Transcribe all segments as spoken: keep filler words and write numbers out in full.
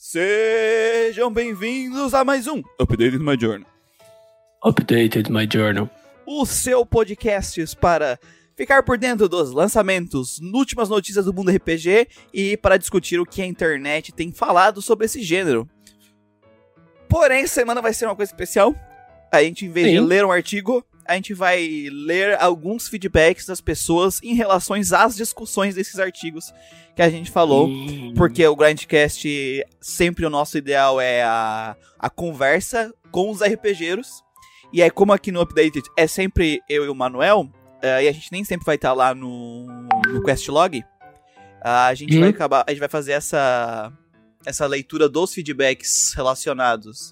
Sejam bem-vindos a mais um Updated My Journal. Updated My Journal. O seu podcast para ficar por dentro dos lançamentos, últimas notícias do mundo R P G e para discutir o que a internet tem falado sobre esse gênero. Porém, essa semana vai ser uma coisa especial. A gente, em vez Sim. de ler um artigo, a gente vai ler alguns feedbacks das pessoas em relação às discussões desses artigos que a gente falou. Sim. Porque o Grindcast, sempre o nosso ideal é a, a conversa com os RPGeiros. E aí, como aqui no Updated é sempre eu e o Manuel, uh, e a gente nem sempre vai estar lá no, no Questlog, uh, a, gente hum. vai acabar, a gente vai fazer essa, essa leitura dos feedbacks relacionados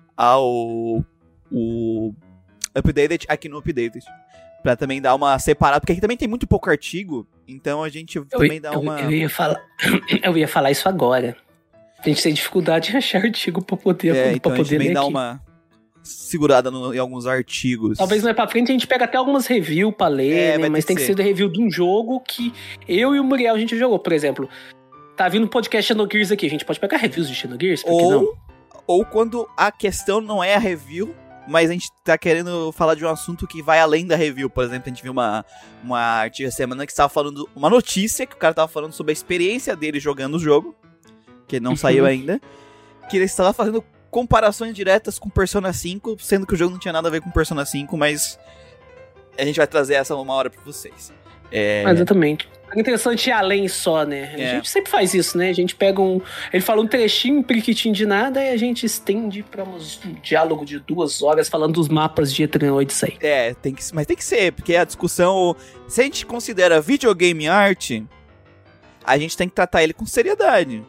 ao o Updated aqui no Updated. Pra também dar uma separada, porque aqui também tem muito pouco artigo, então a gente também eu, dá uma... Eu, eu, ia falar, eu ia falar isso agora. A gente tem dificuldade em achar artigo pra poder, é, pra então poder a gente também ler dá aqui. uma segurada no, em alguns artigos. Talvez mais pra frente a gente pega até algumas reviews pra ler, é, né? Mas tem que ser. ser review de um jogo que eu e o Muriel a gente jogou. Por exemplo, tá vindo um podcast Xenogears aqui, a gente pode pegar reviews de Xenogears? Por que ou, não? Ou quando a questão não é a review, mas a gente tá querendo falar de um assunto que vai além da review. Por exemplo, a gente viu uma, uma artigo essa semana que estava falando, uma notícia que o cara tava falando sobre a experiência dele jogando o jogo, que não saiu ainda, que ele estava fazendo comparações diretas com Persona cinco, sendo que o jogo não tinha nada a ver com Persona cinco, mas a gente vai trazer essa uma hora pra vocês. É... Exatamente. É interessante ir além só, né? A é. gente sempre faz isso, né? A gente pega um... Ele fala um trechinho, um periquitinho de nada, e a gente estende pra um diálogo de duas horas falando dos mapas de Eterno Odyssey. É, tem que, mas tem que ser, porque a discussão... Se a gente considera videogame arte, a gente tem que tratar ele com seriedade.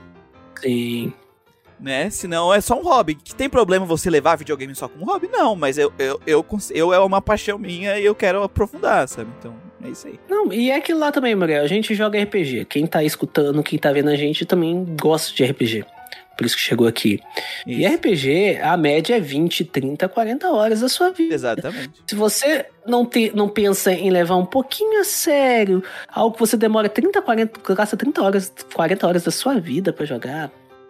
Sim. Né? Senão é só um hobby. Que tem problema você levar videogame só como hobby? Não, mas eu, eu, eu, eu é uma paixão minha e eu quero aprofundar, sabe? Então, é isso aí. Não, e é aquilo lá também, Muriel. A gente joga R P G. Quem tá escutando, quem tá vendo a gente também gosta de R P G. Por isso que chegou aqui. Isso. E R P G, a média é vinte, trinta, quarenta horas da sua vida. Exatamente. Se você não, te, não pensa em levar um pouquinho a sério, algo que você demora trinta, quarenta, gasta trinta horas, quarenta horas da sua vida pra jogar...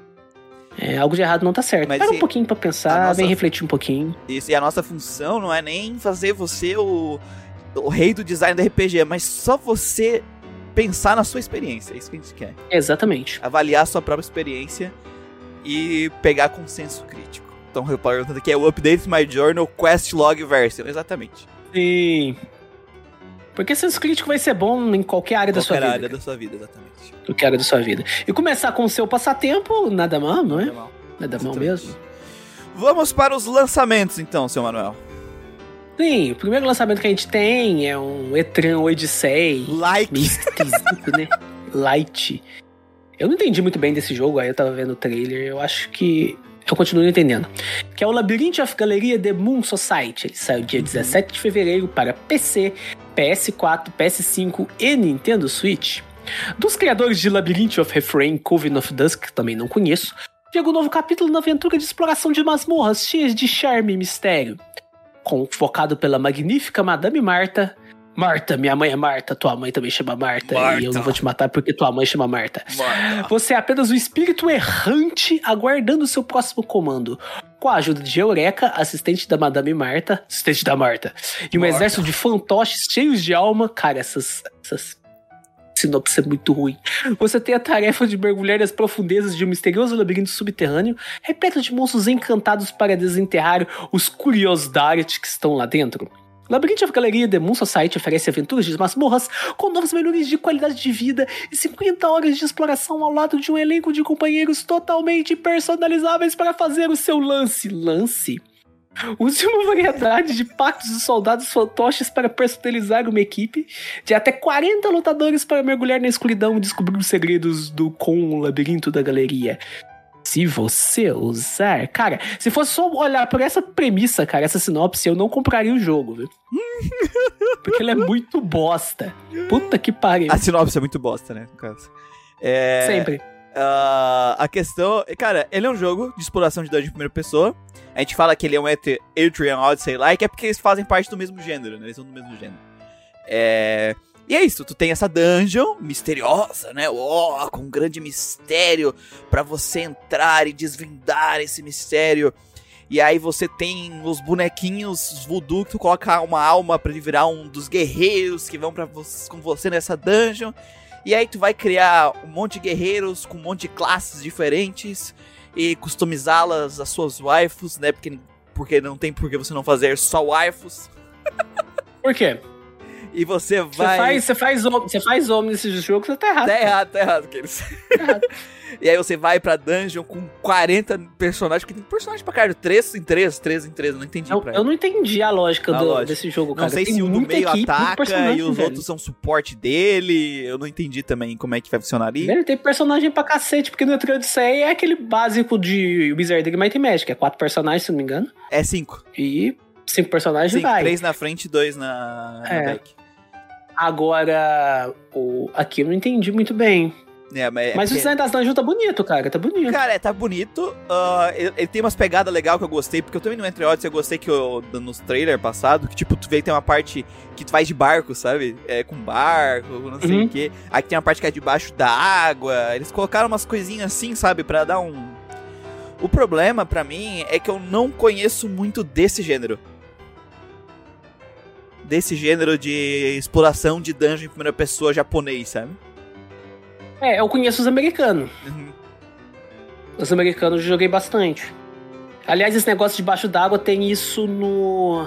É, algo de errado não tá certo. Mas Para um pouquinho pra pensar, nossa, vem refletir um pouquinho. Isso, e a nossa função não é nem fazer você o, o rei do design do R P G, mas só você pensar na sua experiência. É isso que a gente quer. Exatamente. Avaliar a sua própria experiência e pegar consenso crítico. Então, reparando aqui é o Update My Journal Questlog Version. Exatamente. Sim. Porque senso crítico vai ser bom em qualquer área qualquer da sua vida. Qualquer área cara. da sua vida, exatamente. Qualquer área da sua vida. E começar com o seu passatempo, nada mal, não é? Nada mal. Nada mal mesmo. Vamos para os lançamentos, então, seu Manuel. Sim, o primeiro lançamento que a gente tem é um Eterno Odyssey. Like. Meio esquisito, né? Light. Eu não entendi muito bem desse jogo, aí eu tava vendo o trailer, eu acho que... Eu continuo não entendendo. Que é o Labyrinth of Galleria The Moon Society. Ele saiu dia dezessete de fevereiro para P C, P S quatro, P S cinco e Nintendo Switch. Dos criadores de Labyrinth of Refrain, Coven of Dusk, que também não conheço, chega um novo capítulo na aventura de exploração de masmorras cheias de charme e mistério. Convocado pela magnífica Madame Marta... Marta, minha mãe é Marta, tua mãe também chama Marta, Marta. E eu não vou te matar porque tua mãe chama Marta. Marta. Você é apenas um espírito errante aguardando o seu próximo comando. Com a ajuda de Eureka, assistente da Madame Marta, assistente da Marta, e um Marta. Exército de fantoches cheios de alma. Cara, essas, essas sinopse é muito ruim. Você tem a tarefa de mergulhar nas profundezas de um misterioso labirinto subterrâneo, repleto de monstros encantados para desenterrar os curiosidades que estão lá dentro. Labyrinth of Galleria The Moon Society oferece aventuras de masmorras com novos melhorias de qualidade de vida e cinquenta horas de exploração ao lado de um elenco de companheiros totalmente personalizáveis para fazer o seu lance. Lance? Use uma variedade de pactos e soldados fantoches para personalizar uma equipe de até quarenta lutadores para mergulhar na escuridão e descobrir os segredos do com o labirinto da galeria. Se você usar... Cara, se fosse só olhar por essa premissa, cara, essa sinopse, eu não compraria o jogo, viu? Porque ele é muito bosta. Puta que pariu. A sinopse é muito bosta, né, no caso. É... Sempre. Uh, a questão... Cara, ele é um jogo de exploração de dungeon em primeira pessoa. A gente fala que ele é um Eterno Odyssey-like, é porque eles fazem parte do mesmo gênero, né? Eles são do mesmo gênero. É... E é isso, tu tem essa dungeon misteriosa, né? Oh, com um grande mistério pra você entrar e desvendar esse mistério. E aí você tem os bonequinhos voodoo que tu coloca uma alma pra ele virar um dos guerreiros que vão pra vo- com você nessa dungeon. E aí tu vai criar um monte de guerreiros com um monte de classes diferentes e customizá-las às suas waifus, né? Porque, porque não tem por que você não fazer só waifus. Por quê? E você Você vai... faz, você faz, hom- você faz homem nesse jogo, você tá errado. Tá cara. errado, tá errado, aqueles. Tá errado. E aí você vai pra dungeon com quarenta personagens, porque tem personagem pra caralho, três em três, três em três, eu não entendi. Eu, pra eu não entendi a lógica A do- lógica. desse jogo, Não cara. sei Tem se o do muita meio equipe, muito ataca personagem, e os velho. outros são suporte dele, eu não entendi também como é que vai funcionar ali. Velho, tem personagem pra cacete, porque no Trio Odyssey é aquele básico de Wizardry Might and Magic, é quatro personagens, se não me engano, É cinco. e cinco personagens Cinco, vai. três na frente e dois na, na É. back. Agora, o... aqui eu não entendi muito bem. É, mas é Mas o porque- design das dungeons tá bonito, cara, tá bonito. Cara, é, tá bonito. ah, ele, ele tem umas pegadas legais que eu gostei, porque eu também no Entre Odyssey eu gostei que eu, nos trailers passado, que tipo, tu vê que tem uma parte que tu vai de barco, sabe? É, com barco, não sei Uhum. o quê. Aqui tem uma parte que é debaixo da água. Eles colocaram umas coisinhas assim, sabe? Pra dar um... O problema pra mim é que eu não conheço muito desse gênero. Desse gênero de exploração de dungeon em primeira pessoa japonês, sabe? É, eu conheço os americanos. Uhum. Os americanos eu joguei bastante. Aliás, esse negócio debaixo d'água tem isso no...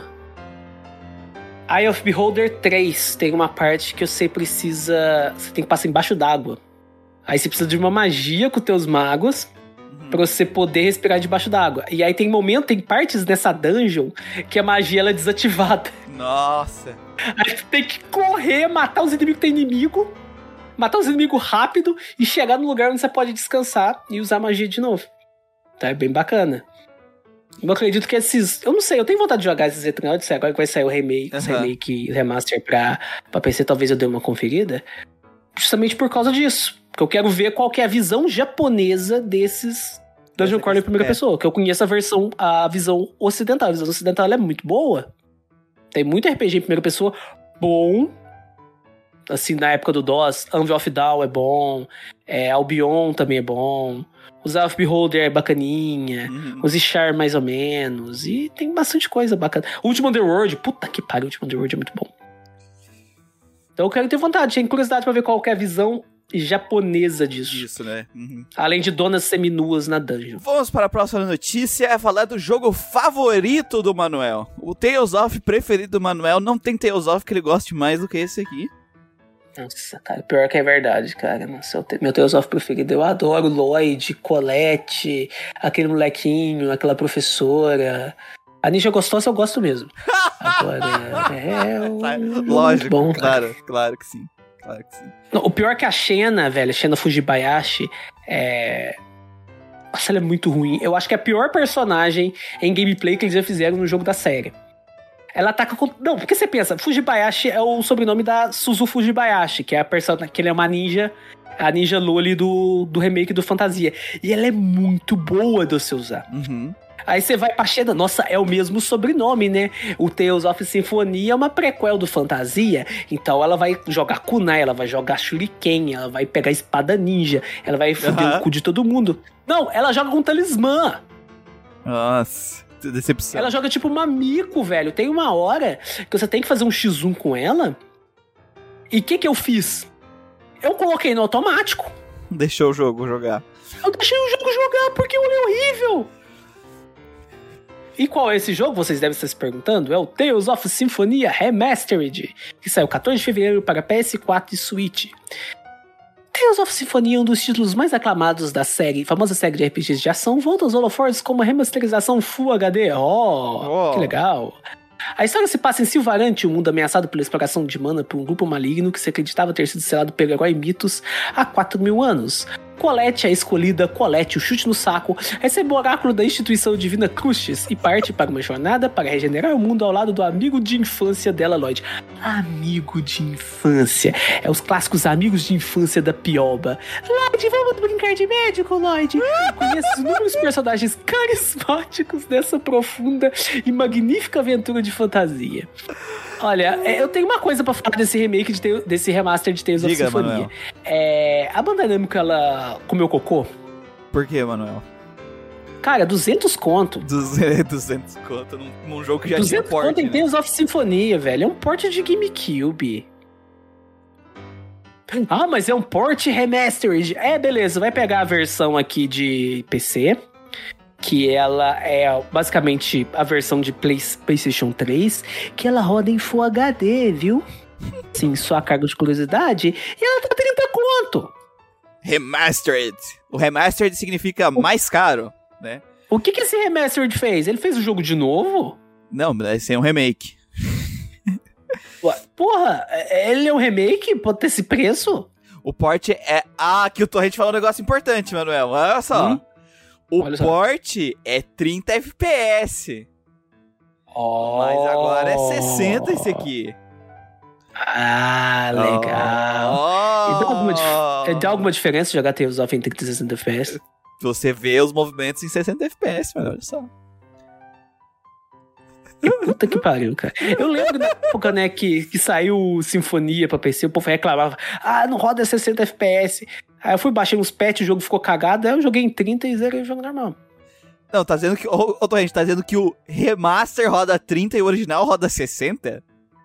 Eye of Beholder três. Tem uma parte que você precisa... Você tem que passar embaixo d'água. Aí você precisa de uma magia com os teus magos Uhum. pra você poder respirar debaixo d'água. E aí tem momento, tem partes nessa dungeon que a magia ela é desativada. Nossa. Aí você tem que correr, matar os inimigos que tem inimigo, matar os inimigos rápido e chegar no lugar onde você pode descansar e usar magia de novo. Tá, é bem bacana. Eu acredito que esses... Eu não sei, eu tenho vontade de jogar esses Eterno Odyssey, agora que vai sair o remake, Uhum. esse remake remaster pra, pra P C, talvez eu dê uma conferida. Justamente por causa disso. Porque eu quero ver qual que é a visão japonesa desses Dungeon Crawler em primeira É. pessoa. Que eu conheço a versão, a visão ocidental. A visão ocidental ela é muito boa. Tem muito R P G em primeira pessoa bom. Assim, na época do DOS, Anvil of Down é bom. É, Albion também é bom. Os Eye of Beholder é bacaninha. Uhum. Os Ishar mais ou menos. E tem bastante coisa bacana. O Último Underworld, puta que pariu, o Último Underworld é muito bom. Então eu quero ter vontade, tenho curiosidade pra ver qual que é a visão japonesa disso. Isso, né? Uhum. Além de donas seminuas na dungeon. Vamos para a próxima notícia, é falar do jogo favorito do Manuel. O Tales of preferido do Manuel, não tem Tales of que ele goste mais do que esse aqui. Nossa, cara, pior que é verdade, cara. Nossa, eu te- meu Tales of preferido, eu adoro Lloyd, Colette, aquele molequinho, aquela professora. A ninja gostosa eu gosto mesmo. Agora, é... um- Lógico, bom, claro, claro que sim. Claro que sim. Não, o pior é que a Xena, velho, a Xena Fujibayashi, é... Nossa, ela é muito ruim. Eu acho que é a pior personagem em gameplay que eles já fizeram no jogo da série. Ela ataca com... Não, porque você pensa, Fujibayashi é o sobrenome da Suzu Fujibayashi, que é a personagem, que ele é uma ninja, a ninja Loli do, do remake do Fantasia. E ela é muito boa de você usar. Uhum. Aí você vai pra Xena, nossa, é o mesmo sobrenome, né? O Tales of Symphonia é uma prequel do Fantasia, então ela vai jogar kunai, ela vai jogar shuriken, ela vai pegar espada ninja, ela vai foder Aham. o cu de todo mundo. Não, ela joga com talismã. Nossa, que decepção. Ela joga tipo Mamiko, velho. Tem uma hora que você tem que fazer um xis um com ela. E o que que eu fiz? Eu coloquei no automático. Deixou o jogo jogar. Eu deixei o jogo jogar porque ele é horrível. E qual é esse jogo? Vocês devem estar se perguntando. É o Tales of Symphonia Remastered, que saiu quatorze de fevereiro para P S quatro e Switch. Tales of Symphonia é um dos títulos mais aclamados da série, famosa série de R P Gs de ação, volta aos holofotes com uma remasterização Full H D. Oh, Oh. que legal! A história se passa em Silvarante, um mundo ameaçado pela exploração de mana por um grupo maligno que se acreditava ter sido selado pelo herói Mitos há quatro mil anos. Colette, a escolhida Colette, o chute no saco, recebe o oráculo da instituição divina Cruxes e parte para uma jornada para regenerar o mundo ao lado do amigo de infância dela, Lloyd. Amigo de infância. É os clássicos amigos de infância da Pioba. Lloyd, vamos brincar de médico, Lloyd? Conheça os inúmeros personagens carismáticos dessa profunda e magnífica aventura de fantasia. Olha, é, eu tenho uma coisa pra falar desse remake, de ter, desse remaster de Tales Diga, of Symphonia. É, a Bandai Namco, ela comeu cocô? Por que, Manuel? Cara, duzentos conto. duzentos conto num, num jogo que já tinha duzentos porte, conto em né? Tales of Symphonia, velho. É um port de GameCube. Ah, mas é um port remastered. É, beleza, vai pegar a versão aqui de P C, que ela é basicamente a versão de Play, PlayStation três, que ela roda em Full H D, viu? Sim, só a carga de curiosidade. E ela tá trinta conto. Remastered. O remastered significa mais caro, né? O que que esse remastered fez? Ele fez o jogo de novo? Não, esse é um remake. Ué, porra, ele é um remake? Pode ter esse preço? O port é... Ah, que o Torrent falou um negócio importante, Manuel. Olha só. Hum? O Olha só. port é trinta F P S. Oh. Mas agora é sessenta esse aqui. Ah, legal. Oh. E dá alguma, dif- dá alguma diferença jogar Tales of em trinta e sessenta F P S? Você vê os movimentos em sessenta F P S, mano. Olha só. Puta que pariu, cara. Eu lembro da época, né, que, que saiu Sinfonia pra P C, o povo reclamava, ah, não roda sessenta F P S. Aí eu fui, baixei uns patches, o jogo ficou cagado, aí eu joguei em trinta e zerei o jogo normal. Não, tá dizendo que... Ô, ô Torrent, tá dizendo que o remaster roda trinta e o original roda sessenta?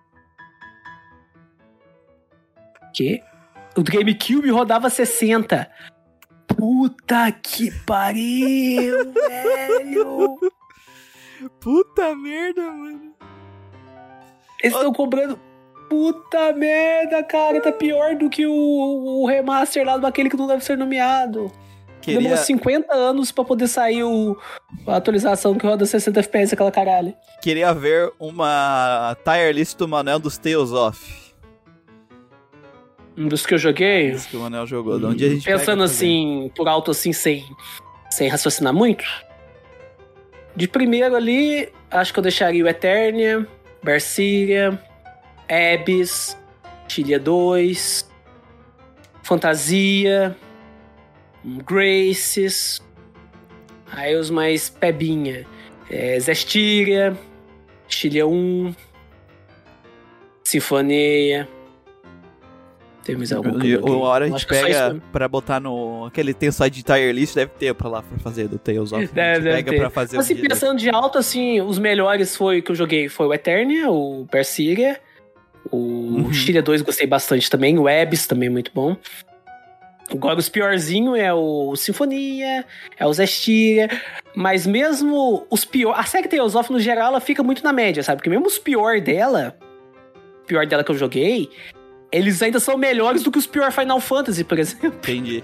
Que? O GameCube rodava sessenta. Puta que pariu, velho. Puta merda, mano. Eles estão cobrando... Puta merda, cara. Tá pior do que o, o remaster lá daquele que não deve ser nomeado. Queria... Demorou cinquenta anos pra poder sair o, a atualização que roda sessenta F P S, aquela caralho. Queria ver uma tier list do Manuel dos Tales of. Um dos que eu joguei. Dos que o Manuel jogou. De onde a gente Pensando assim, por alto assim, sem, sem raciocinar muito. De primeiro ali, acho que eu deixaria o Eternia, Berseria, Abyss, Xillia dois, Fantasia, Graces, aí os mais pebinha, é, Zestiria, Xillia um, Sinfonia. Tem mais algum que eu Uma hora a gente Acho que é só pega isso. pra botar no... Aquele tem o site de tier list, deve ter pra lá pra fazer do Tales of. Deve, a gente deve pega ter. pra fazer Mas um assim, dia pensando de alto, assim, os melhores foi que eu joguei foi o Eternia, o Berseria, o Uhum. Xillia dois gostei bastante também, o Abyss também muito bom. Agora os piorzinhos é o Sinfonia, é o Zestiria, mas mesmo os piores... A série Tales of, no geral, ela fica muito na média, sabe? Porque mesmo os pior dela, pior dela que eu joguei, eles ainda são melhores do que os pior Final Fantasy, por exemplo. Entendi.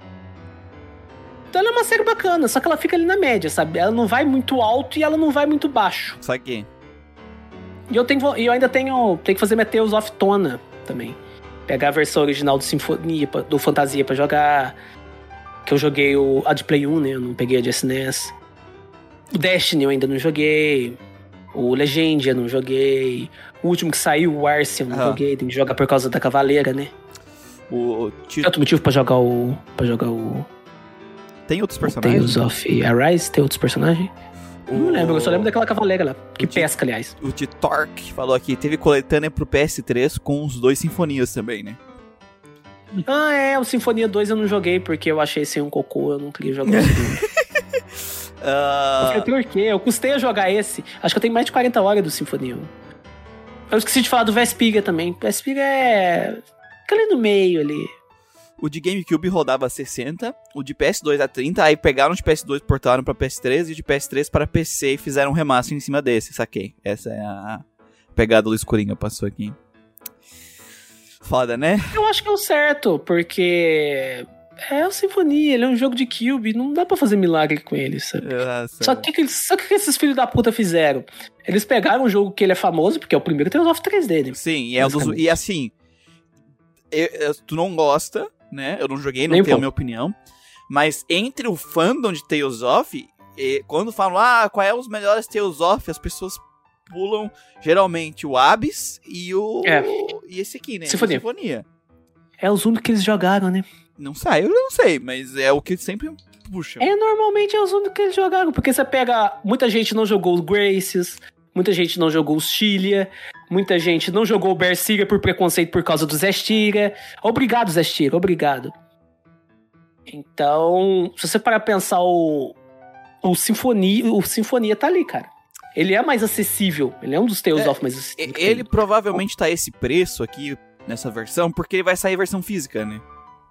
Então ela é uma série bacana, só que ela fica ali na média, sabe? Ela não vai muito alto e ela não vai muito baixo. Saquei. E eu, tenho, e eu ainda tenho, tenho que fazer minha Tales of Tona também. Pegar a versão original do Sinfonia, do Fantasia pra jogar. Que eu joguei o, a de Play um, né? Eu não peguei a de S N E S. O Destiny eu ainda não joguei. O Legend eu não joguei. O último que saiu, o Arce, eu não Ah. joguei. Tem que jogar por causa da Cavaleira, né? O, o ti- Tem outro motivo pra jogar o... Pra jogar o... Tem outros o personagens? Tales of Arise? Tem outros personagens? O... Não lembro, eu só lembro daquela Cavaleira lá. Que O ti- pesca, aliás. O T-Torque falou aqui, teve coletânea pro P S três com os dois Sinfonias também, né? Ah, é, o Sinfonia dois eu não joguei porque eu achei esse um cocô, eu não queria jogar o segundo. Eu Ah, falei, por quê? Eu custei a jogar esse. Acho que eu tenho mais de quarenta horas do Sinfonia um. Eu esqueci de falar do Vespiga também. Vespiga é... Fica ali no meio, ali. o de GameCube rodava sessenta, o de P S dois a trinta, aí pegaram de P S dois, portaram pra P S três, e de P S três para P C e fizeram um remaster em cima desse, saquei. Essa é a pegada do Luiz Coringa, passou aqui. Foda, né? Eu acho que é o certo, porque... É o Sinfonia, ele é um jogo de Cube, não dá pra fazer milagre com ele, sabe? Nossa. Só que, só que o que esses filhos da puta fizeram? Eles pegaram um jogo que ele é famoso, porque é o primeiro Tales of três D, né? Sim, e, é um dos, Basicamente. e assim, eu- eu- tu não gosta, né? Eu não joguei, não Nem tenho a pouco. minha opinião. Mas entre o fandom de Tales of, e quando falam, ah, qual é os melhores Tales of, as pessoas pulam geralmente o Abyss e o. É. E esse aqui, né? Sinfonia. O Sinfonia. É os únicos que eles jogaram, né? Não sai, eu não sei, mas é o que sempre puxa. É, normalmente é os únicos que eles jogaram, porque você pega... Muita gente não jogou os Graces, muita gente não jogou os Xillia, Muita gente não jogou o Berseria por preconceito por causa do Zestiria. Obrigado, Zestiria, obrigado. Então, se você parar pra pensar, o, o, Sinfonia, o Sinfonia tá ali, cara. Ele é mais acessível. Ele é um dos Tales é, of mais acessível. Ele provavelmente tá esse preço aqui, nessa versão, porque ele vai sair versão física, né?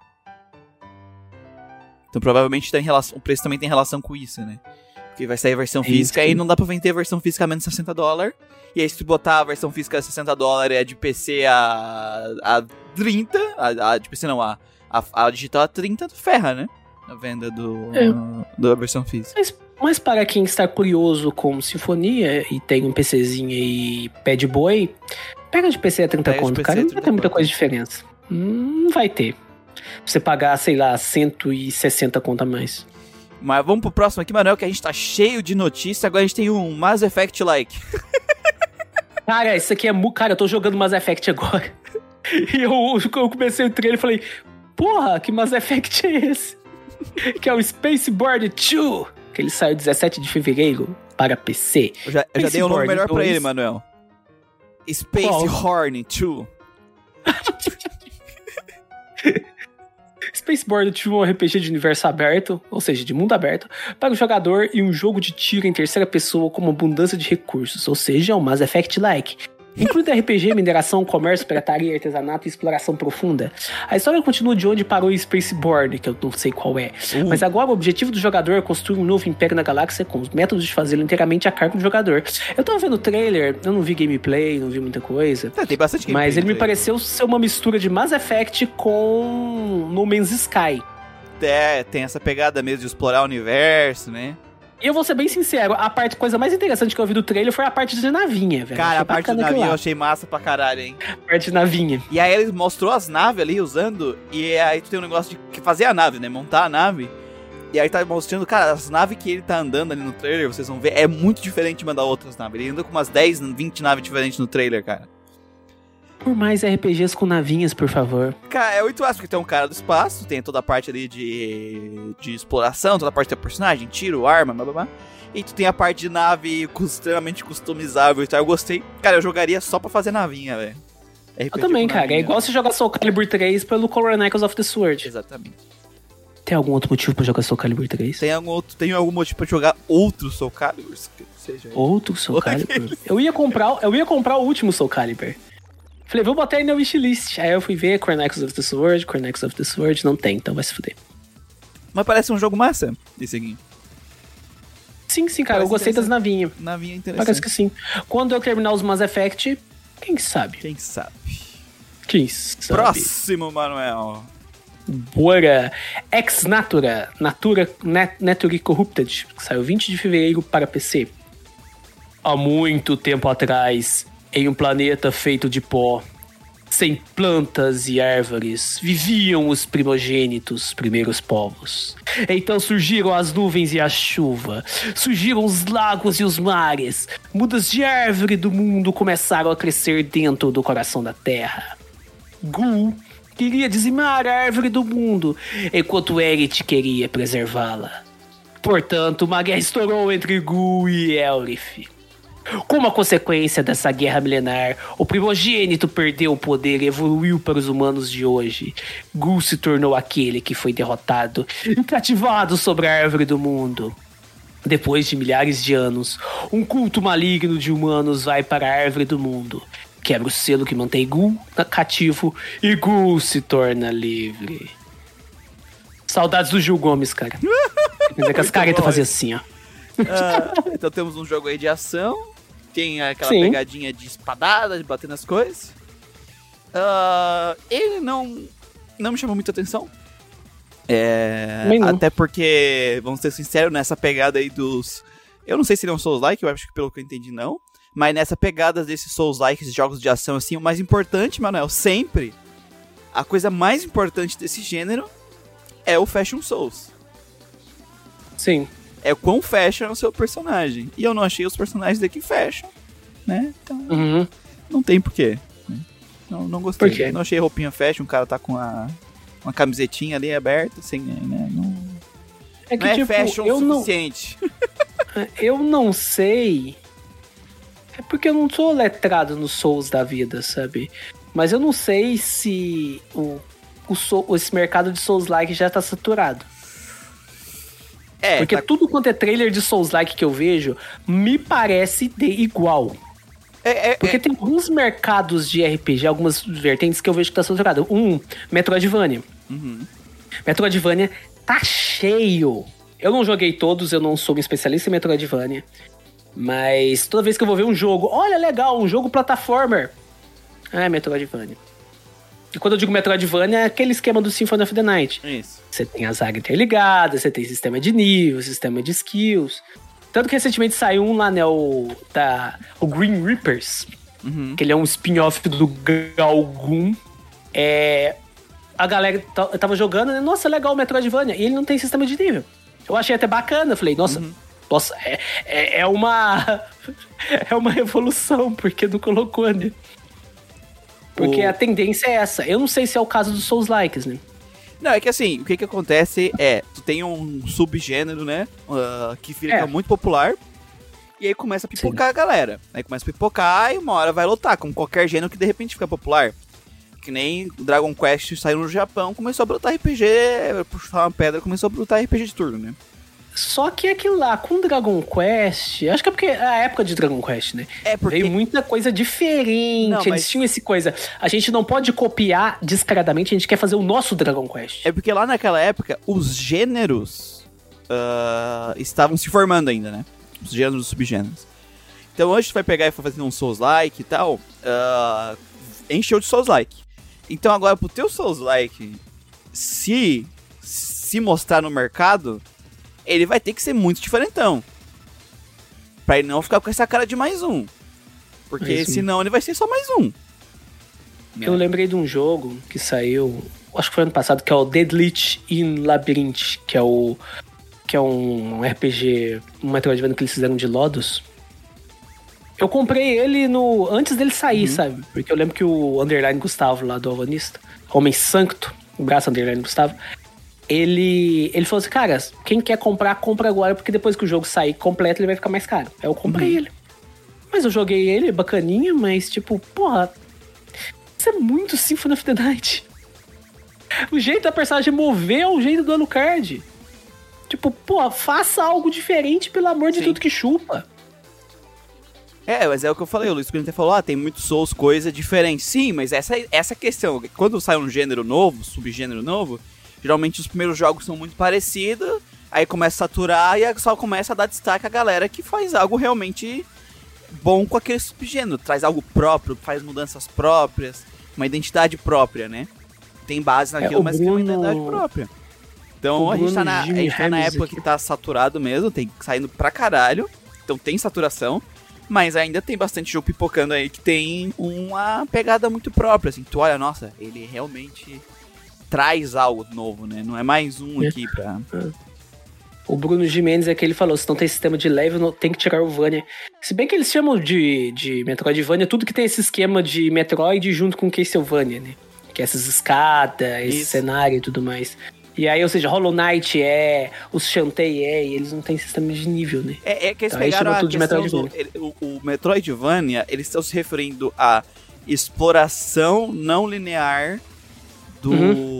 Então provavelmente tem relação, o preço também tem relação com isso, né? Porque vai sair a versão física, aí não dá pra vender a versão física a menos de sessenta dólares. E aí se tu botar a versão física a sessenta dólares, é de P C a, a trinta, a, a de P C não, a, a, a digital a trinta, ferra, né? A venda do, é. a, da versão física. Mas, mas para quem está curioso com Sinfonia e tem um PCzinho aí pé de boi, pega de P C a trinta conto, cara, não vai ter muita coisa de diferença. Não vai ter. Você pagar, sei lá, cento e sessenta conto a mais. Mas vamos pro próximo aqui, Manuel, que a gente tá cheio de notícia. Agora a gente tem um Mass Effect like. Cara, isso aqui é... Mu... Cara, eu tô jogando Mass Effect agora. E eu, eu comecei o trailer e falei... Porra, que Mass Effect é esse? Que é o Spaceborne dois. Que ele saiu dezessete de fevereiro para P C. Eu já, eu já dei um nome melhor dois. Pra ele, Manuel. Space Qual? Horn dois. Spaceborne dois é um R P G de universo aberto, ou seja, de mundo aberto, para o jogador e um jogo de tiro em terceira pessoa com uma abundância de recursos, ou seja, um Mass Effect-like. Incluindo R P G, mineração, comércio, pirataria, artesanato e exploração profunda. A história continua de onde parou Spaceborne, que eu não sei qual é. Uh. Mas agora o objetivo do jogador é construir um novo império na galáxia com os métodos de fazê-lo inteiramente a cargo do jogador. Eu tava vendo o trailer, eu não vi gameplay, não vi muita coisa. É, tem bastante gameplay. Mas ele me pareceu ser uma mistura de Mass Effect com No Man's Sky. É, tem essa pegada mesmo de explorar o universo, né? E eu vou ser bem sincero, a parte, coisa mais interessante que eu vi do trailer foi a parte de navinha, velho. Cara, a parte de navinha eu achei massa pra caralho, hein? A parte de navinha. E aí ele mostrou as naves ali usando, e aí tu tem um negócio de fazer a nave, né? Montar a nave. E aí tá mostrando, cara, as naves que ele tá andando ali no trailer, vocês vão ver, é muito diferente de uma da outras naves. Ele anda com umas dez, vinte naves diferentes no trailer, cara. Por mais R P Gs com navinhas, por favor. Cara, é muito massa, porque tem um cara do espaço, tem toda a parte ali de, de exploração, toda a parte do personagem, tiro, arma, blá blá blá. E tu tem a parte de nave extremamente customizável e tal. Eu gostei. Cara, eu jogaria só pra fazer navinha, velho. Eu também, cara. Navinha. É igual você jogar Soul Calibur três pelo Chronicles of the Sword. Exatamente. Tem algum outro motivo pra jogar Soul Calibur três? Tem algum outro, tem algum motivo pra jogar outro Soul Calibur? Seja outro Soul Calibur? Eu ia comprar, eu ia comprar o último Soul Calibur. Falei, vou botar aí na wishlist. Aí eu fui ver Chronicles of the Sword, Chronicles of the Sword, não tem, então vai se fuder. Mas parece um jogo massa, esse aqui. Sim, sim, cara, parece eu gostei das navinhas. Navinha interessante. Parece que sim. Quando eu terminar os Mass Effect, quem sabe? Quem sabe? Quem sabe? Próximo, Manuel. Bora. Ex Natura, Natura Nat- Nature Corrupted, que saiu vinte de fevereiro para P C. Há muito tempo atrás, em um planeta feito de pó, sem plantas e árvores, viviam os primogênitos primeiros povos. Então surgiram as nuvens e a chuva, surgiram os lagos e os mares, mudas de árvore do mundo começaram a crescer dentro do coração da terra. Gu queria dizimar a árvore do mundo, enquanto Eret queria preservá-la. Portanto, uma guerra estourou entre Gu e Elrith. Como a consequência dessa guerra milenar, o primogênito perdeu o poder e evoluiu para os humanos de hoje. Gu se tornou aquele que foi derrotado e cativado sobre a árvore do mundo. Depois de milhares de anos, um culto maligno de humanos vai para a árvore do mundo, quebra o selo que mantém Gu cativo e Gu se torna livre. Saudades do Gil Gomes, cara. Quer dizer que as caretas faziam assim, ó. Uh, então temos um jogo aí de ação. Tem aquela Sim. pegadinha de espadada, de bater nas coisas. Uh, ele não, não me chamou muita atenção. É, até porque, vamos ser sinceros, nessa pegada aí dos... Eu não sei se ele é um Souls-like, eu acho que pelo que eu entendi não. Mas nessa pegada desses Souls-like, esses jogos de ação assim, o mais importante, Manuel, sempre, a coisa mais importante desse gênero é o Fashion Souls. Sim. É o quão fashion é o seu personagem. E eu não achei os personagens daqui fashion, né? Então, uhum. não tem porquê. Né? Não, não gostei. Por quê? Não achei roupinha fashion, o cara tá com a, uma camisetinha ali aberta, sem, né? Não é, que, não é tipo, fashion eu o suficiente. Não, eu não sei... É porque eu não sou letrado nos Souls da vida, sabe? Mas eu não sei se o, o Soul, esse mercado de Souls-like já tá saturado. É, porque tá... tudo quanto é trailer de Souls-like que eu vejo, me parece de igual. É, é, porque é... tem alguns mercados de R P G, algumas vertentes que eu vejo que tá saturado. Um, Metroidvania. Uhum. Metroidvania tá cheio. Eu não joguei todos, eu não sou um especialista em Metroidvania. Mas toda vez que eu vou ver um jogo, olha, legal, um jogo plataformer. Ah, é Metroidvania. E quando eu digo Metroidvania, é aquele esquema do Symphony of the Night. Isso. Você tem as áreas interligadas, você tem sistema de nível, sistema de skills. Tanto que recentemente saiu um lá, né, o, da, o Green Reapers, uhum. que ele é um spin-off do Galgun. É, a galera t- tava jogando, né, nossa, legal o Metroidvania, e ele não tem sistema de nível. Eu achei até bacana, eu falei, nossa, uhum. nossa é, é, é uma é uma revolução, porque não colocou, né? Porque o... a tendência é essa. Eu não sei se é o caso dos Souls-likes, né? Não, é que assim, o que que acontece é, tu tem um subgênero, né, uh, que fica é. muito popular, e aí começa a pipocar Sim. a galera. Aí começa a pipocar e uma hora vai lotar, como qualquer gênero que de repente fica popular. Que nem Dragon Quest saiu no Japão, começou a brotar R P G, por chutar uma pedra, começou a brotar R P G de turno, né? Só que aquilo lá, com Dragon Quest, acho que é porque é a época de Dragon Quest, né? É porque... Veio muita coisa diferente, não, eles mas... tinham esse coisa. A gente não pode copiar descaradamente, a gente quer fazer o nosso Dragon Quest. É porque lá naquela época, os gêneros uh, estavam se formando ainda, né? Os gêneros e subgêneros. Então antes tu vai pegar e for fazer um Souls-like e tal, uh, encheu de Souls-like. Então agora pro teu Souls-like se, se mostrar no mercado, ele vai ter que ser muito diferentão. Pra ele não ficar com essa cara de mais um. Porque é senão ele vai ser só mais um. Eu lembrei de um jogo que saiu, acho que foi ano passado, que é o Deadlit in Labyrinth, que é o que é um R P G, um Metroidvania que eles fizeram de Lodos. Eu comprei ele no antes dele sair, uhum. sabe? Porque eu lembro que o Underline Gustavo lá do Alvanista, Homem Sancto, o braço Underline Gustavo, Ele, ele falou assim, cara, quem quer comprar, compra agora, porque depois que o jogo sair completo, ele vai ficar mais caro. Aí eu comprei uhum. ele. Mas eu joguei ele, bacaninha, mas tipo, porra, isso é muito Symphony of the Night. O jeito da personagem mover é o jeito do Alucard. Tipo, porra, faça algo diferente, pelo amor de Sim. tudo que chupa. É, mas é o que eu falei, o Luiz Cunha até falou, ah, tem muitos Souls, coisa diferente. Sim, mas essa, essa questão, quando sai um gênero novo, subgênero novo, geralmente os primeiros jogos são muito parecidos, aí começa a saturar e só começa a dar destaque a galera que faz algo realmente bom com aquele subgênero. Traz algo próprio, faz mudanças próprias, uma identidade própria, né? Tem base naquilo, é, mas Bruno... tem uma identidade própria. Então a gente, tá na, a gente tá na época aqui. Que tá saturado mesmo, tem saindo pra caralho, então tem saturação, mas ainda tem bastante jogo pipocando aí que tem uma pegada muito própria, assim. Tu olha, nossa, ele realmente... traz algo novo, né? Não é mais um aqui pra... O Bruno Gimenez é que ele falou, se não tem sistema de level, tem que tirar o Vania. Se bem que eles chamam de, de Metroidvania tudo que tem esse esquema de Metroid junto com Castlevania, né? Que é essas escadas, esse Isso. cenário e tudo mais. E aí, ou seja, Hollow Knight é, os Shantae é, e eles não têm sistema de nível, né? É, é que eles então, pegaram a questão do... Ele, o, o Metroidvania, eles estão se referindo a exploração não linear do,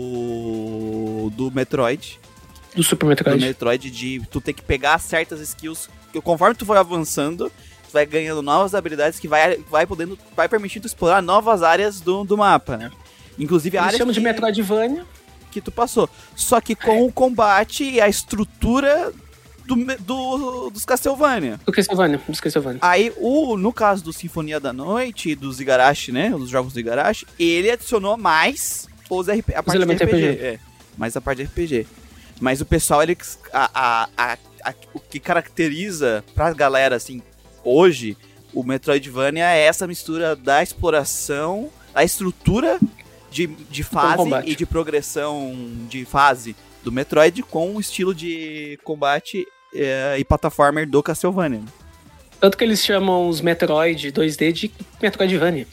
uhum. do Metroid. Do Super Metroid. Do Metroid, de tu ter que pegar certas skills, que conforme tu for avançando, tu vai ganhando novas habilidades que vai, vai, podendo, vai permitindo explorar novas áreas do, do mapa, né? Inclusive a área chama de Metroidvania que tu passou. Só que com o combate e a estrutura do, do, dos Castlevania. Do Castlevania, dos Castlevania. Aí, o, no caso do Sinfonia da Noite e dos Igarashi, né? Os jogos do Igarashi, ele adicionou mais os R P, a parte de R P G. R P G. É, mais a parte de R P G. Mas o pessoal, ele, a, a, a, a, o que caracteriza pra galera, assim, hoje, o Metroidvania é essa mistura da exploração, a estrutura de, de fase e de progressão de fase do Metroid com o estilo de combate é, e plataformer do Castlevania. Tanto que eles chamam os Metroid dois D de Metroidvania.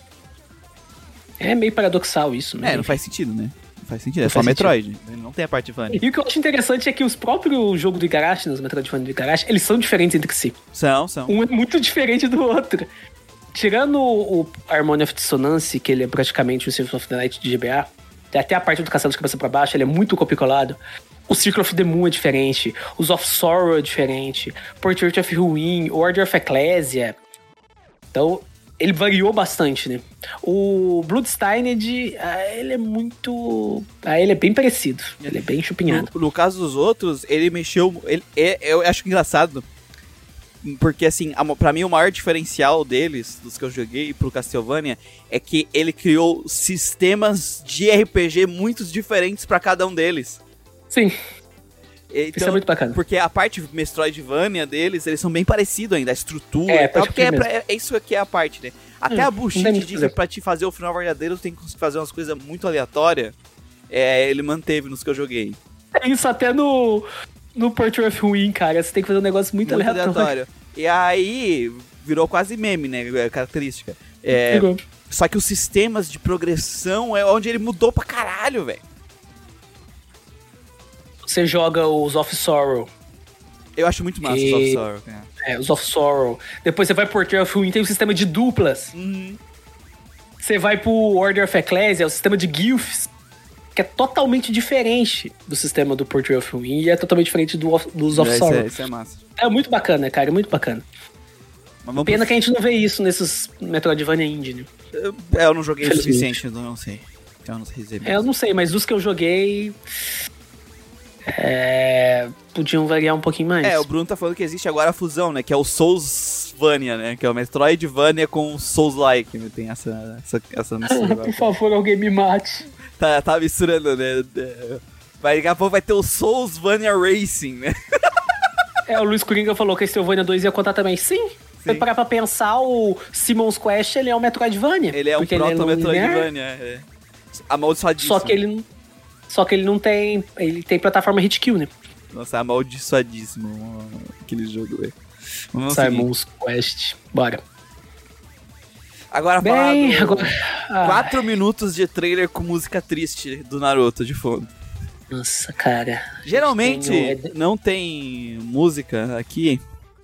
É meio paradoxal isso, né? É, não faz sentido, né? Não faz sentido, não é só Metroid. Sentido. Não tem a parte Vania. E o que eu acho interessante é que os próprios jogos do Igarashi, nos Metroidvania do Igarashi, eles são diferentes entre si. São, são. Um é muito diferente do outro. tirando o, o Harmony of Dissonance, que ele é praticamente o Symphony of the Night de G B A, até a parte do castelo de cabeça pra baixo, ele é muito copicolado. O Circle of the Moon é diferente, os of Sorrow é diferente, Portrait of Ruin, Order of Ecclesia. Então, ele variou bastante, né? O Bloodstained, ah, ele é muito... Ah, ele é bem parecido, ele é bem chupinhado. No, no caso dos outros, ele mexeu... Ele, é, eu acho engraçado, porque assim, a, pra mim o maior diferencial deles, dos que eu joguei pro Castlevania, é que ele criou sistemas de R P G muito diferentes pra cada um deles. Sim. Então, isso é muito bacana. Porque a parte Metroidvania deles, eles são bem parecidos ainda, a estrutura é, e tal, porque é, pra, é isso aqui é a parte, né? Até hum, a bullshit de que pra te fazer o final verdadeiro tem que fazer umas coisas muito aleatórias, é, ele manteve nos que eu joguei. É isso até no, no Portrait of Ruin, cara, você tem que fazer um negócio muito, muito aleatório. aleatório. E aí, virou quase meme, né, característica. É, só que os sistemas de progressão é onde ele mudou pra caralho, velho. Você joga os of Sorrow. Eu acho muito massa e... os of Sorrow. É. é, os of Sorrow. Depois você vai pro Portrait of Ruin, tem um sistema de duplas. Uhum. Você vai pro Order of Ecclesia, é o sistema de guilds, que é totalmente diferente do sistema do Portrait of Ruin e é totalmente diferente do of, dos of é, Sorrow. Isso é, isso é massa. É muito bacana, cara, é muito bacana. Pena pro... que a gente não vê isso nesses Metroidvania Indie, né? Eu, eu não joguei o suficiente, eu não sei. Então eu não sei dizer mesmo. É, eu não sei, mas dos que eu joguei... É... podiam variar um pouquinho mais. É, o Bruno tá falando que existe agora a fusão, né? Que é o Soulsvania, né? Que é o Metroidvania com Souls-like, né? Tem essa, essa, essa mistura. Por favor, alguém me mate. Tá, tá misturando, né? Vai, daqui a pouco vai ter o Soulsvania Racing, né? É, o Luiz Coringa falou que Castlevania dois ia contar também. Sim, se parar pra pensar, o Simon's Quest, ele é um Metroidvania. Ele é um proto-Metroidvania. É. Amaldiçoadíssimo. Só que ele... Só que ele não tem... Ele tem plataforma hit kill, né? Nossa, amaldiçoadíssimo aquele jogo, velho. Simon's Quest. Bora. Agora Bem, fala agora... Ah. Quatro minutos de trailer com música triste do Naruto de fundo. Nossa, cara. Geralmente tem... não tem música aqui.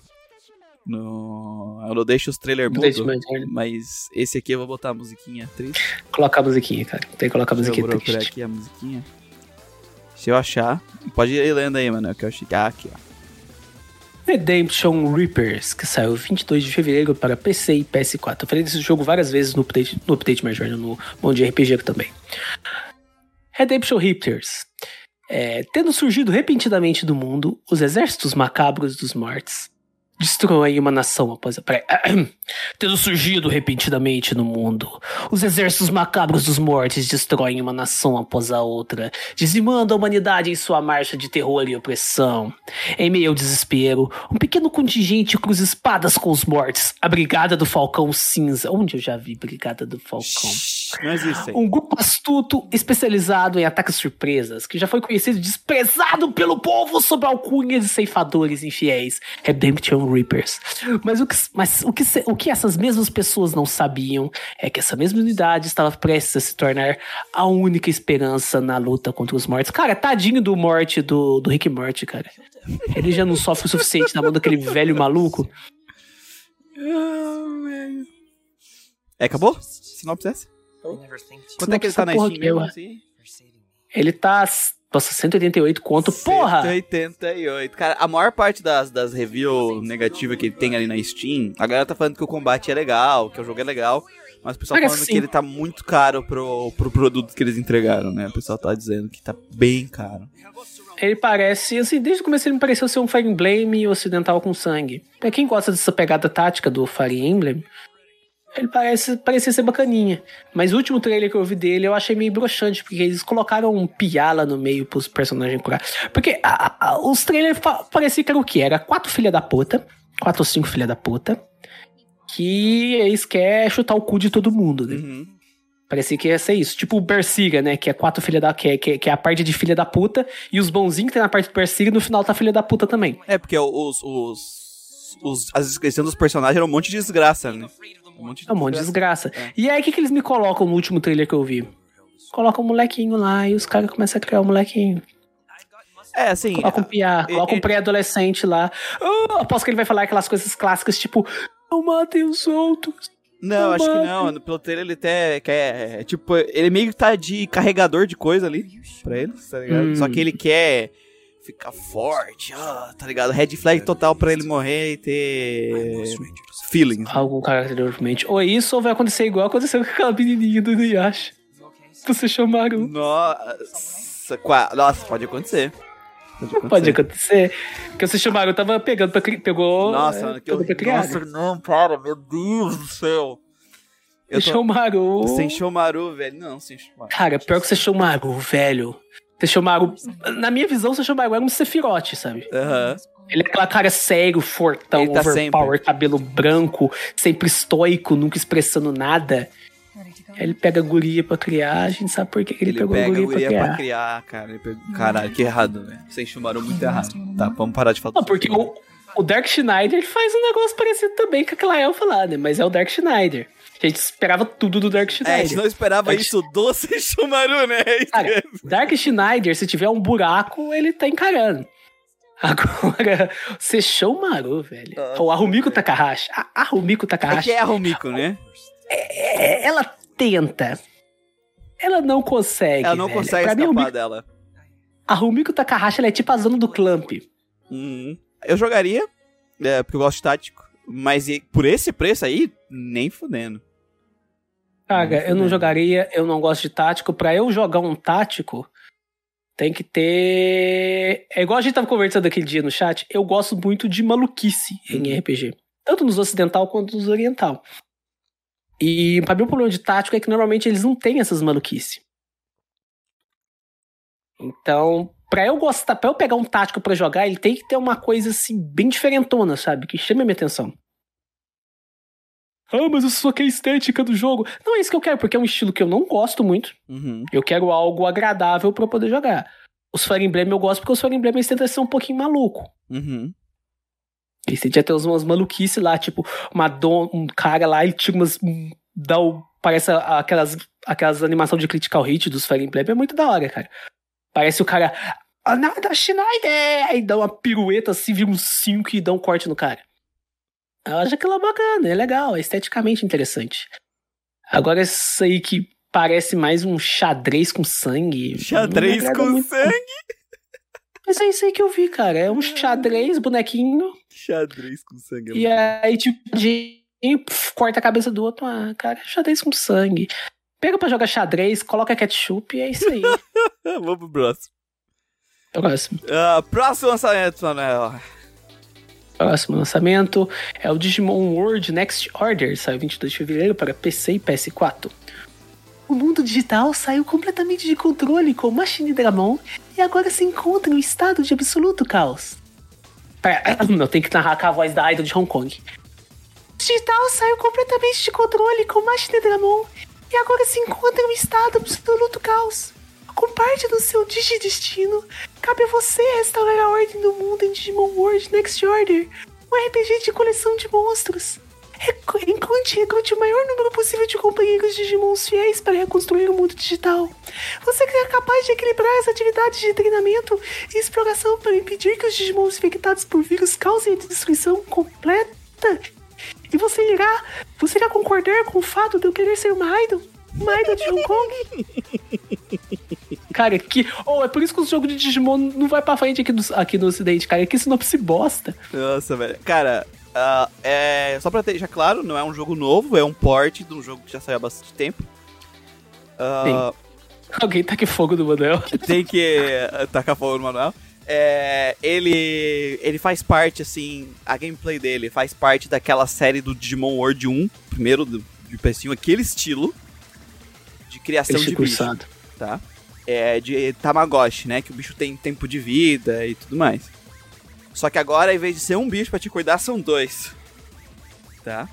No... Eu não deixo os trailers mudos, mas esse aqui eu vou botar a musiquinha triste. Colocar a musiquinha, cara. Tem que colocar a musiquinha triste. Eu vou procurar aqui a musiquinha. Se eu achar... Pode ir lendo aí, mano, que eu achei... Ah, aqui, ó. Redemption Reapers, que saiu vinte e dois de fevereiro para P C e P S quatro. Eu falei desse jogo várias vezes no Update, no update Major, no Mundo de R P G também. Redemption Reapers. É, tendo surgido repentinamente do mundo, os exércitos macabros dos mortos destroem uma nação após a... Peraí. Tendo surgido repentinamente no mundo, os exércitos macabros dos mortos destroem uma nação após a outra, dizimando a humanidade em sua marcha de terror e opressão. Em meio ao desespero, um pequeno contingente cruza espadas com os mortos. A Brigada do Falcão Cinza. Onde eu já vi Brigada do Falcão? Não existe. Um grupo astuto especializado em ataques surpresas, que já foi conhecido e desprezado pelo povo sob a alcunha de ceifadores infiéis. Redemption Reapers. Mas o que, mas o que, o que essas mesmas pessoas não sabiam é que essa mesma unidade estava prestes a se tornar a única esperança na luta contra os mortos. Cara, tadinho do Morty, do, do Rick Morty, cara. Ele já não sofre o suficiente na mão daquele velho maluco. É, acabou? Sinopse essa? Quanto é que ele tá na Steam mesmo, assim? Ele tá... Nossa, cento e oitenta e oito conto, porra! cento e oitenta e oito. Cara, a maior parte das, das reviews negativas que ele tem ali na Steam, a galera tá falando que o combate é legal, que o jogo é legal, mas o pessoal tá falando sim. que ele tá muito caro pro, pro produto que eles entregaram, né? O pessoal tá dizendo que tá bem caro. Ele parece, assim, desde o começo ele me pareceu ser um Fire Emblem ocidental com sangue. Pra quem gosta dessa pegada tática do Fire Emblem, ele parece, parecia ser bacaninha. Mas o último trailer que eu vi dele eu achei meio broxante, porque eles colocaram um piala no meio pros personagens curar. Porque a, a, os trailers pareciam que era o quê? Era quatro filha da puta, quatro ou cinco filha da puta, que eles querem chutar o cu de todo mundo, né? Uhum. Parecia que ia ser isso. Tipo o Bersiga, né? Que é quatro filha da... Que é, que, é, que é a parte de filha da puta, e os bonzinhos que tem na parte do Bersiga, no final tá filha da puta também. É, porque os... os, os as descrições dos personagens eram um monte de desgraça, né? Um monte de é um monte de desgraça. É. E aí, o que, que eles me colocam no último trailer que eu vi? Colocam um molequinho lá e os caras começam a criar um molequinho. É, assim... Colocam um piá, colocam um pré-adolescente lá. Oh, aposto que ele vai falar aquelas coisas clássicas, tipo... Não matem os outros. Não, acho que não. No- Pelo trailer ele até quer. É, tipo, ele meio que tá de carregador de coisa ali pra ele, tá ligado? Hum. Só que ele quer ficar forte, ah, tá ligado? Red flag total pra ele morrer e ter feelings. Algum caráter desenvolvimento. Ou isso, ou vai acontecer igual aconteceu com aquela menininha do Inuyasha. Você chamaram. Nossa, qua- Nossa, pode acontecer. Pode acontecer. Pode acontecer. Porque você chamaram, tava pegando pra cri... Pegou. Nossa, é, que eu... pegou pra criar. Nossa, não, para, meu Deus do céu. Eu Você tô... chamaram. Sem Shomaru, velho. Não, sem Shomaru. Cara, pior que você chamaram, velho. Você chamaram. Na minha visão, você chamaram era um Sephiroth, sabe? Aham. Ele é aquela cara sério, fortão, Ele tá overpower, cabelo branco, sempre estoico, nunca expressando nada. Aí ele pega a guria pra criar, a gente sabe por que ele, Ele pegou pega a guria, guria pra criar. pra criar, cara. Ele pegou... Caralho, que errado, velho. Sem Shomaru, muito errado. Tá, vamos parar de falar. Não, porque o, o Dark Schneider ele faz um negócio parecido também com aquela elfa lá, né? Mas é o Dark Schneider. A gente esperava tudo do Dark É, a Schneider. gente não esperava Dark... isso do Sem Shomaru, né? Cara, Dark Schneider, se tiver um buraco, ele tá encarando. Agora, você Shomaru, velho. Nossa, Ou a Rumiko velho. Takahashi. A, a Rumiko É Takahashi. que é a Rumiko, né? É, ela tenta. Ela não consegue. Ela não velho. consegue Pra mim, a escapar Rumiko, dela. a Rumiko Takahashi ela é tipo a zona do Clamp. Uhum. Eu jogaria, é, porque eu gosto de tático. Mas e- por esse preço aí, nem fudendo. Cara, Nem eu não fudendo. jogaria, eu não gosto de tático. Pra eu jogar um tático, tem que ter. É igual a gente tava conversando aquele dia no chat. Eu gosto muito de maluquice em R P G. Tanto nos ocidental quanto nos oriental. E pra mim o problema de tático é que normalmente eles não têm essas maluquice. Então, pra eu gostar, pra eu pegar um tático pra jogar, ele tem que ter uma coisa assim, bem diferentona, sabe? Que chame a minha atenção. Ah, mas isso só quer a estética do jogo. Não é isso que eu quero, porque é um estilo que eu não gosto muito. Uhum. Eu quero algo agradável pra eu poder jogar. Os Fire Emblem eu gosto porque os Fire Emblem eles tentam ser um pouquinho maluco. Uhum. E você já tem umas maluquices lá, tipo, uma don, um cara lá, ele tira umas. um- Dá o, parece aquelas, aquelas animações de critical hit dos Fire Emblem, é muito da hora, cara. Parece o cara. Anada Schneider! Aí dá uma pirueta assim, vira um cinco e dá um corte no cara. Eu acho aquilo bacana, é legal, é esteticamente interessante. Agora, isso aí que parece mais um xadrez com sangue. Xadrez não me agrada com muito. sangue. Mas é isso aí que eu vi, cara. É um xadrez, bonequinho. Xadrez com sangue. é E muito aí, tipo, de pf, corta a cabeça do outro. Ah, cara, xadrez com sangue. Pega pra jogar xadrez, coloca ketchup e é isso aí. bom. Vamos pro próximo. Próximo. Ah, próximo lançamento, Manuel. Próximo lançamento é o Digimon World Next Order. Saiu vinte e dois de fevereiro para P C e P S quatro. O mundo digital saiu completamente de controle com Machine Dramon e agora se encontra em um estado de absoluto caos. Pera, eu tenho que narrar com a voz da idol de Hong Kong. O digital saiu completamente de controle com Machine Dramon e agora se encontra em um estado de absoluto caos. Com parte do seu digidestino, cabe a você restaurar a ordem do mundo em Digimon World Next Order, um R P G de coleção de monstros. Reco- Encontre e recrute o maior número possível de companheiros Digimons fiéis para reconstruir o mundo digital. Você é capaz de equilibrar as atividades de treinamento e exploração para impedir que os Digimons infectados por vírus causem a destruição completa. E você irá, você irá concordar com o fato de eu querer ser uma idol? Uma idol de Hong Kong? Cara, que... Oh, é por isso que o jogo de Digimon não vai pra frente aqui no, aqui no ocidente, cara. É que sinopse bosta. Nossa, velho. Cara, ah, é... só pra deixar claro, não é um jogo novo, é um port de um jogo que já saiu há bastante tempo. Ah, Alguém tá aqui fogo do Manuel. tem que eh, tacar fogo no Manuel. É, ele, ele faz parte, assim, a gameplay dele faz parte daquela série do Digimon World um, primeiro do, de P S um, aquele estilo de criação Ele de bicho, cursado. tá? É de Tamagotchi, né? Que o bicho tem tempo de vida e tudo mais. Só que agora, em vez de ser um bicho pra te cuidar, são dois. Tá?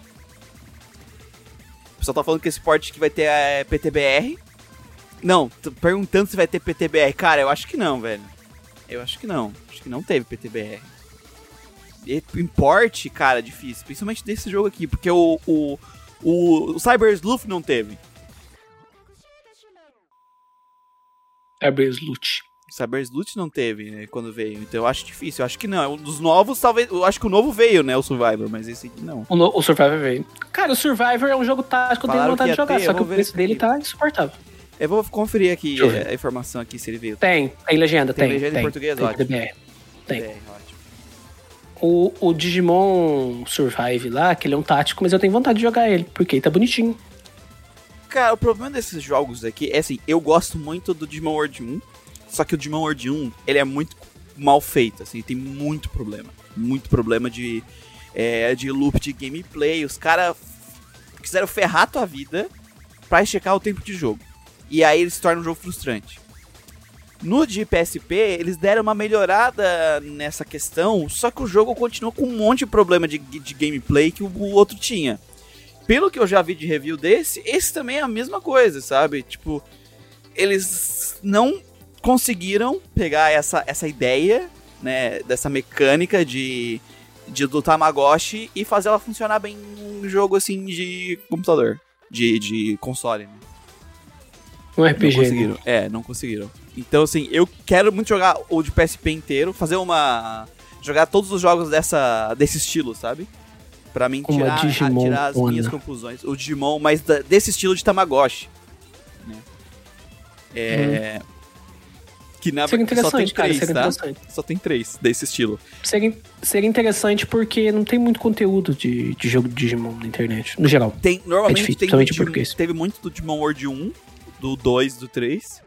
O pessoal tá falando que esse port aqui vai ter é, P T B R. Não, tô perguntando se vai ter P T B R. Cara, eu acho que não, velho. Eu acho que não. Acho que não teve P T B R. E import, cara, difícil. Principalmente desse jogo aqui, porque o, o, o, o Cyber Sleuth não teve. Cyber Sleuth. Cyber Sleuth não teve, né, quando veio. Então eu acho difícil. Eu acho que não. Um dos novos, talvez. Eu acho que o novo veio, né? O Survivor, mas esse aqui não. O, no, o Survivor veio. Cara, o Survivor é um jogo tático que eu tenho vontade de jogar, ter, só que o preço dele tá insuportável. Eu vou conferir aqui a, a informação aqui se ele veio. Tem, tem legenda, tem. Tem legenda tem, em português, tem, ótimo. Tem. tem. É, ótimo. O, o Digimon Survive lá, que ele é um tático, mas eu tenho vontade de jogar ele, porque ele tá bonitinho. Cara, o problema desses jogos aqui é assim, eu gosto muito do Digimon World um, só que o Digimon World um, ele é muito mal feito, assim, tem muito problema. Muito problema de, é, de loop de gameplay. Os caras quiseram ferrar a tua vida pra checar o tempo de jogo. E aí ele se torna um jogo frustrante. No de P S P, eles deram uma melhorada nessa questão, só que o jogo continua com um monte de problema de, de gameplay que o, o outro tinha. Pelo que eu já vi de review desse, esse também é a mesma coisa, sabe? Tipo, eles não conseguiram pegar essa, essa ideia, né, dessa mecânica de, de do Tamagotchi e fazer ela funcionar bem num jogo assim de computador, de, de console, né? Um R P G. Não conseguiram. É, não conseguiram. Então, assim, eu quero muito jogar o de P S P inteiro, fazer uma... jogar todos os jogos dessa, desse estilo, sabe? Pra mim tirar, a, tirar as minhas conclusões. O Digimon, mas da, desse estilo de Tamagotchi. Né? É... Hum. Que na verdade só tem cara, três, tá? Só tem três desse estilo. Seria, seria interessante porque não tem muito conteúdo de, de jogo de Digimon na internet, no geral. Tem, normalmente é difícil, tem Digimon, teve muito do Digimon World um, do dois, do três.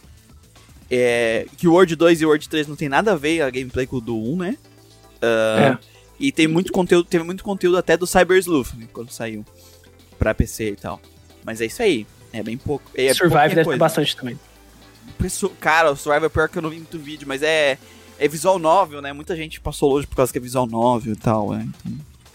É, que o World dois e o World três não tem nada a ver a gameplay com o do um, né? Uh, é. E tem muito conteúdo, teve muito conteúdo até do Cyber Sleuth, né, quando saiu pra P C e tal. Mas é isso aí, é bem pouco. É Survive deve ter bastante também. Cara, o Survive é pior que eu não vi muito vídeo, mas é, é visual novel, né? Muita gente passou longe por causa que é visual novel e tal, né? Então,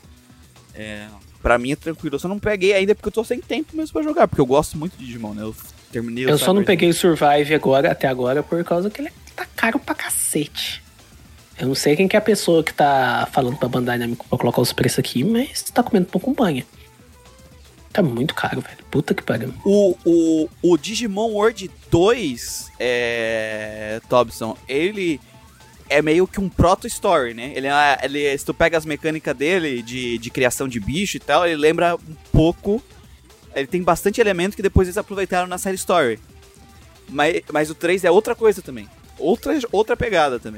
é, pra mim é tranquilo. Eu só não peguei ainda porque eu tô sem tempo mesmo pra jogar, porque eu gosto muito de Digimon, né? Eu terminei o Eu só não peguei o Survive agora, até agora por causa que ele tá caro pra cacete. Eu não sei quem que é a pessoa que tá falando pra Bandai Namco pra colocar os preços aqui, mas tá comendo pão com banha. Tá muito caro, velho. Puta que pariu. O, o, o Digimon World dois, é, Tobson, ele é meio que um proto-story, né? Ele, é, ele, se tu pega as mecânicas dele de, de criação de bicho e tal, ele lembra um pouco... Ele tem bastante elemento que depois eles aproveitaram na série Story. Mas, mas o três é outra coisa também. Outra, outra pegada também.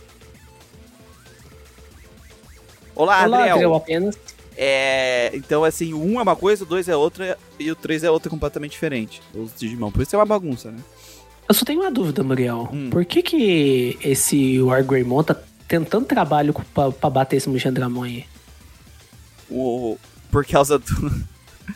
Olá, Olá, Adriel. Adriel apenas. É, então, assim, o um é uma coisa, o dois é outra e o três é outra completamente diferente. Os Digimon. Por isso é uma bagunça, né? Eu só tenho uma dúvida, Muriel. Hum. Por que que esse Wargreymon tá tendo tanto trabalho pra, pra bater esse Mugendramon aí? O, por causa do...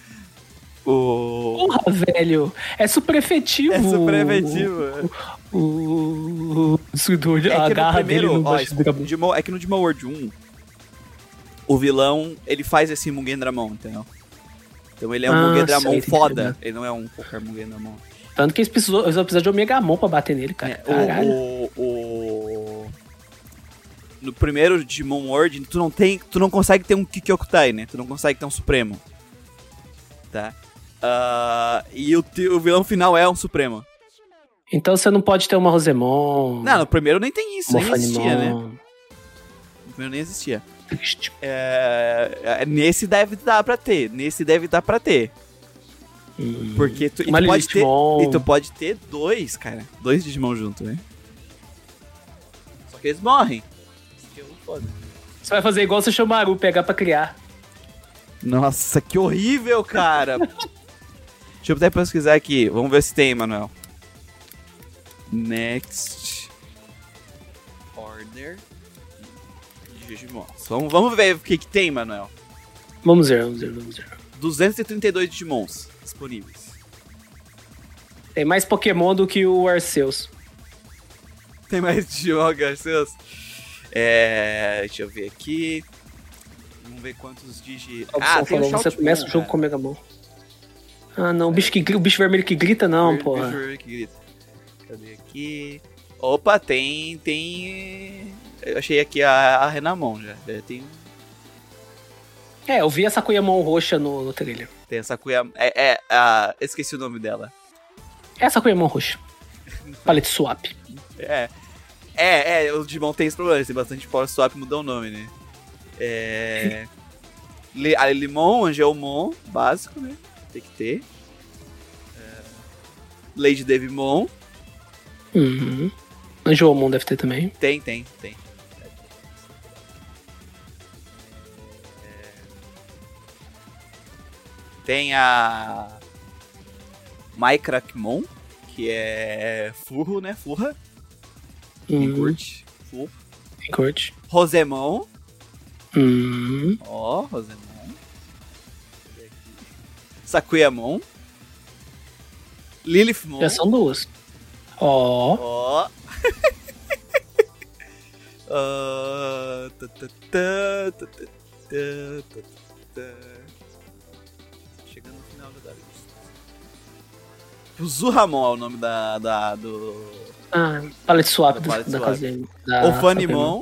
O... Porra, velho! É super efetivo! É super efetivo. O... o... o... É a que garra no primeiro, dele no ó, Digimon, é que no Digimon World um, o vilão, ele faz esse Mugendramon, entendeu? Então ele é um ah, Mugendramon sei, foda. Ele não é um qualquer Mugendramon. Tanto que eles precisam, eles precisam de Omegamon pra bater nele, cara. É, Caralho. O, o, o... No primeiro Digimon World, tu não tem, tu não consegue ter um Kikyokutai, né? Tu não consegue ter um Supremo. Tá? Uh, e o, o vilão final é um Supremo. Então você não pode ter uma Rosemon. Não, no primeiro nem tem isso, nem existia, né? No primeiro nem existia. É, é, nesse deve dar pra ter. Nesse deve dar pra ter. Hum, Porque tu, e tu pode ter, e tu pode ter dois, cara. Dois Digimon juntos, né? Só que eles morrem. Isso que é foda. Você vai fazer igual o Sesshomaru, pegar pra criar. Nossa, que horrível, cara. Deixa eu até pesquisar aqui. Vamos ver se tem, Manuel. Next Order Digimon. Vamos, vamos ver o que, que tem, Manuel. Vamos ver, vamos ver, vamos ver. duzentos e trinta e dois Digimons disponíveis. Tem mais Pokémon do que o Arceus. Tem mais Digimon que o Arceus? É, deixa eu ver aqui. Vamos ver quantos Digi... Ah, tem falou, você começa o jogo com o Megamon. Ah, não, o bicho, que, o bicho vermelho que grita, não, pô. O bicho vermelho que grita. Cadê aqui? Opa, tem... tem... Eu achei aqui a, a Renamon já. Tem... É, eu vi essa Sakuyamon roxa no, no trailer. Tem essa Sakuyamon... É, é a... esqueci o nome dela. É a Sakuyamon roxa. Palette swap. É. É, é, o Digimon tem esse problema, tem bastante Power Swap, mudou o nome, né? É. A Limon, Angelmon, básico, né? Tem que ter. É... Lady Devimon. Uhum. Angelmon deve ter também. Tem, tem, tem. É... Tem a. Mycrackmon, que é furro, né? Furra. Quem Uhum. curte? Furro. Quem curte? Rosemon. Uhum. Ó, oh, Rosemon. Sakuyamon. Lilithmon. Já são duas. Ó. Ó. Ah, tá, tá, tá, tá, tá, tá, tá. Chegando no final da lista. O Zuhamon é o nome da, da do... Ah, palette swap Da da, palette da swap. casa da O Fanimon.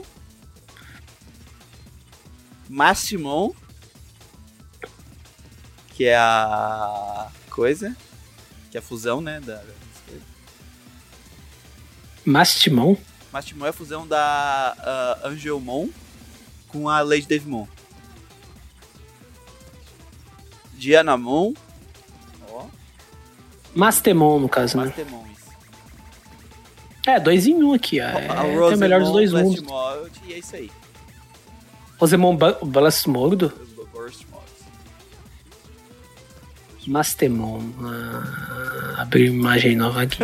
Mastimon. Que é a coisa. Que é a fusão, né? Da... Mastimon? Mastimon é a fusão da uh, Angelmon com a Lady Devimon. Dianamon. Ó. Mastemon, no caso, né? Mastemon, isso. É, dois em um aqui, ó. É, A tem o melhor dos dois mundos. Blastmod, e é isso aí. Rosemon Blastmordo? Os Burst Mods. Mastemon. Ah, abrir imagem nova aqui.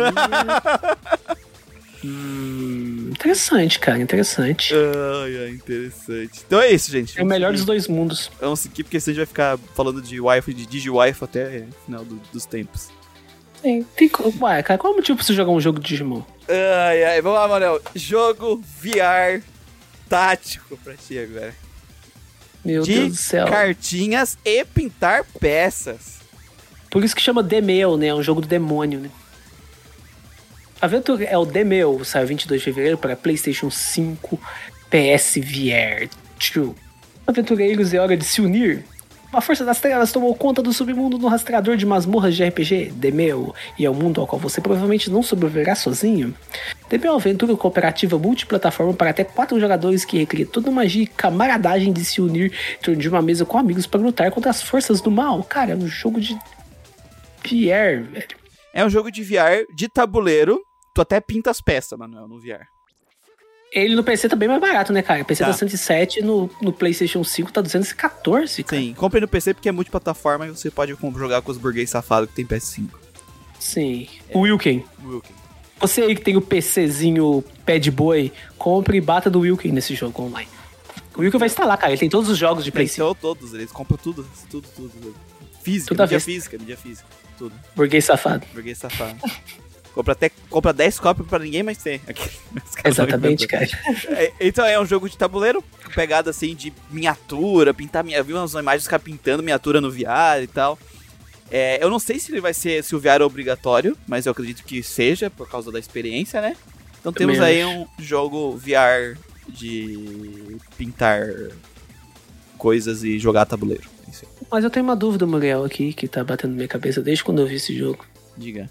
hum, interessante, cara, interessante. Ai, ai, interessante. Então é isso, gente. É o melhor dos dois mundos. Vamos seguir, porque senão a gente vai ficar falando de Wi-Fi, de Digi-Wi-Fi até o final do- dos tempos. Tem, tem, co- ué, cara, qual é o motivo pra você jogar um jogo de Digimon? Ai, ai, vamos lá, Manel. Jogo V R tático pra ti agora. Meu de Deus do céu. cartinhas e pintar peças. Por isso que chama Demeu, né? É um jogo do demônio, né? Aventura é o Demeu, saiu vinte e dois de fevereiro para PlayStation cinco, P S V R dois. Aventureiros, é hora de se unir. Uma força das trevas tomou conta do submundo no rastreador de masmorras de R P G, Demeu, e é um mundo ao qual você provavelmente não sobreviverá sozinho. Demeu é uma aventura cooperativa multiplataforma para até quatro jogadores que recria toda a magia e camaradagem de se unir em torno de uma mesa com amigos para lutar contra as forças do mal. Cara, é um jogo de V R, velho. É um jogo de V R de tabuleiro. Tu até pinta as peças, Manuel, no V R. Ele no P C tá bem mais barato, né, cara? O P C Tá. tá cento e sete, no, no PlayStation cinco tá duzentos e quatorze, cara. Sim, compre no P C porque é multiplataforma e você pode jogar com os burguês safados que tem P S cinco. Sim. O Wilken. Wilkin. Você aí que tem o PCzinho pé de boi, compre e bata do Wilken nesse jogo online. O Wilken vai instalar, cara. Ele tem todos os jogos de Play cinco. Então todos, eles compram tudo, tudo, tudo. Física, Tudo à mídia vista. física, mídia física, tudo. Burguês safado. Burguês safado. compra até compra dez cópias pra ninguém mais ter. Aqui, os caras Exatamente, estão cara. inventando. É, então é um jogo de tabuleiro, com pegada assim de miniatura, pintar minha, vi umas imagens dos caras pintando miniatura no V R e tal. É, eu não sei se ele vai ser, se o V R é obrigatório, mas eu acredito que seja por causa da experiência, né? Então Também temos aí acho. um jogo V R de pintar coisas e jogar tabuleiro. Isso aí. Mas eu tenho uma dúvida, Muriel, aqui, que tá batendo na minha cabeça desde quando eu vi esse jogo. Diga.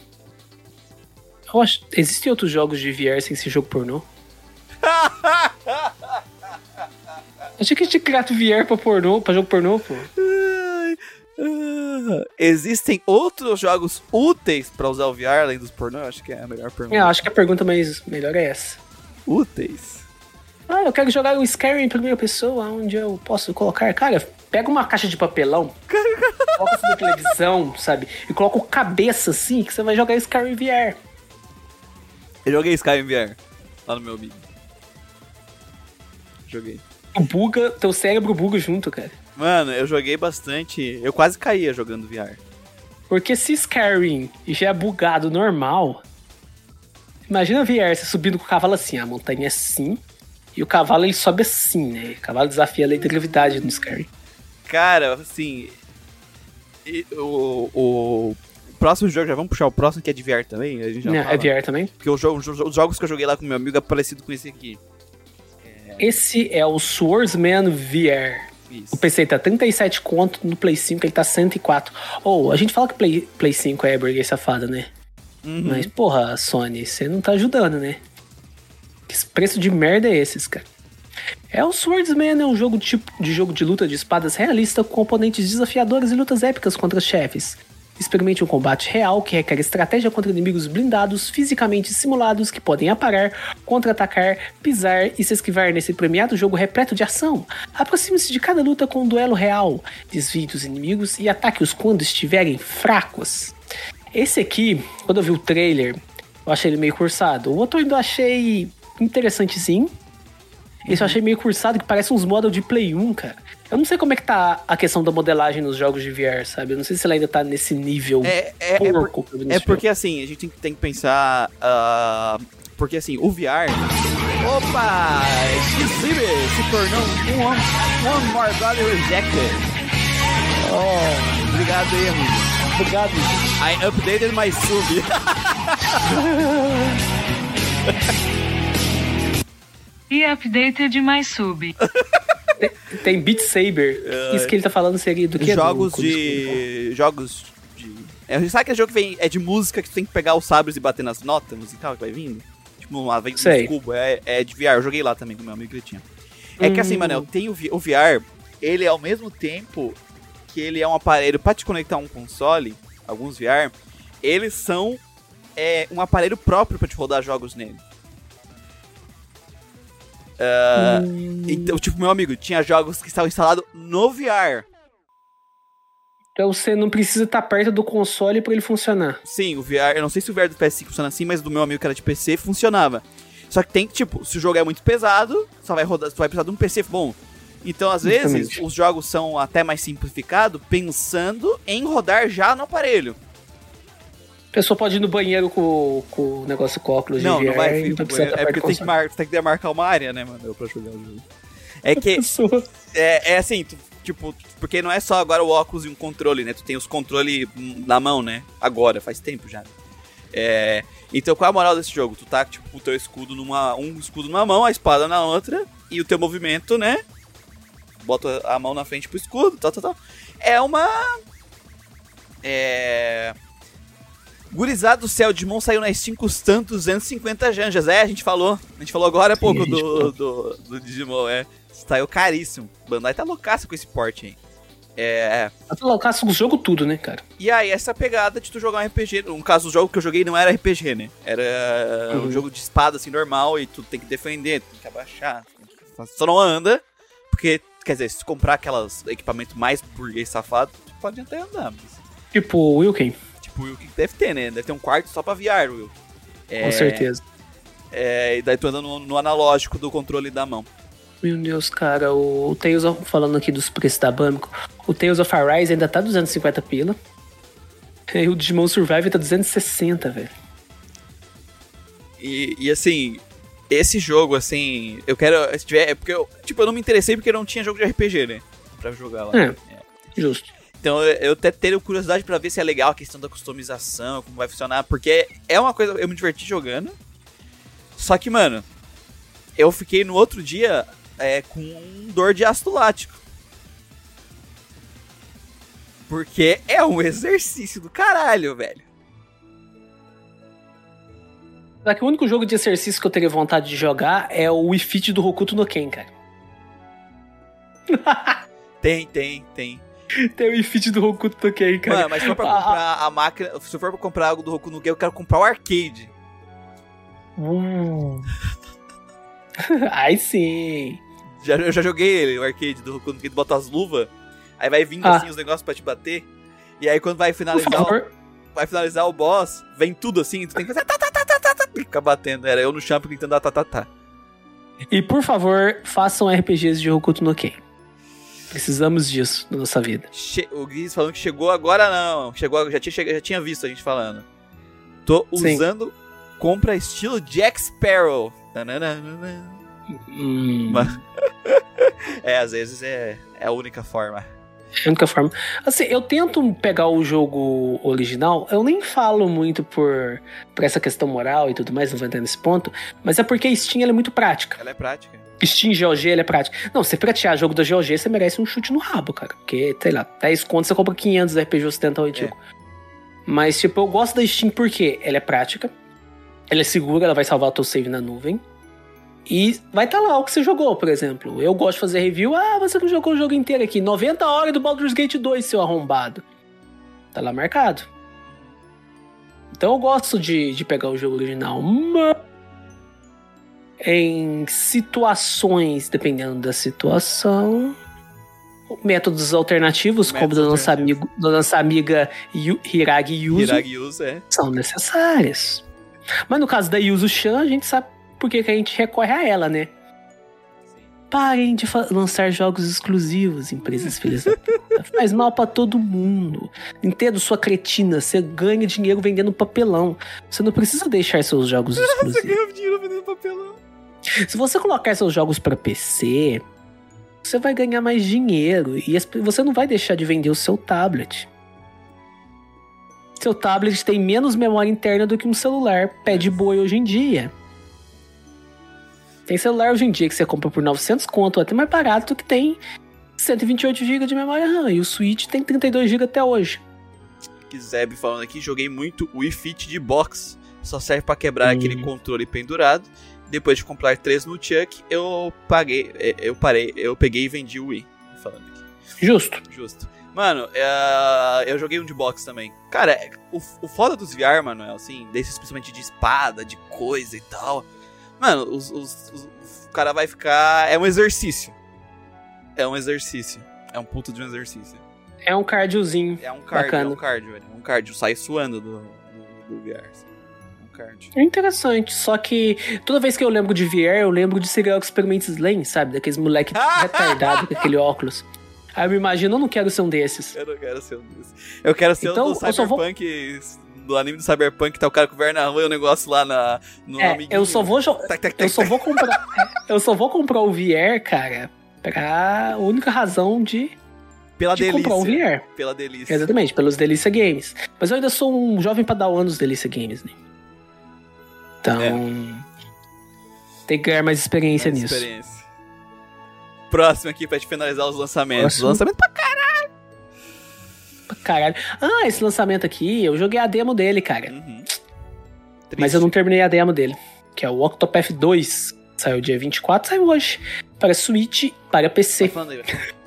Eu acho... Existem outros jogos de V R sem ser jogo pornô? Achei que a gente criado V R pra pornô, pra jogo pornô, pô. Ai, ah, existem outros jogos úteis pra usar o V R além dos pornô? Eu acho que é a melhor pergunta. É, eu acho que a pergunta mais melhor é essa. Úteis? Ah, eu quero jogar um Skyrim em primeira pessoa, onde eu posso colocar... Cara, pega uma caixa de papelão, coloca isso na televisão, sabe? E coloca o cabeça assim, que você vai jogar Skyrim V R. Eu joguei Skyrim V R lá no meu amigo. Joguei. Buga, teu cérebro buga junto, cara. Mano, eu joguei bastante. Eu quase caía jogando V R. Porque se Skyrim já é bugado normal, imagina V R, você subindo com o cavalo assim, a montanha é assim, e o cavalo ele sobe assim, né? O cavalo desafia a lei da gravidade no Skyrim. Cara, assim. e o, o próximo jogo, já vamos puxar o próximo que é de V R também? A gente já Não, fala. é V R também? Porque o jogo, os jogos que eu joguei lá com meu amigo é parecido com esse aqui. Esse é o Swordsman V R. Isso. O P C tá trinta e sete conto, no Play cinco ele tá cento e quatro. Ou, oh, a gente fala que Play, Play cinco é burguês safado, né? Uhum. Mas, porra, Sony, você não tá ajudando, né? Que preço de merda é esses, cara? É o Swordsman, é um jogo de, tipo, de jogo de luta de espadas realista com componentes desafiadores e lutas épicas contra chefes. Experimente um combate real que requer estratégia contra inimigos blindados, fisicamente simulados, que podem aparar, contra-atacar, pisar e se esquivar nesse premiado jogo repleto de ação. Aproxime-se de cada luta com um duelo real, desvie dos inimigos e ataque-os quando estiverem fracos. Esse aqui, quando eu vi o trailer, eu achei ele meio cursado. O outro eu ainda achei interessante sim. Esse eu achei meio cursado, que parece uns models de Play um, cara. Eu não sei como é que tá a questão da modelagem nos jogos de V R, sabe? Eu não sei se ela ainda tá nesse nível é, é, porco. É, por, é porque, assim, a gente tem, tem que pensar... Uh, porque, assim, o V R... Opa! X-Ciber se tornou um One, one More God Rejected. Oh, obrigado aí, amigo. Obrigado. I updated my sub. E updated my sub. Tem, tem Beat Saber. Uh, Isso que ele tá falando seria do que? Jogos do, de... Jogos de... É, sabe aquele jogo que vem, é de música que tu tem que pegar os sabres e bater nas notas musical que vai vindo? Tipo, uma, vem nos cubos. É, é de V R. Eu joguei lá também com meu amigo que ele tinha. É hum. que assim, mano, tem o, o V R, ele ao mesmo tempo que ele é um aparelho pra te conectar a um console, alguns V R, eles são é, um aparelho próprio pra te rodar jogos nele. Uh, hum. Então, tipo, meu amigo, tinha jogos que estavam instalados no V R. Então você não precisa estar perto do console pra ele funcionar. Sim, o V R, eu não sei se o V R do P S cinco funciona assim, mas do meu amigo que era de P C funcionava. Só que tem que, tipo, se o jogo é muito pesado, só vai rodar, só vai precisar de um P C bom. Então, às vezes, Justamente. os jogos são até mais simplificados, pensando em rodar já no aparelho. A pessoa pode ir no banheiro com, com o negócio com óculos não, de V R. Não, não vai, então é porque tem que, mar, tem que demarcar uma área, né, mano, pra jogar o jogo. É que, é, é assim, tu, tipo, porque não é só agora o óculos e um controle, né, tu tem os controles na mão, né, agora, faz tempo já. É, então, qual é a moral desse jogo? Tu tá, tipo, o teu escudo numa, um escudo numa mão, a espada na outra, e o teu movimento, né, bota a mão na frente pro escudo, tal, tal, tal. É uma... É... Gurizada do céu, Digimon saiu na Steam custando duzentos e cinquenta janjas. É, a gente falou. A gente falou agora há pouco do, do, do Digimon, é. Saiu caríssimo. Bandai tá loucaça com esse porte aí. É... Tá loucaça com o jogo tudo, né, cara? E aí, essa pegada de tu jogar um R P G. No caso, o jogo que eu joguei não era R P G, né? Era uhum. um jogo de espada, assim, normal. E tu tem que defender, tu tem que abaixar. Tem que... Só não anda. Porque, quer dizer, se tu comprar aqueles equipamentos mais burguês safado, tu pode até andar. Mas... Tipo o Wilken. Tipo, o Wilken deve ter, né? Deve ter um quarto só pra V R, Will. É, com certeza. É, e daí tu anda no, no analógico do controle da mão. Meu Deus, cara, o Tales of... Falando aqui dos preços da Bamco, o Tales of Arise ainda tá duzentos e cinquenta pila. E o Digimon Survive tá duzentos e sessenta, velho. E, e assim, esse jogo, assim, eu quero... Se tiver, é porque eu, tipo, eu não me interessei porque não tinha jogo de R P G, né? Pra jogar lá. É, é. Justo. Então eu até tenho curiosidade pra ver se é legal a questão da customização, como vai funcionar, porque é uma coisa, eu me diverti jogando, só que, mano, eu fiquei no outro dia é, com dor de ácido lático. Porque é um exercício do caralho, velho. Será que o único jogo de exercício que eu teria vontade de jogar é o Wii Fit do Hokuto no Ken, cara? Tem, tem, tem. Tem o Wii Fit do Hokuto no Ken, cara. Mano, mas se for pra comprar a máquina, se for pra comprar algo do Hokuto no Ken, eu quero comprar o arcade. Hum. Aí sim. Já, eu já joguei ele, o arcade do Hokuto no Ken, tu bota as luvas, aí vai vindo ah. assim os negócios pra te bater, e aí quando vai finalizar o, vai finalizar o boss, vem tudo assim, tu tem que fazer tá, tá, tá, tá, tá, tá, ficar batendo. Era eu no chão tentando dar tá, tá, tá. E por favor, façam R P Gs de Hokuto no Ken. Precisamos disso na nossa vida. Che- o Gris falando que chegou agora não. Chegou, já, tinha, já tinha visto a gente falando. Tô usando Sim. compra estilo Jack Sparrow. Hum. É, às vezes é, é a única forma. É a única forma. Assim, eu tento pegar o jogo original, eu nem falo muito por, por essa questão moral e tudo mais, não vou entrar nesse ponto, mas é porque a Steam ela é muito prática. Ela é prática. Steam G O G, ela é prática. Não, você pratear jogo da G O G, você merece um chute no rabo, cara. Porque, sei lá, dez contos você compra quinhentos R P G ocidental antigo. Mas, tipo, eu gosto da Steam porque ela é prática, ela é segura, ela vai salvar o teu save na nuvem. E vai estar tá lá o que você jogou, por exemplo. Eu gosto de fazer review. Ah, você não jogou o jogo inteiro aqui. noventa horas do Baldur's Gate dois, seu arrombado. Tá lá marcado. Então eu gosto de, de pegar o jogo original. Mas em situações, dependendo da situação... Métodos alternativos, Métodos como da nossa, amigo, da nossa amiga Yu, Hiragi Yuzu, Hiragi Yuzu é. são necessárias. Mas no caso da Yuzu-chan, a gente sabe por que que a gente recorre a ela, né? Sim. Parem de lançar jogos exclusivos, empresas filhas da puta. Faz mal pra todo mundo. Nintendo, sua cretina, você ganha dinheiro vendendo papelão. Você não precisa deixar seus jogos exclusivos. Você ganha dinheiro vendendo papelão. Se você colocar seus jogos pra P C... você vai ganhar mais dinheiro e você não vai deixar de vender o seu tablet. Seu tablet tem menos memória interna do que um celular pé de boi hoje em dia. Tem celular hoje em dia que você compra por novecentos conto, até mais barato, que tem cento e vinte e oito gigabytes de memória RAM. E o Switch tem trinta e dois gigabytes até hoje. Zeb falando aqui, joguei muito o Wii Fit de box. Só serve pra quebrar hum. aquele controle pendurado. Depois de comprar três no Chuck, eu paguei, eu parei, eu peguei e vendi o Wii. Falando aqui. Justo. Justo. Mano, uh, eu joguei um de box também. Cara, o, o foda dos V R, mano, é assim, desses principalmente de espada, de coisa e tal. Mano, os, os, os, o cara vai ficar... É um exercício. É um exercício. É um puto de um exercício. É um cardiozinho. É um cardio, bacana. é um cardio, velho. É um cardio. Sai suando do, do, do V R. É interessante, só que toda vez que eu lembro de V R, eu lembro de Serial Experiments Lane, sabe? Daqueles moleque retardado com aquele óculos. Aí eu me imagino, eu não quero ser um desses. Eu não quero ser um desses. Eu quero ser então, um do Cyberpunk, vou... do anime do Cyberpunk, tá o cara com o V R na rua e o negócio lá na, no é, amiguinho. Eu só vou jo... tac, tac, tac, eu só vou comprar. Eu só vou comprar o V R, cara, pra única razão de. Pela de delícia. Comprar o V R. Pela delícia. Exatamente, pelos Delícia Games. Mas eu ainda sou um jovem padawan dos Delícia Games, né? Então, é. tem que ganhar mais experiência mais nisso. Experiência. Próximo aqui pra gente finalizar os lançamentos. Próximo. Lançamento pra caralho. Pra caralho. Ah, esse lançamento aqui, eu joguei a demo dele, cara. Uhum. Mas eu não terminei a demo dele. Que é o Octopath dois. Saiu dia vinte e quatro, saiu hoje. Para Switch, para P C. Tá falando aí,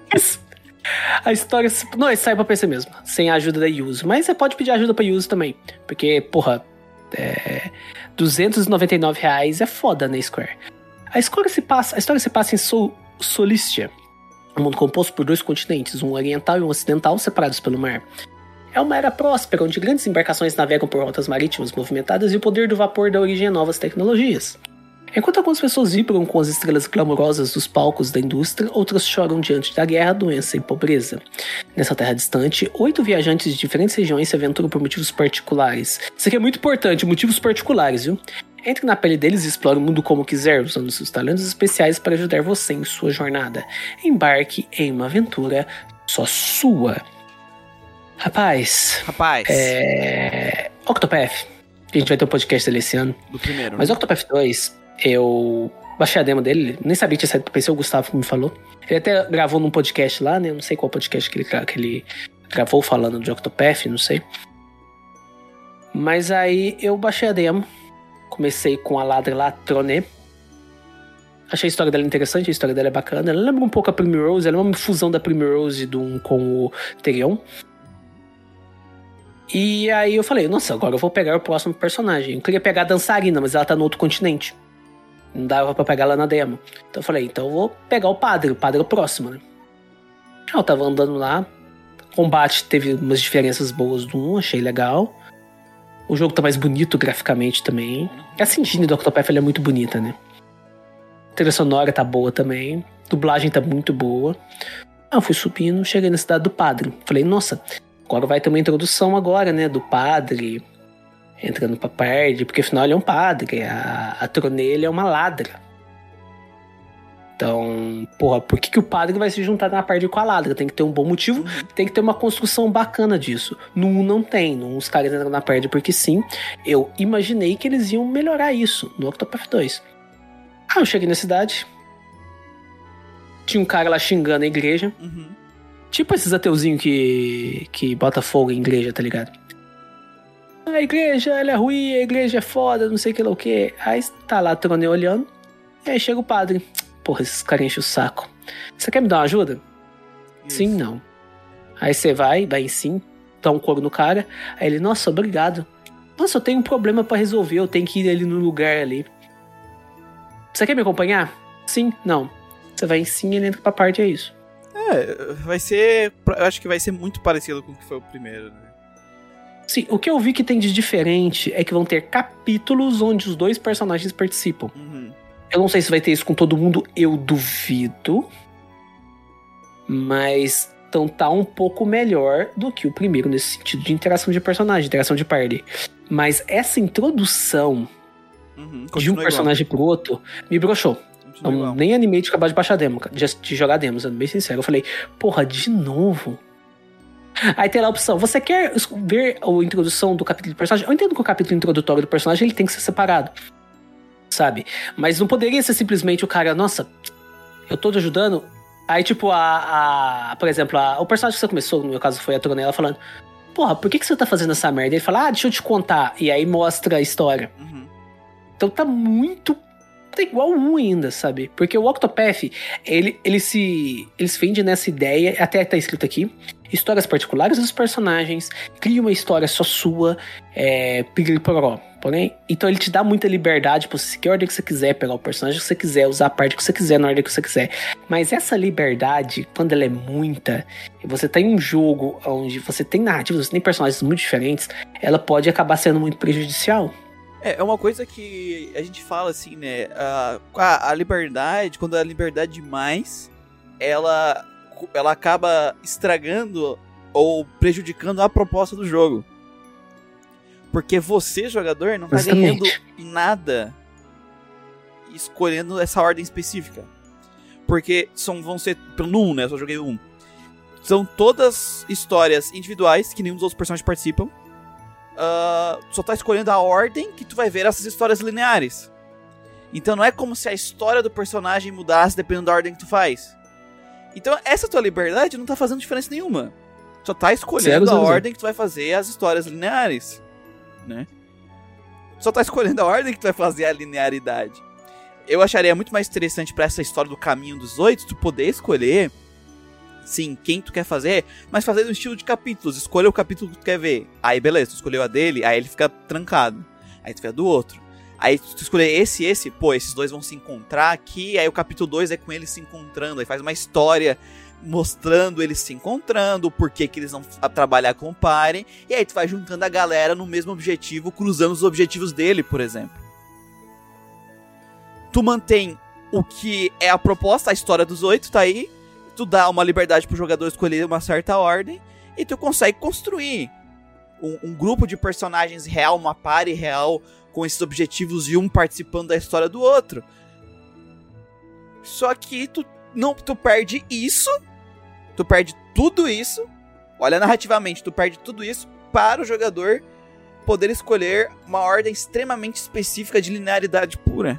a história... Não, esse saiu pra P C mesmo. Sem a ajuda da Yuzu. Mas você pode pedir ajuda pra Yuzu também. Porque, porra... É, duzentos e noventa e nove reais é foda, né, Square? A história se passa, a história se passa em Sol, Solistia, um mundo composto por dois continentes, um oriental e um ocidental, separados pelo mar. É uma era próspera, onde grandes embarcações navegam por rotas marítimas movimentadas e o poder do vapor dá origem a novas tecnologias. Enquanto algumas pessoas vibram com as estrelas glamurosas dos palcos da indústria, outras choram diante da guerra, doença e pobreza. Nessa terra distante, oito viajantes de diferentes regiões se aventuram por motivos particulares. Isso aqui é muito importante, motivos particulares, viu? Entre na pele deles e explore o mundo como quiser, usando seus talentos especiais para ajudar você em sua jornada. Embarque em uma aventura só sua. Rapaz... Rapaz... É... Octopath. A gente vai ter um podcast dele esse ano. Do primeiro. Mas Octopath dois... Eu baixei a demo dele, nem sabia que tinha saído pro P C, o Gustavo que me falou. Ele até gravou num podcast lá, né? Eu não sei qual podcast que ele, que ele gravou falando de Octopath, não sei. Mas aí eu baixei a demo, comecei com a ladra lá, Troné. Achei a história dela interessante, a história dela é bacana. Ela lembra um pouco a Primrose, ela é uma fusão da Primrose do, com o Therion. E aí eu falei, nossa, agora eu vou pegar o próximo personagem. Eu queria pegar a dançarina, mas ela tá no outro continente. Não dava pra pegar ela na demo. Então eu falei, então eu vou pegar o padre. O padre é o próximo, né? Eu tava andando lá. O combate teve umas diferenças boas do um, achei legal. O jogo tá mais bonito graficamente também. Essa engine do Octopath é muito bonita, né? A trilha sonora tá boa também. A dublagem tá muito boa. Eu fui subindo, cheguei na cidade do padre. Falei, nossa, agora vai ter uma introdução agora, né? Do padre... entrando pra Pard, porque afinal ele é um padre, a, a Tronelli é uma ladra. Então, porra, por que, que o padre vai se juntar na Pard com a ladra? Tem que ter um bom motivo, tem que ter uma construção bacana disso. No um não tem, no um os caras entram na Pard porque sim. Eu imaginei que eles iam melhorar isso no Octopath dois. Ah, eu cheguei na cidade, tinha um cara lá xingando a igreja. Uhum. Tipo esses ateuzinhos que, que bota fogo em igreja, tá ligado? a igreja ela é ruim, a igreja é foda, não sei o que lá o que. Aí tá lá a Trone olhando, e aí chega o padre. Porra, esses caras enchem o saco. Você quer me dar uma ajuda? Isso. Sim, não. Aí você vai, vai em sim, dá um couro no cara. Aí ele, nossa, obrigado. Nossa, eu tenho um problema pra resolver, eu tenho que ir ali no lugar ali. Você quer me acompanhar? Sim, não. Você vai em sim e ele entra pra parte, é isso. É, vai ser... Eu acho que vai ser muito parecido com o que foi o primeiro, né? Sim, o que eu vi que tem de diferente é que vão ter capítulos onde os dois personagens participam. Uhum. Eu não sei se vai ter isso com todo mundo, eu duvido. Mas então tá um pouco melhor do que o primeiro nesse sentido de interação de personagem, interação de party. Mas essa introdução uhum, de um personagem igual. Pro outro me broxou. Eu nem animei de acabar de baixar demo, de, de jogar demos, sendo bem sincero. Eu falei, porra, de novo? Aí tem lá a opção, você quer ver a introdução do capítulo do personagem? Eu entendo que o capítulo introdutório do personagem ele tem que ser separado, sabe? Mas não poderia ser simplesmente o cara, nossa, eu tô te ajudando. Aí tipo, a, a por exemplo, a, o personagem que você começou, no meu caso foi a Tronela, falando, porra, por que, que você tá fazendo essa merda? Ele fala, ah, deixa eu te contar. E aí mostra a história. Uhum. Então tá muito... tá igual um ainda, sabe? Porque o Octopath, ele, ele, se, ele se vende nessa ideia, até tá escrito aqui, histórias particulares dos personagens, cria uma história só sua, é, piripiroró, porém, então ele te dá muita liberdade pra você seguir a ordem que você quiser, pegar o personagem que você quiser, usar a parte que você quiser, na ordem que você quiser. Mas essa liberdade, quando ela é muita, e você tem um jogo onde você tem narrativas, você tem personagens muito diferentes, ela pode acabar sendo muito prejudicial. É, é uma coisa que a gente fala assim, né, a, a, a liberdade, quando é a liberdade demais, ela... ela acaba estragando ou prejudicando a proposta do jogo. Porque você, jogador, não tá ganhando nada escolhendo essa ordem específica. Porque são, vão ser... no um, né? Eu só joguei um. São todas histórias individuais que nenhum dos outros personagens participam. Uh, só tá escolhendo a ordem que tu vai ver essas histórias lineares. Então não é como se a história do personagem mudasse dependendo da ordem que tu faz. Então, essa tua liberdade não tá fazendo diferença nenhuma. Só tá escolhendo zero, a zero, ordem zero. que tu vai fazer as histórias lineares, né? Só tá escolhendo a ordem que tu vai fazer a linearidade. Eu acharia muito mais interessante pra essa história do caminho dos oito, tu poder escolher, sim, quem tu quer fazer, mas fazer no estilo de capítulos. Escolha o capítulo que tu quer ver. Aí, beleza, tu escolheu a dele, aí ele fica trancado. Aí tu vê a do outro. Aí tu escolher esse e esse, pô, esses dois vão se encontrar aqui, aí o capítulo dois é com eles se encontrando, aí faz uma história mostrando eles se encontrando, por que que eles vão trabalhar com o party, e aí tu vai juntando a galera no mesmo objetivo, cruzando os objetivos dele, por exemplo. Tu mantém o que é a proposta, a história dos oito, tá aí, tu dá uma liberdade pro jogador escolher uma certa ordem, e tu consegue construir um, um grupo de personagens real, uma party real, com esses objetivos e um participando da história do outro. Só que tu, não, tu perde isso, tu perde tudo isso, olha narrativamente, tu perde tudo isso para o jogador poder escolher uma ordem extremamente específica de linearidade pura.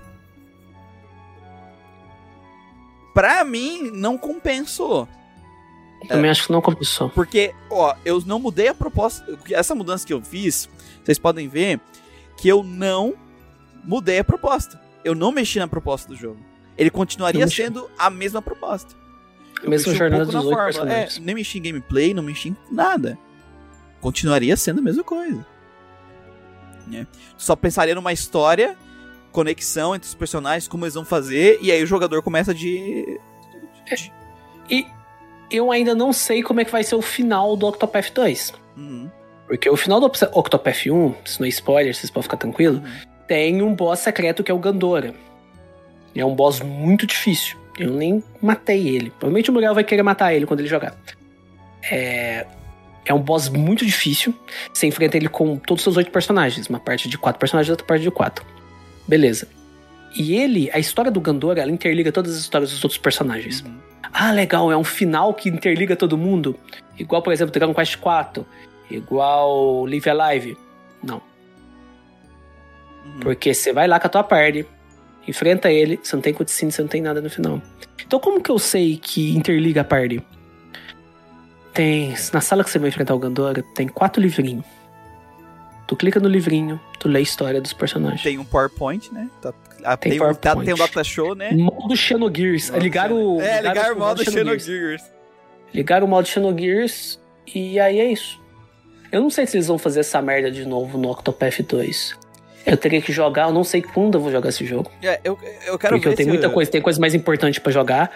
Pra mim, não compensou. Eu também é, acho que não compensou. Porque, ó, eu não mudei a proposta, essa mudança que eu fiz, vocês podem ver, que eu não mudei a proposta. Eu não mexi na proposta do jogo. Ele continuaria sendo a mesma proposta. A mesma jornada um dos oito personagens. É, nem mexi em gameplay, não mexi em nada. Continuaria sendo a mesma coisa. É. Só pensaria numa história, conexão entre os personagens, como eles vão fazer, e aí o jogador começa de... de... E eu ainda não sei como é que vai ser o final do Octopath dois. Uhum. Porque o final do Octopath um, se não é spoiler, vocês podem ficar tranquilos, uhum. tem um boss secreto que é o Gandora. É um boss muito difícil. Eu nem matei ele. Provavelmente o Muriel vai querer matar ele quando ele jogar. É, é um boss muito difícil. Você enfrenta ele com todos os seus oito personagens. Uma parte de quatro personagens e outra parte de quatro. Beleza. E ele, a história do Gandora, ela interliga todas as histórias dos outros personagens. Uhum. Ah, legal, é um final que interliga todo mundo. Igual, por exemplo, Dragon Quest quatro. Igual Live Alive. Não. Uhum. Porque você vai lá com a tua party, enfrenta ele, você não tem cutscene, você não tem nada no final. Então como que eu sei que interliga a party? Tem, na sala que você vai enfrentar o Gandora, tem quatro livrinhos. Tu clica no livrinho, tu lê a história dos personagens. Tem um PowerPoint, né? Tá, a, Tem tem, PowerPoint. Tá, tem um Data Show, né? Modo Xenogears. Modo Ligaram o... É, ligaram o modo Xenogears. Xenogears. Ligaram o modo Xenogears e aí é isso. Eu não sei se eles vão fazer essa merda de novo no Octopath dois. Eu teria que jogar, eu não sei quando eu vou jogar esse jogo. É, eu, eu quero Porque ver eu tenho se muita coisa, tem coisa mais importante pra jogar,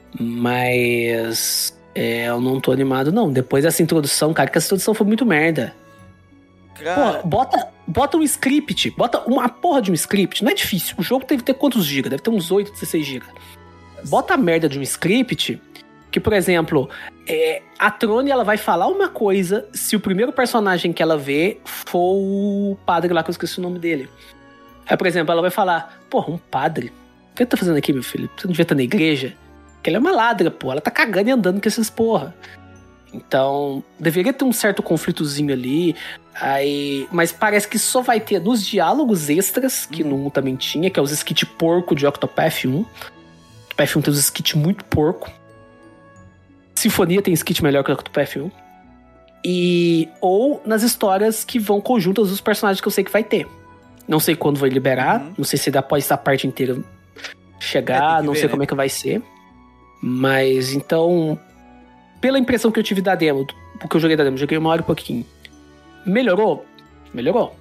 mas é, eu não tô animado não. Depois dessa introdução, cara, que essa introdução foi muito merda. Cara, Porra, bota, bota um script, bota uma porra de um script, não é difícil. O jogo deve ter quantos gigas? Deve ter uns oito, dezesseis gigas. Bota a merda de um script que, por exemplo, é, a Trone ela vai falar uma coisa se o primeiro personagem que ela vê for o padre lá, que eu esqueci o nome dele. Aí, por exemplo, ela vai falar, porra, um padre? O que você tá fazendo aqui, meu filho? Você não devia estar na igreja? Porque ela é uma ladra, pô. Ela tá cagando e andando com esses porra. Então, deveria ter um certo conflitozinho ali. Aí, mas parece que só vai ter nos diálogos extras, que no um também tinha, que é os skit porco de Octopath um. Octopath um tem os skit muito porco. Sinfonia tem skit melhor que o Octopath um. E, ou nas histórias que vão conjuntas dos personagens que eu sei que vai ter. Não sei quando vai liberar, uhum. Não sei se após essa parte inteira chegar, é, não ver, sei né? Como é que vai ser. Mas, então, pela impressão que eu tive da demo, porque eu joguei da demo, joguei uma hora e pouquinho. Melhorou? Melhorou.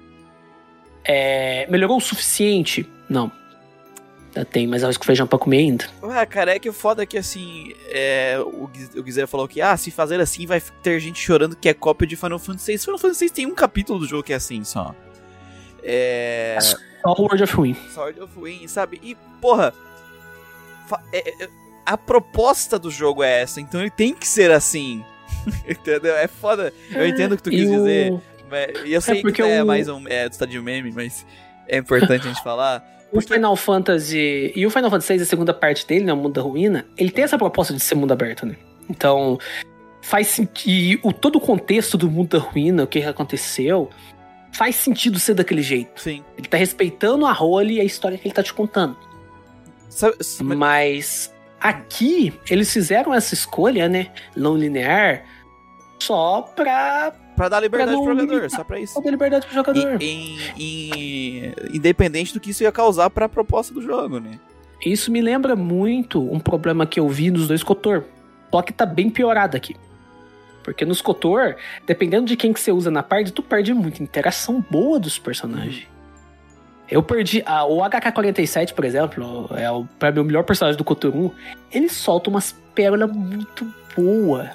É, melhorou o suficiente? Não. Ainda tem mais arroz com feijão pra comer ainda. Ué, cara, é que o foda é que, assim, é, o, o Guizera falou que, ah, se fazer assim vai ter gente chorando que é cópia de Final Fantasy seis. Final Fantasy seis tem um capítulo do jogo que é assim, só. É... Só o World of Wind. Só World of Wind, sabe? E, porra, é, é, a proposta do jogo é essa, então ele tem que ser assim. Entendeu? É foda. Eu entendo o que tu quis e dizer. O... Mas, e eu sei é que é o... mais um é, do estádio meme, mas é importante a gente falar. Porque... O Final Fantasy... E o Final Fantasy seis, a segunda parte dele, né, o Mundo da Ruína, ele tem essa proposta de ser mundo aberto, né? Então, faz sentido... E o, todo o contexto do Mundo da Ruína, o que aconteceu, faz sentido ser daquele jeito. Sim. Ele tá respeitando a role e a história que ele tá te contando. Sabe, sabe... Mas aqui, eles fizeram essa escolha, né, não linear, só pra... Pra dar liberdade pra pro jogador, limitar, só pra isso. Pra dar liberdade pro jogador. E, e, e, independente do que isso ia causar pra proposta do jogo, né? Isso me lembra muito um problema que eu vi nos dois Kotor. Só que tá bem piorado aqui. Porque nos Kotor, dependendo de quem que você usa na parte, tu perde muita interação boa dos personagens. Eu perdi... Ah, o H K quarenta e sete, por exemplo, é o, pra mim, o melhor personagem do Kotor um. Ele solta umas pérolas muito boas.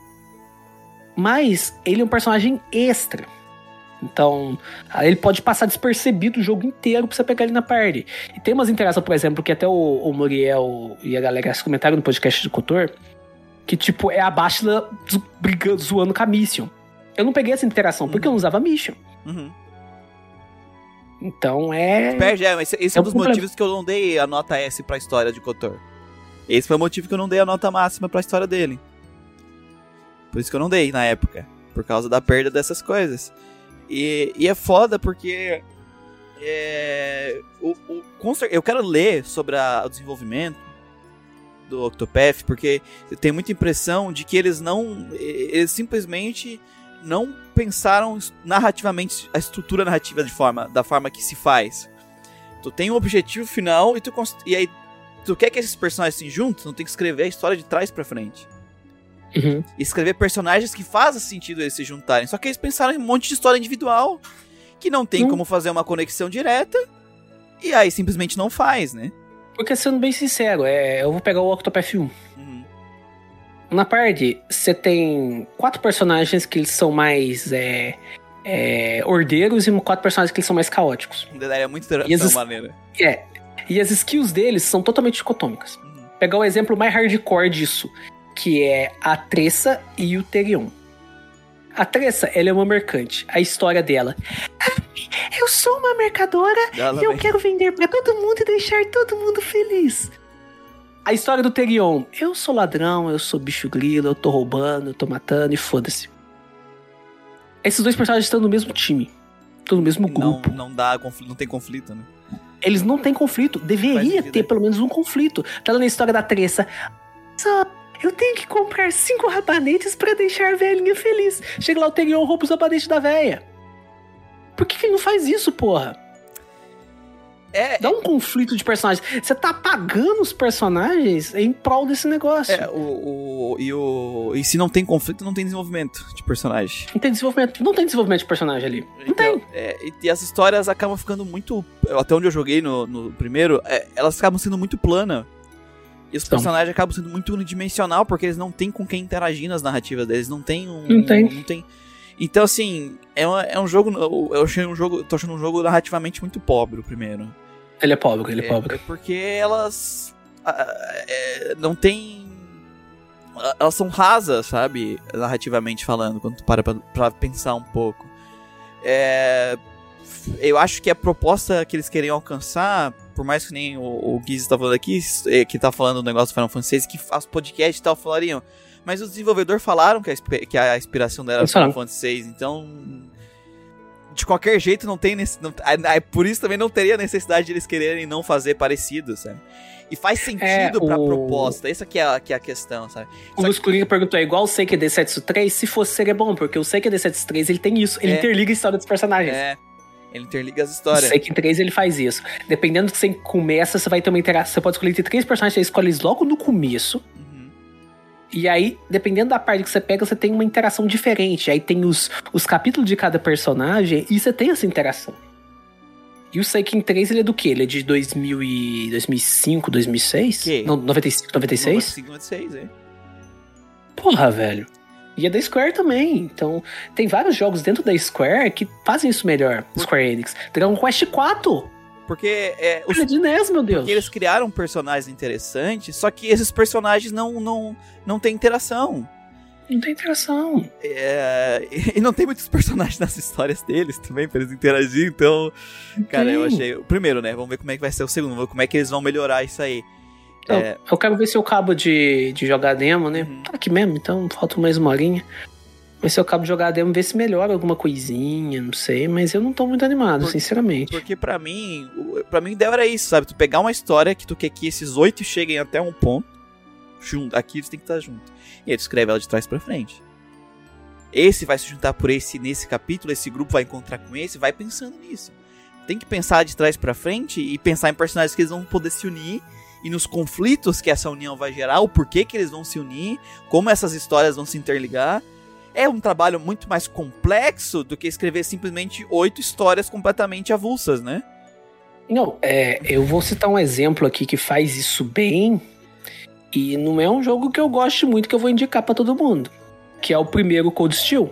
Mas ele é um personagem extra. Então, ele pode passar despercebido o jogo inteiro pra você pegar ele na party. E tem umas interações, por exemplo, que até o, o Muriel e a galera comentaram no podcast de Kotor, que tipo, é a Bastila brigando, zoando com a Mission. Eu não peguei essa interação, uhum. Porque eu não usava Mission. Uhum. Então é... Perde, é, mas esse é, é um dos problema. motivos que eu não dei a nota S pra história de Kotor. Esse foi o motivo que eu não dei a nota máxima pra história dele. Por isso que eu não dei na época. Por causa da perda dessas coisas. E, e é foda porque... É, o, o, eu quero ler sobre a, o desenvolvimento do Octopath, porque eu tenho muita impressão de que eles não... Eles simplesmente não pensaram narrativamente a estrutura narrativa de forma, da forma que se faz. Tu tem um objetivo final e, tu, e aí tu quer que esses personagens se juntem, tu tem que escrever a história de trás pra frente. Uhum. Escrever personagens que fazem sentido eles se juntarem. Só que eles pensaram em um monte de história individual que não tem uhum. como fazer uma conexão direta e aí simplesmente não faz, né? Porque, sendo bem sincero, é, eu vou pegar o Octopath um. Uhum. Na parte, você tem quatro personagens que eles são mais é, é, ordeiros e quatro personagens que eles são mais caóticos. É muito dessa maneira. É. E as skills deles são totalmente dicotômicas. Uhum. Pegar o exemplo mais hardcore disso, que é a Tressa e o Therion. A Tressa, ela é uma mercante. A história dela... Eu sou uma mercadora ela e eu vem. quero vender pra todo mundo e deixar todo mundo feliz. A história do Therion... Eu sou ladrão, eu sou bicho grilo, eu tô roubando, eu tô matando e foda-se. Esses dois personagens estão no mesmo time. Estão no mesmo grupo. Não, não, dá, não tem conflito, né? Eles não têm conflito. Deveria ter pelo menos um conflito. Tá na história da Tressa. Só... Eu tenho que comprar cinco rabanetes pra deixar a velhinha feliz. Chega lá o Therion, rouba os rabanetes da velha. Por que, que ele não faz isso, porra? É, Dá um conflito de personagens. Você tá apagando os personagens em prol desse negócio. É, o, o, e, o, e se não tem conflito, não tem desenvolvimento de personagem. Não tem desenvolvimento. Não tem desenvolvimento de personagem ali. Não Então, tem. é, e, e as histórias acabam ficando muito... Até onde eu joguei no, no primeiro, é, elas acabam sendo muito planas. E os Então. personagens acabam sendo muito unidimensional, porque eles não têm com quem interagir nas narrativas deles. Não tem um... Não tem. Não tem. Então, assim, é, uma, é um jogo... Eu achei um jogo... Tô achando um jogo narrativamente muito pobre, o primeiro. Ele é pobre, ele é, É, pobre. é porque elas... ah, é, não tem... Elas são rasas, sabe? Narrativamente falando, quando tu para pra, pra pensar um pouco. É, eu acho que a proposta que eles queriam alcançar, por mais que nem o, o Giz tá falando aqui, que tá falando do negócio do Final Fantasy seis, que as podcasts e tal falariam. Mas os desenvolvedores falaram que a, que a inspiração dela era o Final Fantasy seis, então... De qualquer jeito, não tem... Nesse, não, é, por isso também não teria necessidade de eles quererem não fazer parecido, sabe? E faz sentido É, pra o- proposta. Essa que é a, que é a questão, sabe? O Só Luz Coringa perguntou, é igual o Seiken Densetsu três? Se fosse, seria bom, porque o Seiken Densetsu três, ele tem isso. Ele É. interliga a história dos personagens. É, ele interliga as O histórias. Seiken três, ele faz isso. Dependendo do que você começa, você vai ter uma interação. Você pode escolher entre três personagens, você escolhe eles logo no começo. Uhum. E aí, dependendo da parte que você pega, você tem uma interação diferente. Aí tem os, os capítulos de cada personagem e você tem essa interação. E o Seiken três, ele é do quê? Ele é de dois mil e... dois mil e cinco, dois mil e seis? Que? Não, noventa e cinco, noventa e seis? noventa e seis, é. Porra, velho. E é da Square também. Então, tem vários jogos dentro da Square que fazem isso melhor. Square Enix. Dragon Quest quatro. Porque é, os, Olha de N E S, meu Deus. porque eles criaram personagens interessantes, só que esses personagens não, não, não têm interação. Não tem interação. É, e não tem muitos personagens nas histórias deles também pra eles interagir, então... Cara, eu tem. achei... O primeiro, né? Vamos ver como é que vai ser o segundo. Vamos ver como é que eles vão melhorar isso aí. Então, É, eu quero ver se eu acabo de, de jogar demo, né? Uhum. Tá aqui mesmo, então falta mais uma horinha. Mas se eu acabo de jogar demo, ver se melhora alguma coisinha, não sei. Mas eu não tô muito animado, Por- sinceramente. porque pra mim... o- Pra mim, ideal era isso, sabe? Tu pegar uma história que tu quer que esses oito cheguem até um ponto. Junto, aqui eles têm que estar juntos. E aí tu escreve ela de trás pra frente. Esse vai se juntar por esse nesse capítulo, esse grupo vai encontrar com esse, vai pensando nisso. Tem que pensar de trás pra frente e pensar em personagens que eles vão poder se unir e nos conflitos que essa união vai gerar, o porquê que eles vão se unir, como essas histórias vão se interligar. É um trabalho muito mais complexo do que escrever simplesmente oito histórias completamente avulsas, né? Não, é, eu vou citar um exemplo aqui que faz isso bem. E não é um jogo que eu goste muito, que eu vou indicar pra todo mundo. Que é o primeiro Cold Steel.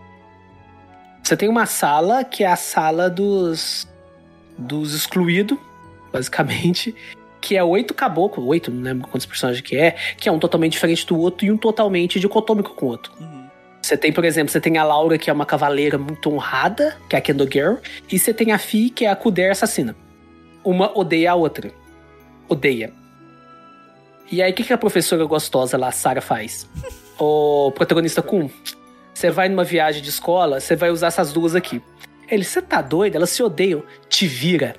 Você tem uma sala que é a sala dos dos excluídos, basicamente, que é oito caboclos, oito, não lembro quantos personagens que é, que é um totalmente diferente do outro e um totalmente dicotômico com o outro. Uhum. Você tem, por exemplo, você tem a Laura, que é uma cavaleira muito honrada, que é a Kendo Girl, e você tem a Fi, que é a Kuder assassina. Uma odeia a outra. Odeia. E aí, o que, que a professora gostosa lá, a Sarah, faz? O protagonista Kun, você vai numa viagem de escola, você vai usar essas duas aqui. Ele, você tá doido? Elas se odeiam. Te vira.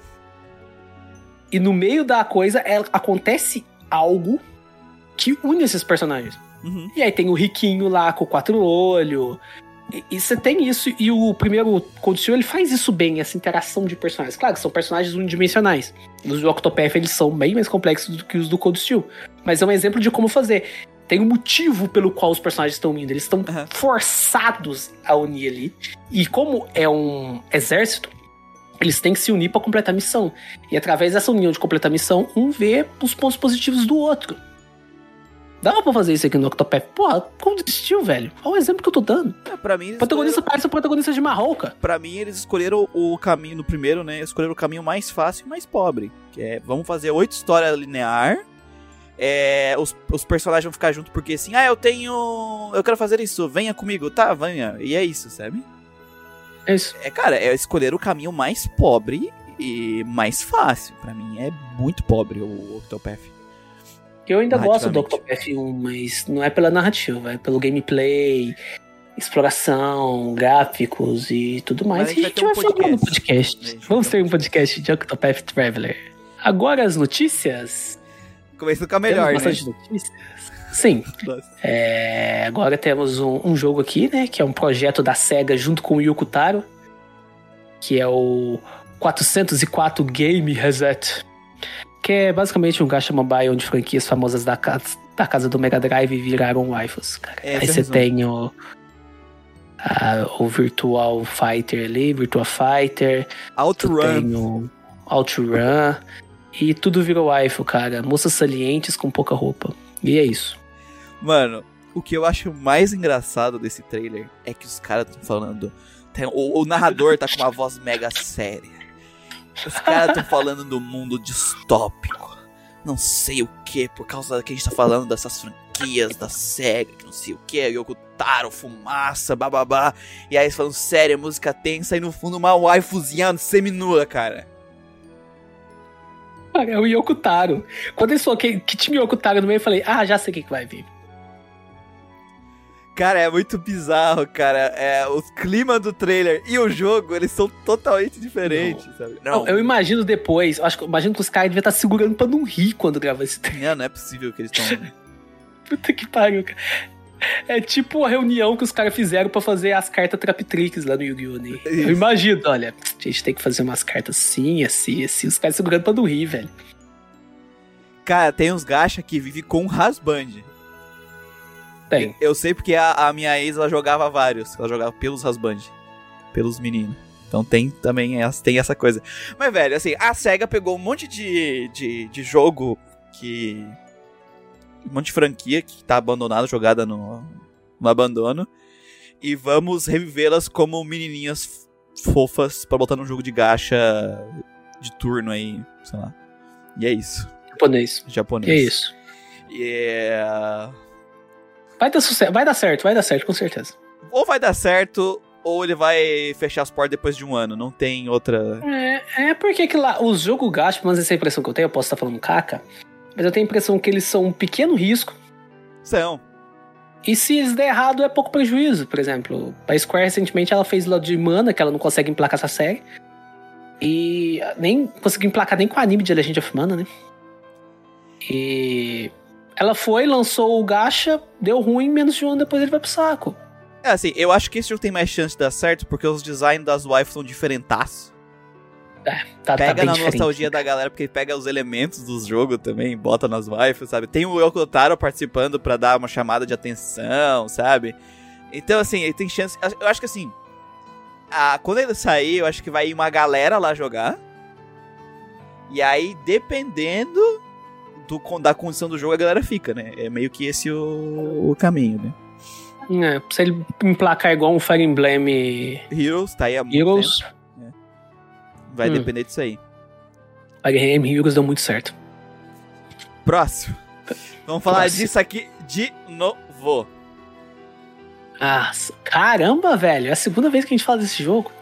E no meio da coisa, ela, acontece algo que une esses personagens. Uhum. E aí tem o riquinho lá com quatro olhos. E, e você tem isso. E o primeiro Cold Steel, ele faz isso bem, essa interação de personagens. Claro que são personagens unidimensionais. Os do Octopath, eles são bem mais complexos do que os do Cold Steel. Mas é um exemplo de como fazer. Tem um motivo pelo qual os personagens estão unindo. Eles estão Uhum. forçados a unir ali. E como é um exército, eles têm que se unir pra completar a missão. E através dessa união de completar a missão, um vê os pontos positivos do outro. Dava pra fazer isso aqui no Octopath. Porra, como desistiu, velho? Olha o exemplo que eu tô dando. É, pra mim, O eles protagonista escolheram, parece o protagonista de Marroca. pra mim, eles escolheram o caminho no primeiro, né? Escolheram o caminho mais fácil e mais pobre. Que é, vamos fazer oito histórias linear. É, os, os personagens vão ficar juntos porque assim, ah, eu tenho. Eu quero fazer isso, venha comigo, tá? Venha. E é isso, sabe? É isso. É, cara, é escolher o caminho mais pobre e mais fácil. Pra mim é muito pobre o Octopath. Eu ainda gosto do Narrativamente. Octopath um, mas não é pela narrativa, é pelo gameplay, exploração, gráficos e tudo mais. Mas a gente E a vai gente ter um vai falar no podcast. podcast. A gente vai Vamos ter um ter um podcast de Octopath Traveler. Agora as notícias. Começando com a melhor, Temos né? bastante notícias. Sim. Nossa. É, agora temos um, um jogo aqui, né? Que é um projeto da SEGA junto com o Yoko Taro. que é o quatrocentos e quatro Game Reset, que é basicamente um gacha mobile onde franquias famosas da casa, da casa do Mega Drive viraram waifus, cara. É, Aí você tem o, a, o Virtual Fighter ali, Virtua Fighter, Outrun. tem o Outrun, e tudo virou waifu, cara. Moças salientes com pouca roupa. E é isso. Mano, o que eu acho mais engraçado desse trailer é que os caras estão falando... Tem, o, o narrador tá com uma voz mega séria. Os caras estão falando do mundo distópico. Não sei o que, por causa que a gente tá falando dessas franquias da SEGA, que não sei o que, Yoko Taro, fumaça, bababá. E aí eles falam sério, música tensa e no fundo uma waifuzinha seminua, cara. Cara, é o Yoko Taro. Quando eles falaram que, que tinha Yoko Taro no meio, eu falei, ah, já sei o que, que vai vir. Cara, é muito bizarro, cara. É, o clima do trailer e o jogo, eles são totalmente diferentes, não. sabe? Não, eu imagino depois, eu acho que, eu imagino que os caras deviam estar segurando pra não rir quando gravar esse trailer. Não, não é possível que eles estão... Puta que pariu, cara. É tipo a reunião que os caras fizeram pra fazer as cartas Traptrix lá no Yu-Gi-Oh! Né? Eu imagino, olha, a gente tem que fazer umas cartas assim, assim, assim, os caras segurando pra não rir, velho. Cara, tem uns gacha que vivem com rasband. Tem. Eu sei porque a, a minha ex, ela jogava vários. Ela jogava pelos rasband. Pelos meninos. Então tem também tem essa coisa. Mas, velho, assim, a SEGA pegou um monte de, de, de jogo que... Um monte de franquia que tá abandonada, jogada no, no abandono. E vamos revivê-las como menininhas fofas pra botar num jogo de gacha de turno aí, sei lá. E é isso. Japonês. Japonês. É isso. Yeah. Vai dar sucesso, vai dar certo, vai dar certo, com certeza. Ou vai dar certo, ou ele vai fechar as portas depois de um ano. Não tem outra... É, é porque que lá, os jogos gacha, mas essa é a impressão que eu tenho, eu posso estar falando caca, mas eu tenho a impressão que eles são um pequeno risco. São. E se eles der errado, é pouco prejuízo. Por exemplo, a Square recentemente ela fez lá de Mana, que ela não consegue emplacar essa série. E nem conseguiu emplacar nem com o anime de Legend of Mana, né? E ela foi, lançou o gacha, deu ruim, menos de um ano depois ele vai pro saco. É assim, eu acho que esse jogo tem mais chance de dar certo porque os designs das waifus são diferentaços. É, tá, pega tá na diferente. nostalgia da galera, porque pega os elementos dos jogos também, bota nas waifus, sabe? Tem o Yoko Taro participando pra dar uma chamada de atenção, sabe? Então, assim, ele tem chance... Eu acho que, assim, a, quando ele sair, eu acho que vai ir uma galera lá jogar. E aí, dependendo do, da condição do jogo, a galera fica, né? É meio que esse o, o caminho, né? É, se ele emplacar igual um Fire Emblem... Heroes, tá aí há muito Heroes... tempo. Vai hum. depender disso aí. Fire Emblem Heroes deu muito certo. Próximo. Vamos falar Próximo. disso aqui de novo. Ah, caramba, velho. É a segunda vez que a gente fala desse jogo.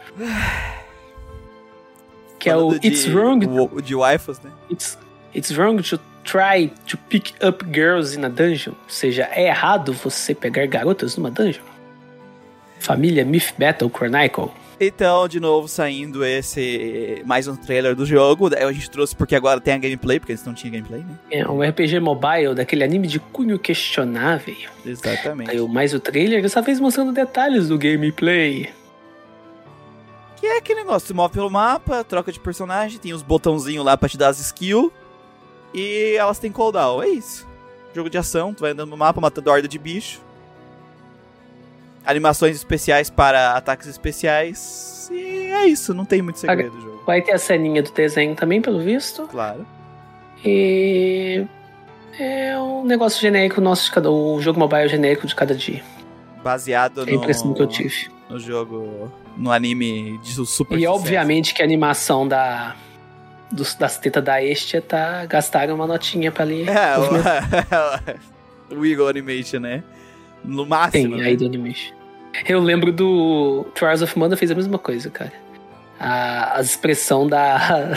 Que Falando é o de, It's Wrong... O, de waifus, né? It's, it's wrong to try to pick up girls in a dungeon. Ou seja, é errado você pegar garotas numa dungeon. Família Myth Battle Chronicle. Então, de novo, saindo esse... Mais um trailer do jogo. A gente trouxe porque agora tem a gameplay, porque eles não tinham gameplay, né? É um R P G mobile daquele anime de cunho questionável. Exatamente. Aí mais o trailer, dessa vez mostrando detalhes do gameplay. Que é aquele negócio, você move pelo mapa, troca de personagem, tem os botãozinhos lá pra te dar as skills. E elas têm cooldown, é isso. Jogo de ação, tu vai andando no mapa, matando horda de bicho. Animações especiais para ataques especiais. E é isso, não tem muito segredo do jogo. Vai ter a ceninha do desenho também, pelo visto. Claro. E é um negócio genérico nosso de cada... O jogo mobile genérico de cada dia. Baseado é a impressão no... que eu tive. No jogo... No anime de super E sucesso. obviamente que a animação da... Dos, das tetas da Estia tá... Gastaram uma notinha pra ali. É, o... o Eagle Animation, né? No máximo. Tem, né? aí do Animation. Eu lembro do Trials of Mana fez a mesma coisa, cara. A, a expressão da...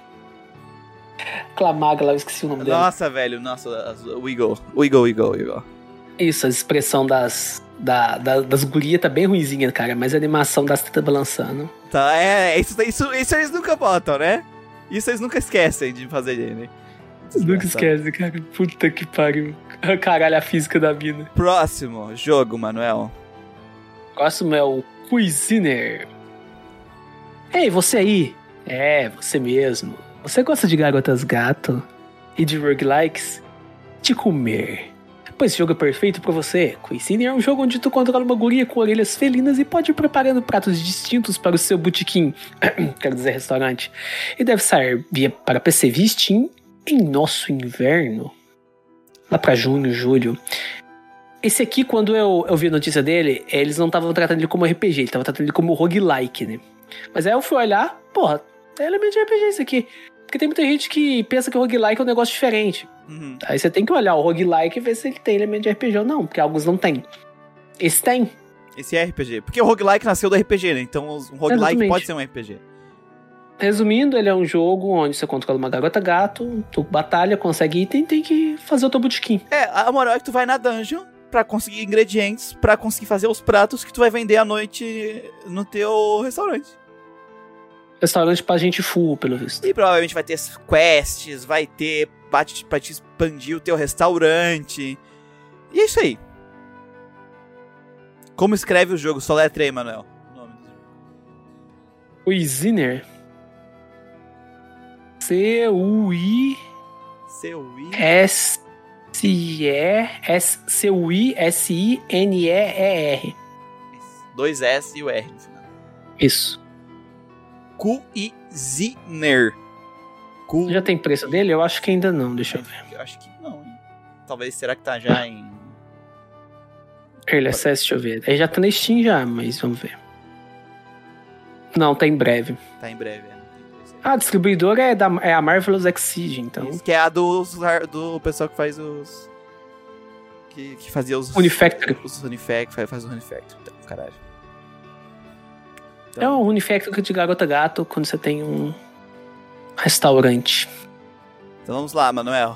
Clamaga lá, eu esqueci o nome dela. Nossa, velho, nossa, o Eagle. O Eagle, o Eagle, o Eagle. Isso, a expressão das... Da, da, das gurias tá bem ruinzinha, cara. Mas a animação das tetas balançando. Tá, é, isso, isso, isso eles nunca botam, né? Isso eles nunca esquecem de fazer, né? Nunca esquece, cara. Puta que pariu. Caralho, a física da vida. Próximo jogo, Manuel. Próximo é o Cuisiner. Ei, você aí. É, você mesmo. Você gosta de garotas gato e de roguelikes? De comer. Pois esse jogo é perfeito pra você. Cuisine é um jogo onde tu controla uma guria com orelhas felinas e pode ir preparando pratos distintos para o seu botequim. Quero dizer, restaurante. E deve sair via para P C via Steam em nosso inverno. Lá pra junho, julho. Esse aqui, quando eu, eu vi a notícia dele, eles não estavam tratando ele como R P G, eles estavam tratando ele como roguelike, né? Mas aí eu fui olhar, porra, é elemento de R P G isso aqui. Porque tem muita gente que pensa que o roguelike é um negócio diferente. Uhum. Aí você tem que olhar o roguelike e ver se ele tem elemento de R P G ou não, porque alguns não tem. Esse tem. Esse é R P G. Porque o roguelike nasceu do R P G, né? Então um roguelike Exatamente. pode ser um R P G. Resumindo, ele é um jogo onde você controla uma garota gato, tu batalha, consegue item e tem que fazer o teu botequim. É, a moral é que tu vai na dungeon pra conseguir ingredientes, pra conseguir fazer os pratos que tu vai vender à noite no teu restaurante. Restaurante pra gente full, pelo visto. E provavelmente vai ter quests, vai ter bate pra te expandir o teu restaurante. E é isso aí. Como escreve o jogo? Soletra aí, Manuel. O nome do jogo. Cuisiner. C U I C U I S E S C U I S I N E E R. Dois S e o R no final. Isso. Cuisiner. Cu... Já tem preço dele? Eu acho que ainda não, deixa eu ver. Eu acho que não, hein? Talvez, será que tá já em... Early Access, deixa eu ver. Ele já tá na Steam já, mas vamos ver. Não, tá em breve. Tá em breve, é. Não tem preço aí. Ah, a distribuidora é, da, é a Marvelous Exige, então... Isso, que é a dos, do pessoal que faz os... Que, que fazia os... Unifactory. Os Unifactory, faz, faz os Unifactory. Então, caralho. É um Unifactory de garota gato quando você tem um restaurante. Então vamos lá, Manuel.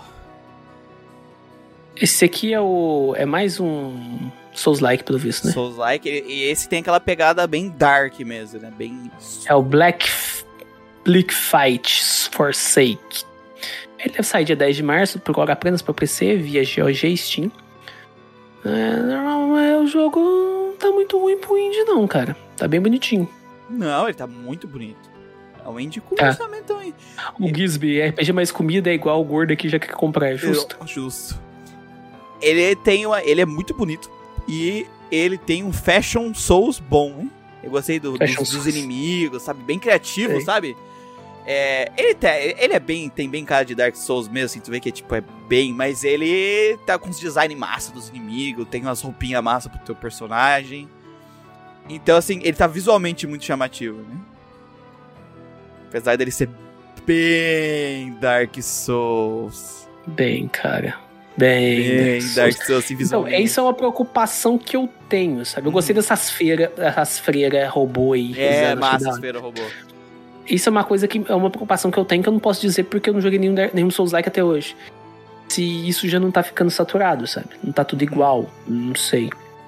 Esse aqui é o... é mais um Souls-like, pelo visto, né? Souls-like, e e esse tem aquela pegada bem dark mesmo, né? Bem... É o Black, Black Fight Forsake. Ele deve sair dia dez de março, procura apenas para P C, via G O G e Steam. É, não, é, o jogo não tá muito ruim pro indie não, cara. Tá bem bonitinho. Não, ele tá muito bonito. É um indie com É. orçamento também. O Gizby, R P G mais comida é igual o gordo aqui já quer comprar, é justo. Eu- Justo. Ele tem uma... Ele é muito bonito. E ele tem um Fashion Souls bom, hein? Eu gostei do, dos, Fashion dos Souls. inimigos, sabe? Bem criativo, Sei. sabe? É, ele, tá, ele é bem... Tem bem cara de Dark Souls mesmo, assim. Tu vê que é, tipo, é bem... Mas ele tá com os design massa dos inimigos. Tem umas roupinhas massa pro teu personagem. Então, assim, ele tá visualmente muito chamativo, né? Apesar dele ser bem Dark Souls. Bem, cara. Bem. Bem Dark Dark Souls. Souls, assim, Então, visualmente. essa é uma preocupação que eu tenho, sabe? Eu gostei dessas freiras, essas freiras robô aí. É, usando, achei massa, da hora. esfera robô. Isso é uma coisa que é uma preocupação que eu tenho que eu não posso dizer porque eu não joguei nenhum, nenhum Souls-like até hoje. Se isso já não tá ficando saturado, sabe? Não tá tudo igual. Não sei.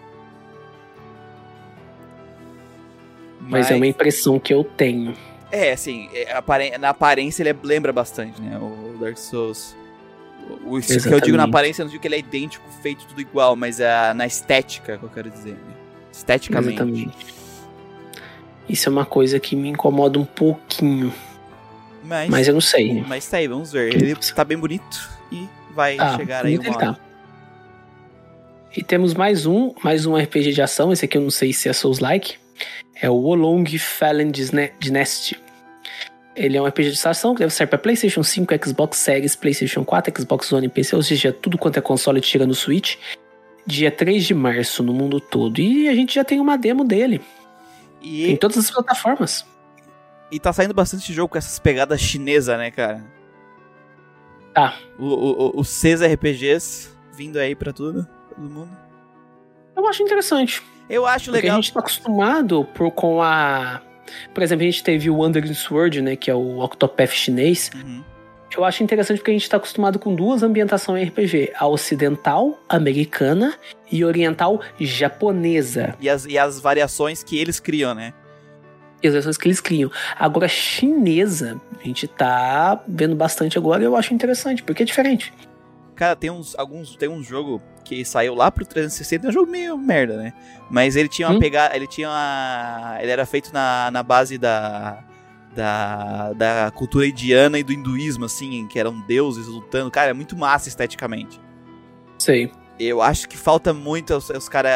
Mas, é uma impressão que eu tenho. É, assim, é, apare- na aparência ele é- lembra bastante, né? O Dark Souls. O, o estilo que eu digo na Exatamente. aparência, eu não digo que ele é idêntico, feito tudo igual, mas é na estética que eu quero dizer, né? Esteticamente. Exatamente. Isso é uma coisa que me incomoda um pouquinho. Mas, Mas eu não sei. mas tá aí, vamos ver. Ele tá bem bonito e vai Ah, chegar aí bonito uma ele hora. tá. E temos mais um, mais um R P G de ação. Esse aqui eu não sei se é Souls-like. É o Wolong Fallen Dysne- Dynasty. Ele é um R P G de ação que deve sair para PlayStation cinco, Xbox Series, PlayStation quatro, Xbox One e P C, ou seja, tudo quanto é console tira no Switch. Dia três de março no mundo todo. E a gente já tem uma demo dele. E, Em todas as plataformas. e tá saindo bastante jogo com essas pegadas chinesas, né, cara? Tá. O, o, o- os seis R P Gs vindo aí pra tudo, todo mundo. Eu acho interessante. Eu acho Porque legal. a gente tá acostumado por, com a... Por exemplo, a gente teve o Wandering Sword, né? Que é o Octopath chinês. Uhum. Eu acho interessante porque a gente tá acostumado com duas ambientações R P G. A ocidental, americana, e oriental, japonesa. E as, e as variações que eles criam, né? E as versões que eles criam. Agora, chinesa, a gente tá vendo bastante agora e eu acho interessante, porque é diferente. Cara, tem uns, alguns, tem um jogo que saiu lá pro trezentos e sessenta, é um jogo meio merda, né? Mas ele tinha uma Hum? pegada, ele tinha uma, ele era feito na, na base da, da, da cultura indiana e do hinduísmo, assim, que eram deuses lutando. Cara, é muito massa esteticamente. Sei. Eu acho que falta muito os, os caras...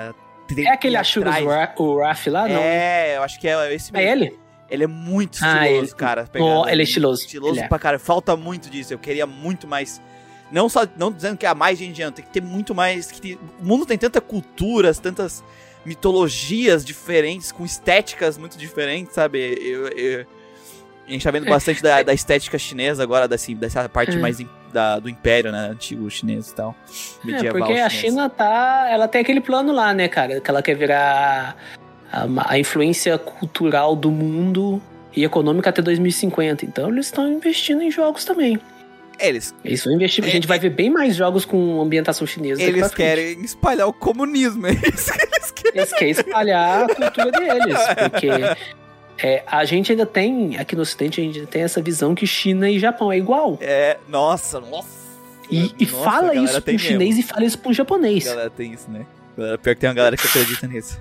É aquele Ashuras, o Raf lá, não? É, eu acho que é esse mesmo. É ele? Ele é muito estiloso, ah, ele... cara. Oh, ele é estiloso. Estiloso ele pra é. cara. Falta muito disso. Eu queria muito mais... Não só não dizendo que há mais de indiano, tem que ter muito mais... Que tem... O mundo tem tantas culturas, tantas mitologias diferentes, com estéticas muito diferentes, sabe? Eu, eu... A gente tá vendo bastante da, da estética chinesa agora, dessa, dessa parte é. mais in, da, do império, né? Antigo chinês e tal. Medieval é, porque chinês. A China tá... Ela tem aquele plano lá, né, cara? Que ela quer virar a, a influência cultural do mundo e econômica até dois mil e cinquenta. Então eles estão investindo em jogos também. Eles... Eles vão investir... É, a gente vai ver bem mais jogos com ambientação chinesa. Eles querem espalhar o comunismo. É isso que eles querem. Eles querem espalhar a cultura deles. Porque... É, a gente ainda tem, aqui no Ocidente, a gente ainda tem essa visão que China e Japão é igual. É, nossa, nossa. E, e nossa, fala isso pro chinês mesmo. E fala isso pro japonês. A galera tem isso, né? Pior que tem uma galera que acredita nisso.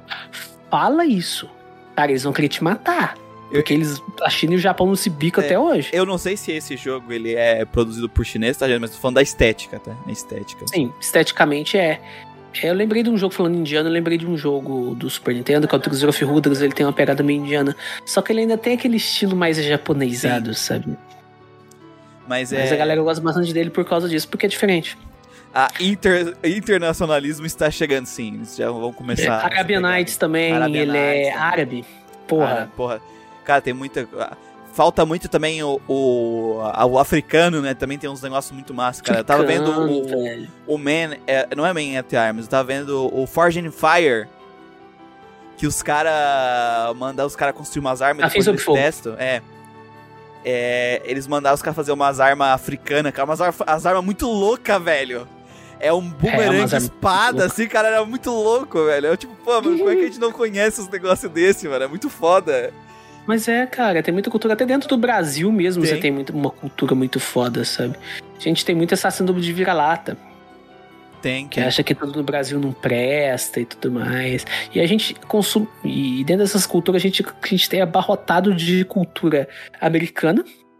Fala isso. Cara, eles vão querer te matar. Eu, porque eles, a China e o Japão não se bicam é, até hoje. Eu não sei se esse jogo ele é produzido por chinês, tá, gente? Mas tô falando da estética, tá? A estética. Sim, esteticamente é. Eu lembrei de um jogo, falando indiano, eu lembrei de um jogo do Super Nintendo, que é o Tales of Rudras, ele tem uma pegada meio indiana. Só que ele ainda tem aquele estilo mais japonesado, Sim. sabe? Mas, é... Mas a galera gosta bastante dele por causa disso, porque é diferente. A inter... internacionalismo está chegando, sim. Eles já vão começar... É, Arabian Nights também, Arabian ele Nights, é também. Árabe. Porra. Ah, porra. Cara, tem muita... Falta muito também o, o, o africano, né? Também tem uns negócios muito massa, cara. Eu tava vendo o, o Man... É, não é Man at Arms, eu tava vendo o Forged in Fire. Que os caras... Mandam os caras construir umas armas ah, depois eles testam. É. é. Eles mandaram os caras fazer umas armas africanas, cara. Umas ar, as armas muito loucas, velho. É um boomerang é, de espada, assim, cara. Era muito louco, velho. Eu tipo, pô, mas como é que a gente não conhece uns negócios desse, mano? É muito foda. Mas é, cara, tem muita cultura. Até dentro do Brasil mesmo tem. Você tem muito, uma cultura muito foda, sabe? A gente tem muito essa síndrome de vira-lata. Tem. Que tem. acha que tudo no Brasil não presta e tudo mais. E a gente consome... E dentro dessas culturas a gente, a gente tem abarrotado de cultura americana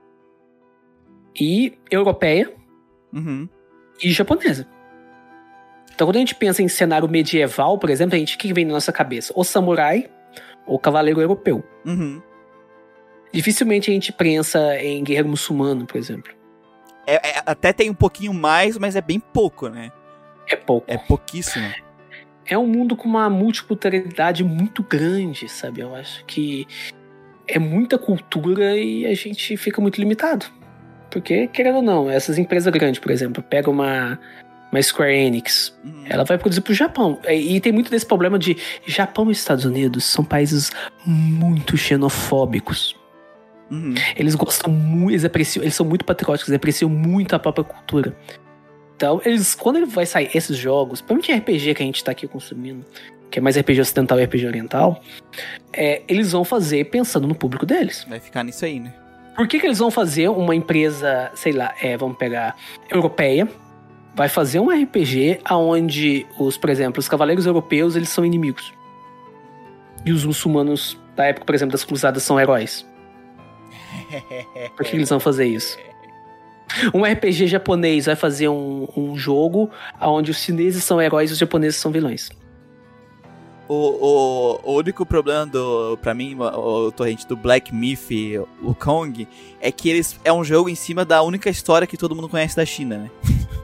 e europeia uhum. e japonesa. Então quando a gente pensa em cenário medieval, por exemplo, a gente, o que vem na nossa cabeça? O samurai ou cavaleiro europeu. Uhum. Dificilmente a gente pensa em guerreiro muçulmano, por exemplo. É, é, até tem um pouquinho mais, mas é bem pouco, né? É pouco. É pouquíssimo. É um mundo com uma multiculturalidade muito grande, sabe? Eu acho que é muita cultura e a gente fica muito limitado. Porque, querendo ou não, essas empresas grandes, por exemplo, pega uma, uma Square Enix, uhum. ela vai produzir pro Japão. E, e tem muito desse problema de Japão e Estados Unidos são países muito xenofóbicos. Uhum. Eles gostam muito, eles apreciam, eles são muito patrióticos, eles apreciam muito a própria cultura. Então, eles, quando ele vai sair esses jogos, principalmente R P G que a gente tá aqui consumindo, que é mais R P G ocidental e R P G oriental, é, eles vão fazer pensando no público deles. Vai ficar nisso aí, né? Por que que eles vão fazer uma empresa, sei lá, é, vamos pegar, europeia, vai fazer um R P G onde, os, por exemplo, os cavaleiros europeus, eles são inimigos. E os muçulmanos da época, por exemplo, das cruzadas são heróis. Por que que eles vão fazer isso? Um R P G japonês vai fazer um, um jogo onde os chineses são heróis e os japoneses são vilões. O, o, o único problema do, pra mim, o, o torrente do Black Myth, o Kong, é que eles é um jogo em cima da única história que todo mundo conhece da China, né?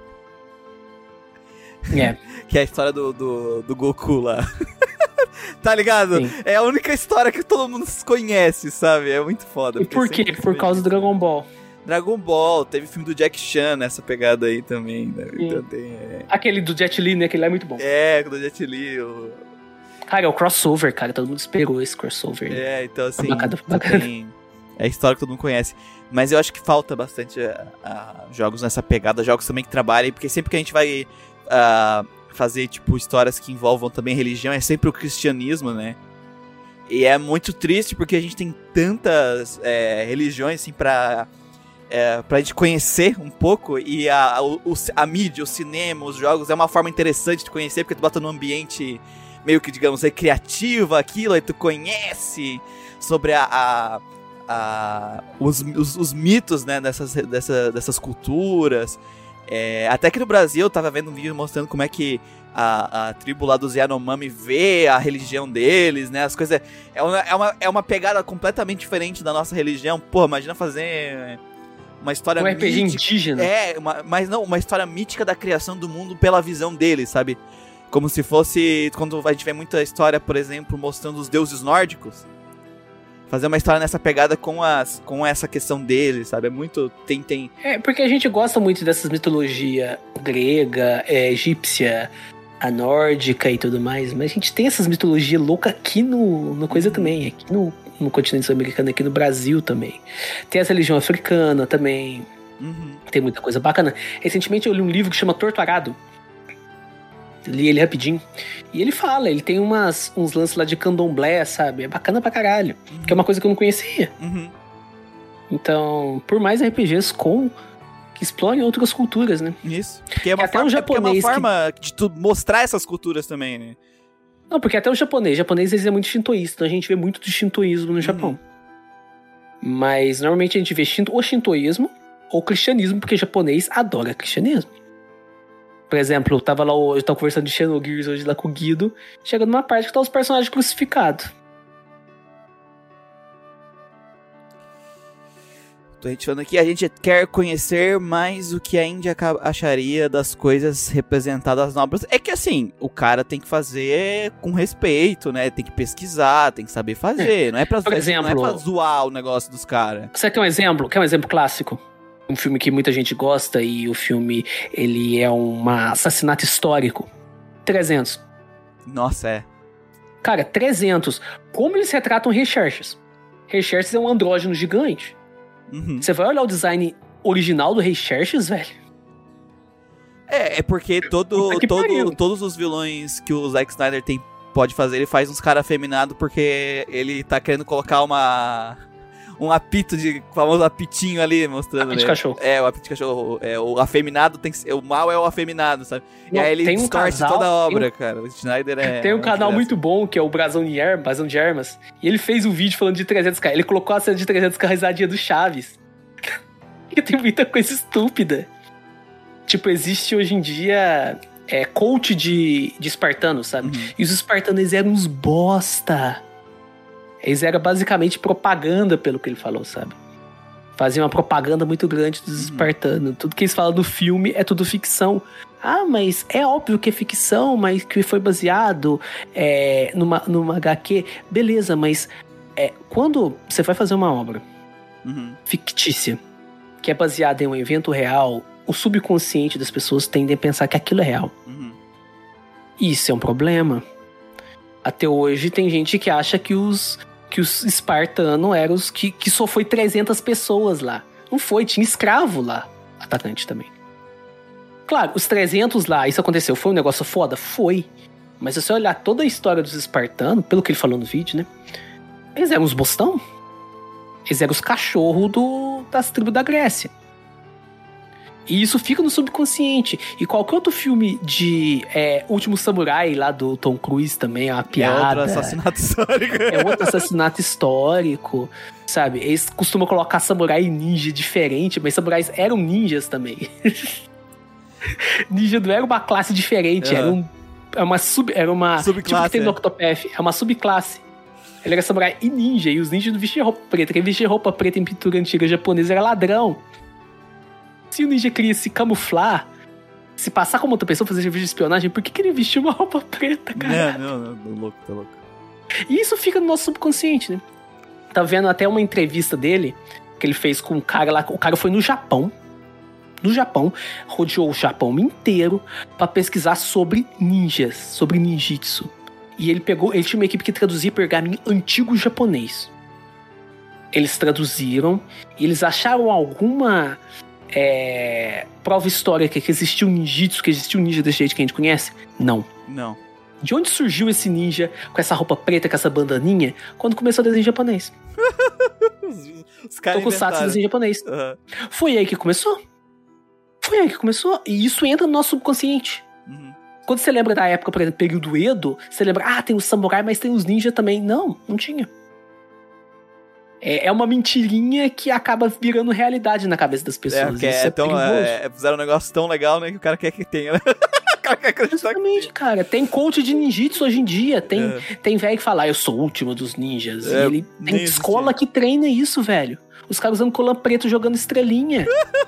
É. Que é a história do, do, do Goku lá. Tá ligado? Sim. É a única história que todo mundo conhece, sabe? É muito foda. E por quê? Por causa do Dragon Ball. Dragon Ball, teve filme do Jack Chan nessa pegada aí também, né? Então tem, é... Aquele do Jet Li, né? Aquele lá é muito bom. É, do Jet Li. O... Cara, é o crossover, cara. Todo mundo esperou esse crossover. É, então assim... Bacana, bacana. Tem... É a história que todo mundo conhece. Mas eu acho que falta bastante a, a jogos nessa pegada, jogos também que trabalhem, porque sempre que a gente vai uh, fazer, tipo, histórias que envolvam também religião, é sempre o cristianismo, né? E é muito triste porque a gente tem tantas é, religiões, assim, pra... É, pra gente conhecer um pouco, e a, a, o, a mídia, o cinema, os jogos, é uma forma interessante de conhecer, porque tu bota num ambiente meio que, digamos, recreativo aquilo, aí tu conhece sobre a, a, a, os, os, os mitos, né, dessas, dessa, dessas culturas. É, até que no Brasil eu tava vendo um vídeo mostrando como é que a, a tribo lá dos Yanomami vê a religião deles, né? As coisas. É uma, é, uma, é uma pegada completamente diferente da nossa religião. Pô, imagina fazer uma história um mítica. R P G indígena. É, uma, mas não, uma história mítica da criação do mundo pela visão deles, sabe? Como se fosse. Quando a gente vê muita história, por exemplo, mostrando os deuses nórdicos. Fazer uma história nessa pegada com, as, com essa questão deles, sabe? É muito. Tem, tem... É, porque a gente gosta muito dessas mitologia grega, é, egípcia, a nórdica e tudo mais, mas a gente tem essas mitologias loucas aqui no, no coisa também, aqui no, no continente sul-americano, aqui no Brasil também. Tem essa religião africana também. Uhum. Tem muita coisa bacana. Recentemente eu li um livro que chama Torto Arado. Li ele rapidinho. E ele fala, ele tem umas, uns lances lá de candomblé, sabe? É bacana pra caralho. Uhum. Que é uma coisa que eu não conhecia. Uhum. Então, por mais R P Gs com que explorem outras culturas, né? Isso. Que é uma, até forma, um japonês é uma forma que... de tu mostrar essas culturas também, né? Não, porque até o japonês. O japonês eles é muito shintoísta. Então a gente vê muito do shintoísmo no uhum. Japão. Mas normalmente a gente vê shinto, ou shintoísmo ou cristianismo, porque japonês adora cristianismo. Por exemplo, eu tava lá, eu tava conversando de Xenogears hoje lá com o Guido, chega numa parte que tá os personagens crucificados. Tô falando aqui, a gente quer conhecer mais o que a Índia acharia das coisas representadas na obra. É que assim, o cara tem que fazer com respeito, né? Tem que pesquisar, tem que saber fazer. É. Não é pra, Por exemplo, não é pra zoar o negócio dos caras. Você quer um exemplo? Quer um exemplo clássico? Um filme que muita gente gosta e o filme, ele é um assassinato histórico. trezentos. Nossa, é. Cara, trezentos. Como eles retratam Ray Xerxes? Ray Xerxes é um andrógeno gigante. Uhum. Você vai olhar o design original do Ray Xerxes, velho? É, é porque todo, todo, todos os vilões que o Zack Snyder tem, pode fazer, ele faz uns caras afeminados porque ele tá querendo colocar uma... um apito de... famoso apitinho ali, mostrando... Apito de cachorro. É, o apito de cachorro. É, o afeminado tem que ser... O mal é o afeminado, sabe? Não, e aí ele tem um distorce casal, toda a obra, tem... cara. O Schneider é... Tem um é canal criança. muito bom, que é o Brasão de Armas, Brasão de Armas. E ele fez um vídeo falando de trezentos K. Ele colocou a cena de trezentos K risadinha do Chaves. Porque tem muita coisa estúpida. Tipo, existe hoje em dia... É, coach de, de espartanos, sabe? Uhum. E os espartanos, eles eram uns bosta. Eles eram basicamente propaganda, pelo que ele falou, sabe? Faziam uma propaganda muito grande dos uhum. espartanos. Tudo que eles falam no filme é tudo ficção. Ah, mas é óbvio que é ficção, mas que foi baseado é, numa, numa agá quê. Beleza, mas é, quando você vai fazer uma obra uhum. fictícia, que é baseada em um evento real, o subconsciente das pessoas tende a pensar que aquilo é real. Uhum. Isso é um problema. Até hoje tem gente que acha que os, que os espartanos eram os que, que só foi trezentas pessoas lá. Não foi, tinha escravo lá, atacante também. Claro, os trezentos lá, isso aconteceu, foi um negócio foda? Foi. Mas se você olhar toda a história dos espartanos, pelo que ele falou no vídeo, né? Eles eram os bostão. Eles eram os cachorros do, das tribos da Grécia. E isso fica no subconsciente. E qualquer outro filme de é, Último Samurai, lá do Tom Cruise também, é uma piada. É outro assassinato histórico. É outro assassinato histórico, sabe? Eles costumam colocar samurai e ninja diferente, mas samurais eram ninjas também. Ninja não era uma classe diferente, uhum. era, um, era uma sub... Era uma subclasse, tipo que tem no é. Octopath, é uma subclasse. Ele era samurai e ninja, e os ninjas não vestiam roupa preta. Quem vestia roupa preta em pintura antiga japonesa era ladrão. Se o ninja queria se camuflar, se passar como outra pessoa, fazer serviço de espionagem, por que, que ele vestiu uma roupa preta, cara? Não, não, não, tô louco, tô louco. E isso fica no nosso subconsciente, né? Tá vendo até uma entrevista dele, que ele fez com um cara lá, o cara foi no Japão, no Japão, rodeou o Japão inteiro pra pesquisar sobre ninjas, sobre ninjitsu. E ele pegou, ele tinha uma equipe que traduzia pergaminho antigo japonês. Eles traduziram, e eles acharam alguma... É, prova histórica que existiu ninjitsu, que existiu ninja desse jeito que a gente conhece? Não. Não. De onde surgiu esse ninja com essa roupa preta, com essa bandaninha? Quando começou o desenho japonês. Os caras Tokusatsu desenho japonês. Uhum. Foi aí que começou. Foi aí que começou. E isso entra no nosso subconsciente. Uhum. Quando você lembra da época, por exemplo, período Edo, você lembra, ah, tem os samurai, mas tem os ninja também. Não, não tinha. É, é uma mentirinha que acaba virando realidade na cabeça das pessoas. É, que Isso é é tão, perigoso. é, fizeram um negócio tão legal, né, que o cara quer que tenha, né? O cara quer acreditar que Exatamente, cara. Tem coach de ninjitsu hoje em dia. Tem, É. tem velho que fala, ah, eu sou o último dos ninjas. É, E ele nem tem escola existia. que treina isso, velho. Os caras usando colã preto jogando estrelinha.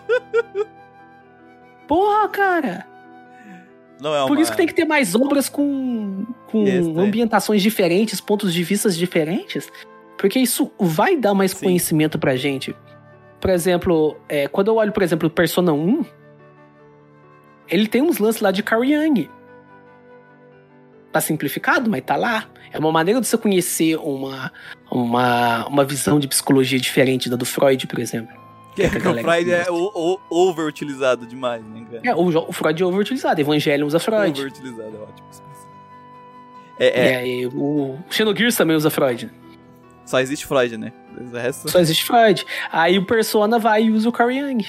Porra, cara. Não é uma... Por isso que tem que ter mais obras com, com Isso, né? ambientações diferentes, pontos de vista diferentes. Porque isso vai dar mais Sim. conhecimento pra gente. Por exemplo, é, quando eu olho, por exemplo, o Persona um, ele tem uns lances lá de Carl Jung. Tá simplificado, mas tá lá. É uma maneira de você conhecer uma, uma, uma visão de psicologia diferente da do Freud, por exemplo. Que, é que a que o galera Freud é gosta. o, o, overutilizado demais, né, cara? É, o, o Freud é overutilizado, Evangelho usa Freud. Overutilizado, é ótimo. É, é, É, e o Xenogears também usa Freud. só existe Freud, né? O resto... Só existe Freud. Aí o Persona vai e usa o Carl Jung.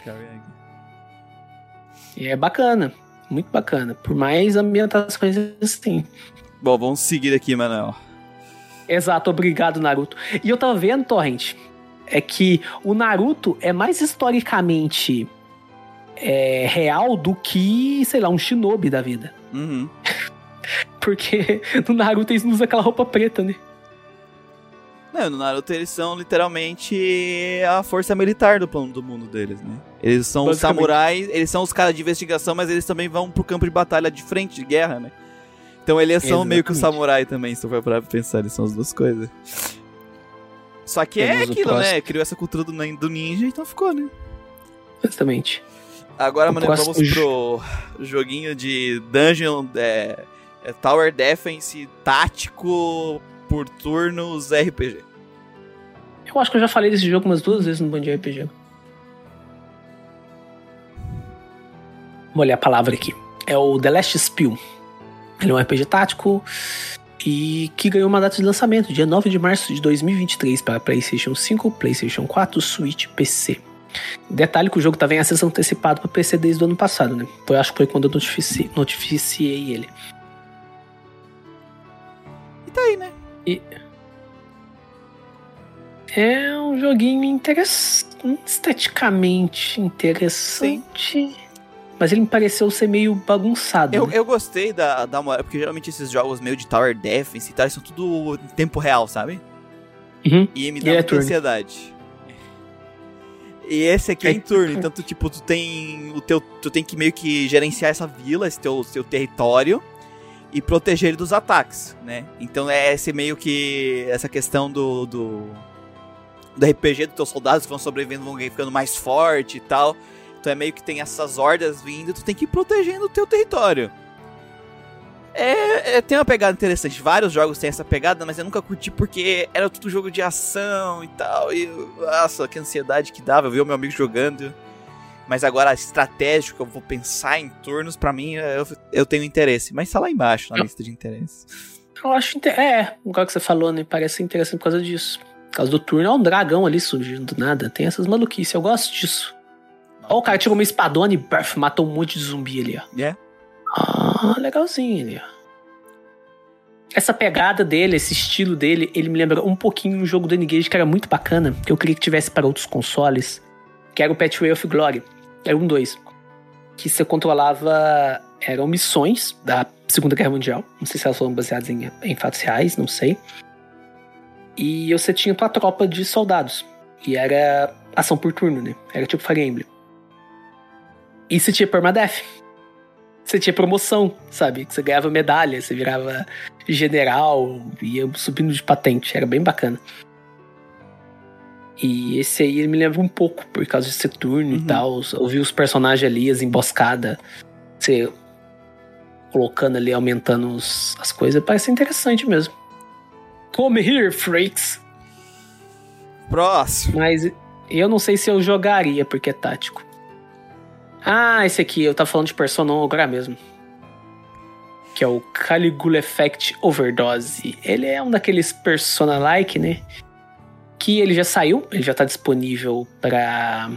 E é bacana. Muito bacana. Por mais ambientações assim. Bom, vamos seguir aqui, Manuel. Exato, obrigado, Naruto. E eu tava vendo, Torrent, é que o Naruto é mais historicamente é, real do que, sei lá, um shinobi da vida. Uhum. Porque no Naruto eles não usam aquela roupa preta, né? Não, no Naruto eles são literalmente a força militar do plano do mundo deles, né? Eles são os Basicamente. samurais, eles são os caras de investigação, mas eles também vão pro campo de batalha de frente, de guerra, né? Então eles são Exatamente. meio que o samurai também, se tu for parar pra pensar, eles são as duas coisas. Só que é Temos o aquilo, próximo. né? Criou essa cultura do, do ninja, então ficou, né? Exatamente. Agora, O mano, próximo vamos jo- pro joguinho de Dungeon, é, é, Tower Defense, tático, por turnos, R P G. Eu acho que eu já falei desse jogo umas duas vezes no Band R P G. Vou olhar a palavra aqui. É o The Last Spiel. Ele é um R P G tático e que ganhou uma data de lançamento, dia nove de março de dois mil e vinte e três, para PlayStation cinco, PlayStation quatro, Switch e P C. Detalhe que o jogo estava em acesso antecipado para P C desde o ano passado, né? Foi, acho que foi quando eu notifici, notificiei ele. E tá aí, né? E é um joguinho interessante, esteticamente interessante, mas ele me pareceu ser meio bagunçado. Eu, né? eu gostei da, da moral, porque geralmente esses jogos meio de Tower Defense e tal, são tudo em tempo real, sabe? Uhum. E me E dá é muita turno. ansiedade. E esse aqui é É em turno, então tu, tipo, tu tem o teu, tu tem que meio que gerenciar essa vila, esse teu, seu território e proteger ele dos ataques, né? Então é esse meio que essa questão do do, do R P G dos teus soldados que vão sobrevivendo, vão ficando mais forte e tal. Então é meio que tem essas hordas vindo, tu tem que ir protegendo o teu território. É, é, tem uma pegada interessante. Vários jogos têm essa pegada, mas eu nunca curti porque era tudo jogo de ação e tal. E, nossa, que ansiedade que dava. Eu vi o meu amigo jogando. Mas agora, estratégico, eu vou pensar em turnos, pra mim, eu, eu tenho interesse. Mas tá lá embaixo na Eu- lista de interesse. Eu acho inter... É, igual que você falou, né? Parece interessante por causa disso. Por causa do turno, é um dragão ali surgindo do nada. Tem essas maluquices, eu gosto disso. Ó, o cara tirou uma espadona e burf, matou um monte de zumbi ali, ó. É? Ah, legalzinho ali, ó. Essa pegada dele, esse estilo dele, ele me lembra um pouquinho um jogo do N-Gage que era muito bacana, que eu queria que tivesse para outros consoles, que era o Pathway of Glory. Era um dois. Que você controlava... Eram missões da Segunda Guerra Mundial. Não sei se elas foram baseadas em, em fatos reais, não sei. E você tinha tua tropa de soldados. E era ação por turno, né? Era tipo Fire Emblem. E você tinha permadeath. Você tinha promoção, sabe? Que você ganhava medalha, você virava general, ia subindo de patente. Era bem bacana. E esse aí ele me lembra um pouco, por causa de ser turno Uhum. e tal. Ouvir os personagens ali, as emboscadas. Você colocando ali, aumentando os- as coisas. Parece interessante mesmo. Come here, freaks. Próximo. Mas eu não sei se eu jogaria, porque é tático. Ah, esse aqui, eu tava falando de Persona um agora mesmo. Que é o Caligula Effect Overdose. Ele é um daqueles Persona-like, né? Que ele já saiu, ele já tá disponível pra...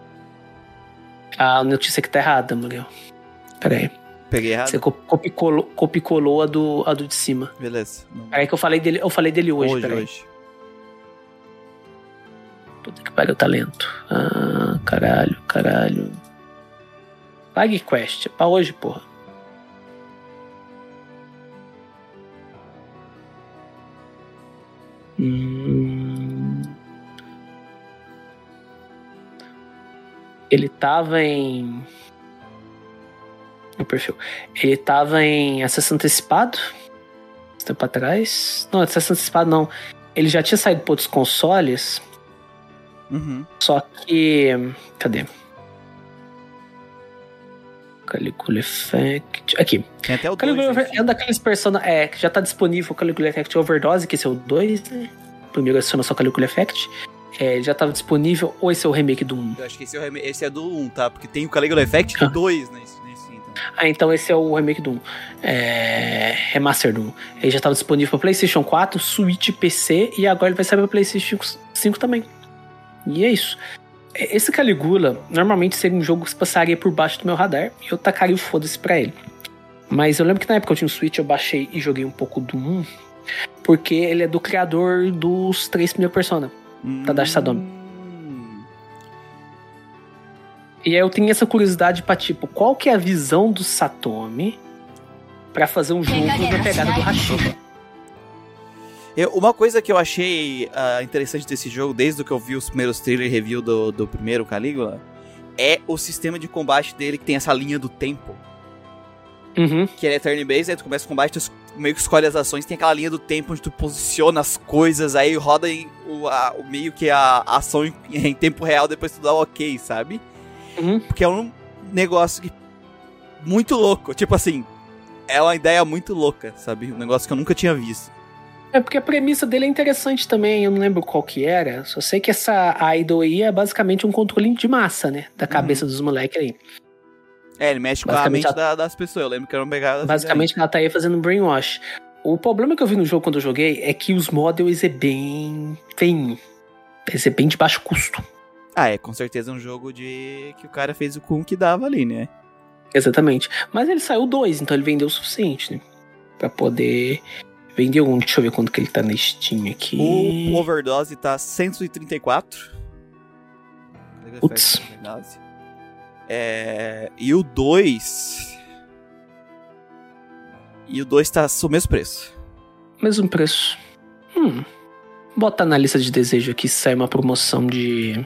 A notícia que tá errada, Muriel. Pera aí. Peguei errado? Você co- copicolou, copicolou a do, a do de cima. Beleza. Não. Pera aí que eu falei dele, eu falei dele hoje, Hoje, peraí. hoje. Puta que pariu, talento. Ah, caralho, caralho. Flag Quest, é pra hoje, porra. Hum... Ele tava em... No perfil. Ele tava em acesso antecipado. Esse tempo atrás. Não, acesso antecipado não. Ele já tinha saído para outros consoles. Uhum. Só que... Cadê? Caligula Effect... Aqui. Tem até o Caligula dois, Effect é um daqueles personagens... É, que já tá disponível o Caligula Effect Overdose, que esse é o dois, né? O primeiro adiciona só Caligula Effect. É, ele já tava disponível, ou esse é o remake do um? Eu acho que esse é, o rem... esse é do um, tá? Porque tem o Caligula Effect Ah. dois nesse, nesse então. Ah, então esse é o remake do um. É... Remaster do um. Ele já tava disponível pra PlayStation quatro, Switch, P C, e agora ele vai sair pra PlayStation cinco também. E é isso. Esse Caligula, normalmente seria um jogo que se passaria por baixo do meu radar, e eu tacaria o foda-se pra ele. Mas eu lembro que na época eu tinha um Switch, eu baixei e joguei um pouco do um, porque ele é do criador dos três primeiros Persona. Tadashi Sadomi. Hum. E aí eu tenho essa curiosidade pra, tipo, qual que é a visão do Satomi pra fazer um jogo na pegada do Hashira? Eu, uma coisa que eu achei uh, interessante desse jogo, desde que eu vi os primeiros trailer review do, do primeiro Caligula, é o sistema de combate dele, que tem essa linha do tempo. Uhum. Que ele é turn-based, aí tu começa o combate, tu meio que escolhe as ações, tem aquela linha do tempo onde tu posiciona as coisas, aí roda em, o, a, o meio que a ação em, em tempo real, depois tu dá o ok, sabe? Uhum. Porque é um negócio que, muito louco, tipo assim, é uma ideia muito louca, sabe? Um negócio que eu nunca tinha visto. É porque a premissa dele é interessante também, eu não lembro qual que era, só sei que essa idol aí é basicamente um controle de massa, né? Da cabeça uhum. dos moleques aí. É, ele mexe com a mente ela... da, das pessoas, eu lembro que era uma pegada... Basicamente ela tá aí fazendo brainwash. O problema que eu vi no jogo quando eu joguei é que os models é bem feinho. Esse é bem de baixo custo. Ah, é com certeza um jogo de que o cara fez o com que dava ali, né? Exatamente. Mas ele saiu dois, então ele vendeu o suficiente, né? Pra poder vender um. Deixa eu ver quanto que ele tá na Steam aqui. O Overdose tá cento e trinta e quatro. Putz. É... E o dois... E o dois tá o mesmo preço. Mesmo preço. Hum. Bota na lista de desejo aqui se sai uma promoção de...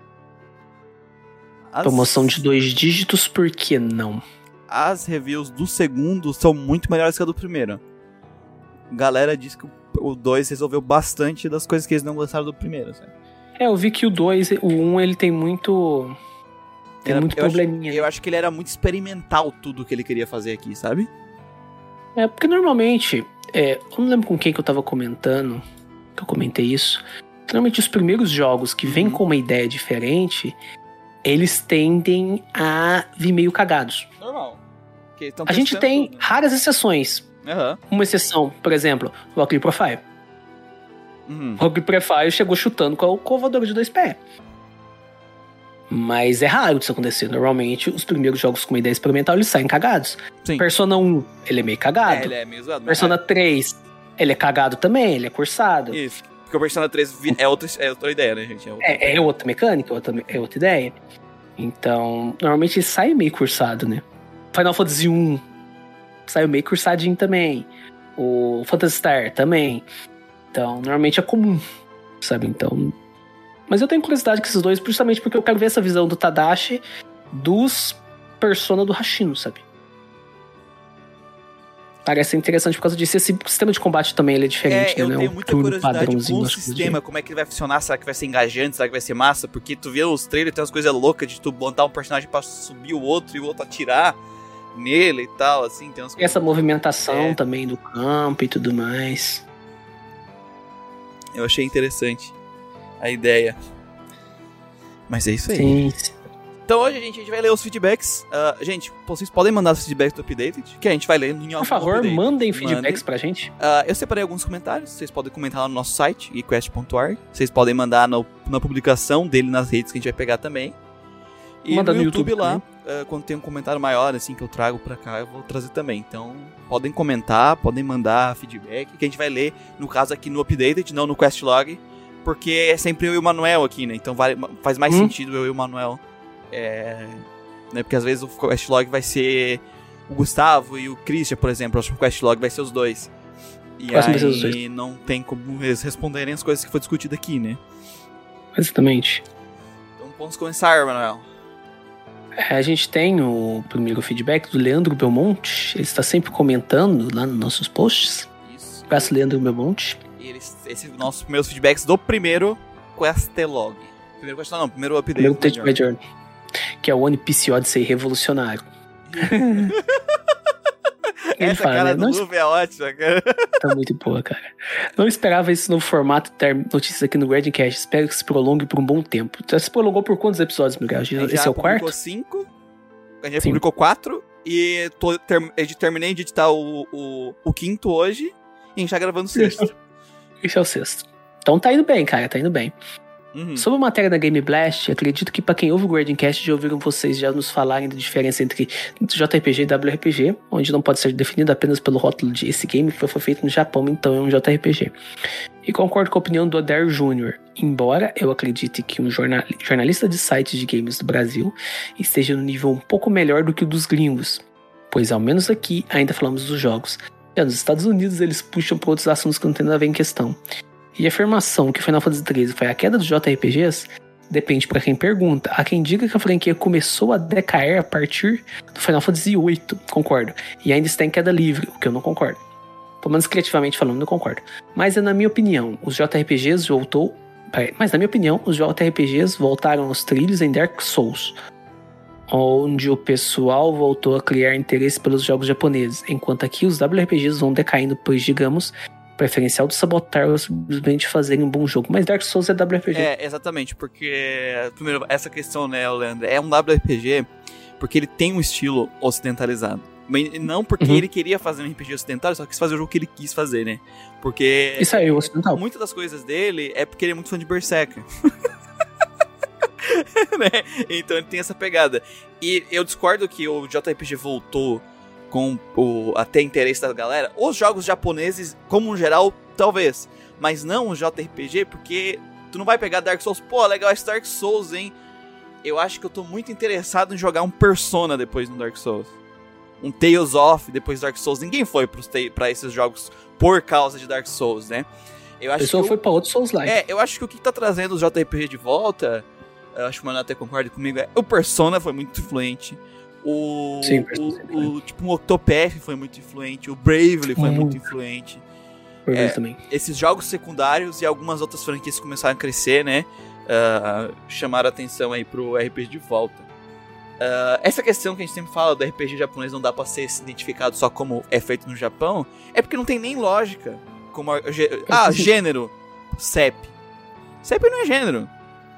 As... Promoção de dois dígitos, por que não? As reviews do segundo são muito melhores que a do primeiro. Galera diz que o dois resolveu bastante das coisas que eles não gostaram do primeiro, sabe? É, eu vi que o dois, o um, ele tem muito... Tem era, muito eu probleminha. Acho, eu acho que ele era muito experimental tudo que ele queria fazer aqui, sabe? É, porque normalmente... É, eu não lembro com quem que eu tava comentando, que eu comentei isso. Normalmente os primeiros jogos que vêm com uma ideia diferente, eles tendem a vir meio cagados. Normal. A gente tem tudo. Raras exceções. Uhum. Uma exceção, por exemplo, o Rock Lee Profile. Uhum. O Rock Lee Profile chegou chutando com o covador de dois pés. Mas é raro isso acontecer. Normalmente, os primeiros jogos com uma ideia experimental, eles saem cagados. Sim. Persona um, ele é meio cagado. É, ele é meio zoado. Persona é. três, ele é cagado também, ele é cursado. Isso, porque o Persona três é outra, é outra ideia, né, gente? É outra, é, é outra mecânica, outra, é outra ideia. Então, normalmente ele sai meio cursado, né? Final Fantasy um saiu meio cursadinho também. O Phantasy Star também. Então, normalmente é comum, sabe? Então... Mas eu tenho curiosidade com esses dois, justamente porque eu quero ver essa visão do Tadashi dos Persona do Hashino, sabe? Parece interessante por causa disso. Esse sistema de combate também ele é diferente, é, né? Eu tenho um muita curiosidade com o sistema, sistema, como é que ele vai funcionar, será que vai ser engajante, será que vai ser massa? Porque tu vê os trailers, tem umas coisas loucas de tu montar um personagem pra subir o outro e o outro atirar nele e tal, assim. Tem umas coisas... Essa movimentação é. também do campo e tudo mais. Eu achei interessante a ideia. Mas é isso aí. Sim, sim. Então hoje, gente, a gente vai ler os feedbacks. Uh, gente, vocês podem mandar os feedbacks do Updated, que a gente vai ler em algum Por favor, update. mandem feedbacks mandem. pra gente. Uh, eu separei alguns comentários, vocês podem comentar lá no nosso site, geekquest ponto org. Vocês podem mandar no, na publicação dele nas redes que a gente vai pegar também. E Manda no, no YouTube, YouTube lá, uh, quando tem um comentário maior, assim, que eu trago pra cá, eu vou trazer também. Então, podem comentar, podem mandar feedback, que a gente vai ler, no caso aqui no Updated, não no Questlog, porque é sempre eu e o Manuel aqui, né? Então vale, faz mais hum. sentido eu e o Manuel. É, né? Porque às vezes o Questlog vai ser o Gustavo e o Christian, por exemplo. O Questlog vai ser os dois. E aí não tem como eles responderem as coisas que foi discutido aqui, né? Exatamente. Então vamos começar, Manuel. É, a gente tem o primeiro feedback do Leandro Belmonte. Ele está sempre comentando lá nos nossos posts. Isso. Abraço, Leandro Belmonte. E eles, esses são nossos primeiros feedbacks do primeiro Questlog. Primeiro Questlog não, primeiro update. Primeiro update by Journey. Que é o One P C Odyssey revolucionário. Essa fala, cara né? do Não Luve é ótima, cara. Tá muito boa, cara. Não esperava esse novo formato ter notícias aqui no Gradcast. Espero que se prolongue por um bom tempo. Já se prolongou por quantos episódios, Miguel? Esse é o quarto? A gente já publicou cinco. A gente já publicou quatro. E tô, ter, terminei de editar o, o, o quinto hoje. E a gente tá gravando o sexto. Esse é o sexto. Então tá indo bem, cara. Tá indo bem. Uhum. Sobre a matéria da Game Blast, acredito que pra quem ouve o Gradcast já ouviram vocês já nos falarem da diferença entre J R P G e W R P G, onde não pode ser definido apenas pelo rótulo de esse game que foi feito no Japão, então é um J R P G. E concordo com a opinião do Adair Júnior, embora eu acredite que um jornal, jornalista de sites de games do Brasil esteja no nível um pouco melhor do que o dos gringos, pois ao menos aqui ainda falamos dos jogos. Já nos Estados Unidos eles puxam para outros assuntos que não tem nada a ver em questão. E a afirmação que Final Fantasy treze foi a queda dos J R P Gs depende para quem pergunta. Há quem diga que a franquia começou a decair a partir do Final Fantasy oito, concordo, e ainda está em queda livre, o que eu não concordo. Pelo menos criativamente falando, não concordo. Mas é na minha opinião, os J R P Gs voltou... Mas na minha opinião, os J R P Gs voltaram aos trilhos em Dark Souls, onde o pessoal voltou a criar interesse pelos jogos japoneses, enquanto aqui os W R P Gs vão decaindo, pois, digamos... preferencial do sabotar ou simplesmente fazerem um bom jogo. Mas Dark Souls é W R P G. É, exatamente, porque primeiro, essa questão, né, Leandro, é um W R P G porque ele tem um estilo ocidentalizado. Não porque uhum. ele queria fazer um R P G ocidental, só quis fazer o jogo que ele quis fazer, né? Porque isso aí, o ocidental. Muitas das coisas dele é porque ele é muito fã de Berserker. Né? Então ele tem essa pegada. E eu discordo que o J R P G voltou com o até interesse da galera. Os jogos japoneses, como um geral, talvez. Mas não o J R P G, porque tu não vai pegar Dark Souls. Pô, legal esse Dark Souls, hein? Eu acho que eu tô muito interessado em jogar um Persona depois no Dark Souls. Um Tales of depois do Dark Souls. Ninguém foi pros te- pra esses jogos por causa de Dark Souls, né? Eu acho a pessoa que foi o... pra outros Souls-like. É, eu acho que o que tá trazendo os J R P G de volta, eu acho que o Mano até concorda comigo, é o Persona foi muito influente. O, Sim, o, o tipo um Octopath foi muito influente, o Bravely foi muito, muito influente. É, também. Esses jogos secundários e algumas outras franquias começaram a crescer, né? Uh, chamaram a atenção aí pro R P G de volta. Uh, essa questão que a gente sempre fala do R P G japonês não dá pra ser identificado só como é feito no Japão, é porque não tem nem lógica. Como a, ah, gênero, C E P. C E P não é gênero.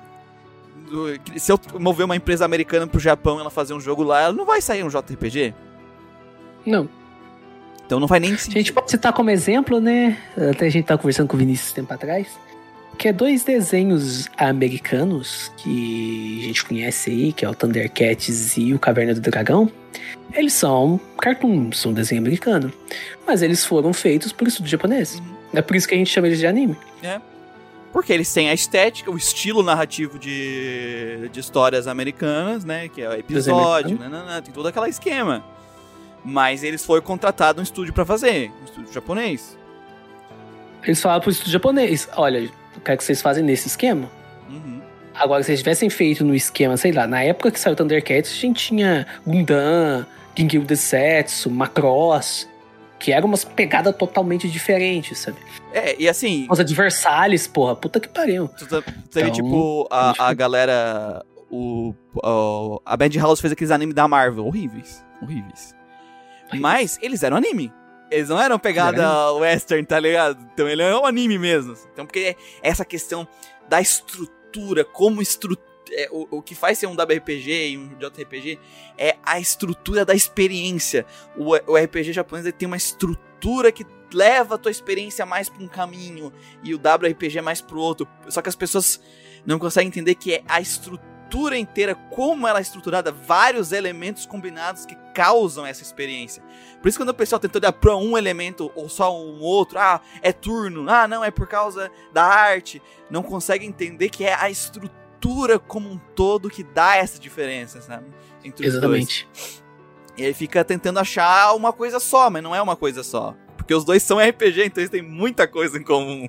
Se eu mover uma empresa americana pro Japão e ela fazer um jogo lá, ela não vai sair um J R P G? Não. Então não faz nem sentido. A gente pode citar como exemplo, né? Até a gente tava conversando com o Vinícius tempo atrás, que é dois desenhos americanos que a gente conhece aí, que é o Thundercats e o Caverna do Dragão. Eles são cartoons, são desenho americano, mas eles foram feitos por estúdio japonês. Uhum. É por isso que a gente chama eles de anime. É. Porque eles têm a estética, o estilo narrativo de, de histórias americanas, né? Que é o episódio, nanana, tem todo aquele esquema. Mas eles foram contratados um estúdio pra fazer, um estúdio japonês. Eles falaram pro estúdio japonês, olha, eu quero que vocês fazem nesse esquema. Uhum. Agora, se eles tivessem feito no esquema, sei lá, na época que saiu Thundercats, a gente tinha Gundam, Gingyu Densetsu, Macross, que eram umas pegadas totalmente diferentes, sabe? É, e assim... Os adversários, porra, puta que pariu. Tu tá, teve, então, tipo, a, a galera... O, o, a Madhouse fez aqueles animes da Marvel, horríveis, horríveis. Mas eles eram anime. Eles não eram pegada eram western, tá ligado? Então ele é um anime mesmo. Então, porque essa questão da estrutura, como estrutura... É, o, o que faz ser um W R P G e um J R P G é a estrutura da experiência. O, o R P G japonês ele tem uma estrutura que leva a tua experiência mais pra um caminho e o W R P G mais pro outro. Só que as pessoas não conseguem entender que é a estrutura estrutura inteira, como ela é estruturada, vários elementos combinados que causam essa experiência. Por isso quando o pessoal tenta olhar pra um elemento ou só um outro, ah, é turno, ah, não, é por causa da arte, não consegue entender que é a estrutura como um todo que dá essa diferença, sabe? Entre os Exatamente. dois. E aí fica tentando achar uma coisa só, mas não é uma coisa só. Porque os dois são R P G, então eles têm muita coisa em comum.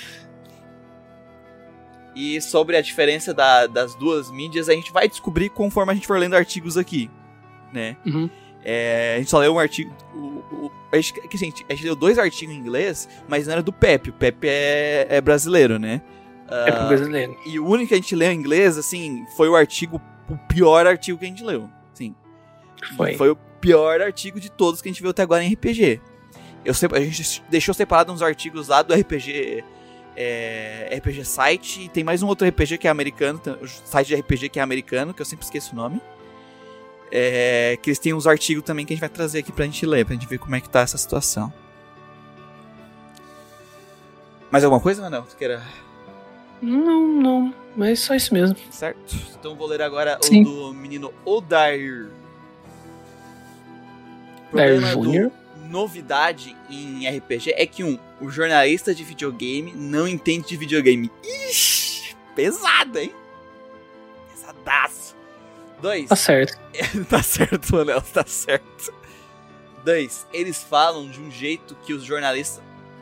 E sobre a diferença da, das duas mídias, a gente vai descobrir conforme a gente for lendo artigos aqui, né? Uhum. É, a gente só leu um artigo... O, o, a, gente, que, gente, a gente leu dois artigos em inglês, mas não era do Pepe. O Pepe é, é brasileiro, né? É pro Uh, brasileiro. E o único que a gente leu em inglês, assim, foi o artigo... O pior artigo que a gente leu. Sim. Foi. Foi o pior artigo de todos que a gente viu até agora em R P G. Eu, a gente deixou separado uns artigos lá do R P G... É, R P G Site, e tem mais um outro R P G que é americano, o site de R P G que é americano, que eu sempre esqueço o nome. É, que eles têm uns artigos também que a gente vai trazer aqui pra gente ler, pra gente ver como é que tá essa situação. Mais alguma coisa, Manel? Tu queira... Não, não, mas só isso mesmo. Certo? Então vou ler agora Sim. o do menino Odair. Odair Problema Júnior do novidade em R P G é que um, o jornalista de videogame não entende de videogame. Ixi, pesado, hein? Pesadaço. Dois. Tá certo. Tá certo, Manel, tá certo. Dois, eles falam de um jeito que os jornalistas...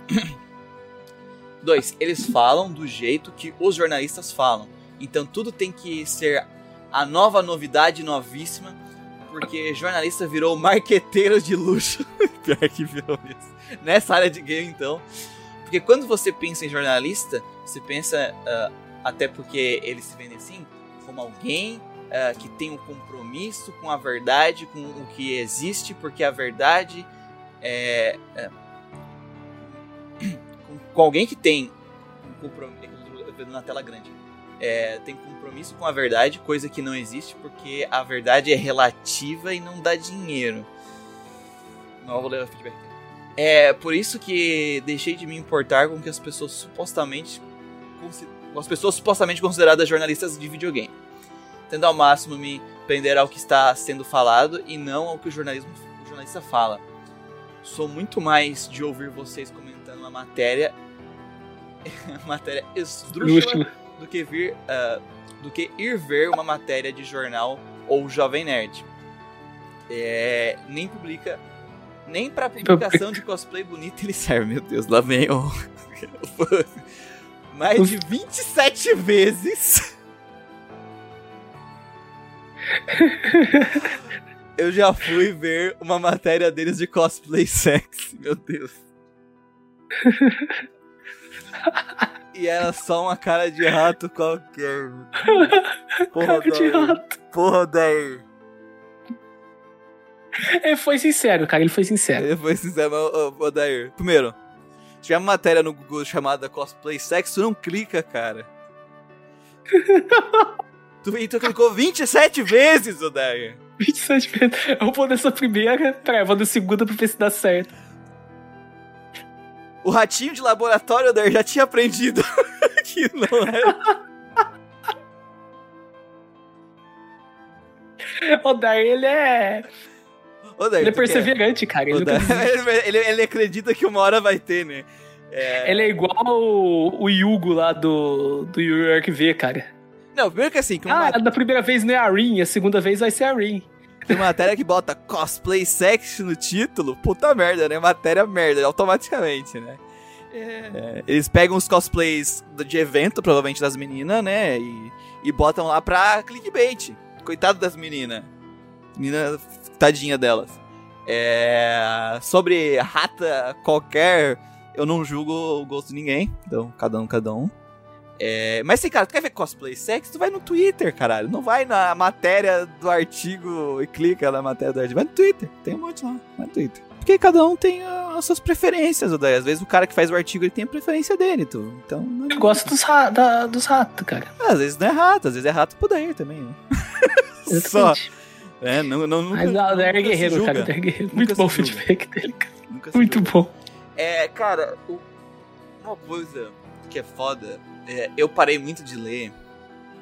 Dois, eles falam do jeito que os jornalistas falam. Então tudo tem que ser a nova novidade novíssima, porque jornalista virou marqueteiro de luxo. Pior que virou isso. Nessa área de game, então. Porque quando você pensa em jornalista, você pensa, uh, até porque eles se vendem assim, como alguém uh, que tem um compromisso com a verdade, com o que existe, porque a verdade é... é com, com alguém que tem um compromisso... na tela grande. É, tem compromisso com a verdade, coisa que não existe, porque a verdade é relativa e não dá dinheiro. Não vou ler o feedback. É por isso que deixei de me importar com que as pessoas supostamente com as pessoas supostamente consideradas jornalistas de videogame, tendo ao máximo me prender ao que está sendo falado e não ao que o jornalismo o jornalista fala. Sou muito mais de ouvir vocês comentando uma matéria matéria esdrúxula do que vir uh, do que ir ver uma matéria de jornal ou Jovem Nerd. É, nem publica nem pra publicação de cosplay bonito ele serve. Meu Deus, lá vem o mais de vinte e sete vezes eu já fui ver uma matéria deles de cosplay sexy. Meu Deus. E era só uma cara de rato qualquer. Porra, cara de rato. Porra, daí. Ele foi sincero, cara, ele foi sincero. Ele foi sincero, mas, ô, Odair. Primeiro, se tiver uma matéria no Google chamada cosplay sexy, tu não clica, cara. tu, tu clicou vinte e sete vezes, Odair. vinte e sete vezes. Eu vou nessa primeira, peraí, eu vou na segunda pra ver se dá certo. O ratinho de laboratório, Odair, já tinha aprendido que não era. Odair, ele é... Odair, ele é perseverante, quer? cara. Ele, Odair, ele, ele acredita que uma hora vai ter, né? É... Ele é igual o, o Yugo lá do, do Yu Yu V, cara. Não, primeiro que assim... Que uma... Ah, da primeira vez não é a Rin, a segunda vez vai ser a Rin. Tem matéria que bota cosplay sexy no título, puta merda, né? Matéria merda, automaticamente, né? É, eles pegam os cosplays de evento, provavelmente das meninas, né? E, e botam lá pra clickbait. Coitado das meninas. Menina, tadinha delas. É, sobre rata qualquer, eu não julgo o gosto de ninguém. Então, cada um, cada um. É, mas assim, cara, tu quer ver cosplay sexy? Tu vai no Twitter, caralho. Não vai na matéria do artigo e clica na matéria do artigo. Vai no Twitter, tem um monte lá, vai no Twitter. Porque cada um tem as suas preferências, Odair. Às vezes o cara que faz o artigo ele tem a preferência dele, tu. Então, não... Eu gosto dos, ra- da, dos ratos, cara. Ah, às vezes não é rato, às vezes é rato pro Odair também, né? Só. É, não, não, nunca, Mas o Odair é guerreiro, cara. Odair é guerreiro. Muito bom o feedback dele, cara. Muito julga. bom. É, cara, o... uma coisa que é foda, é, eu parei muito de ler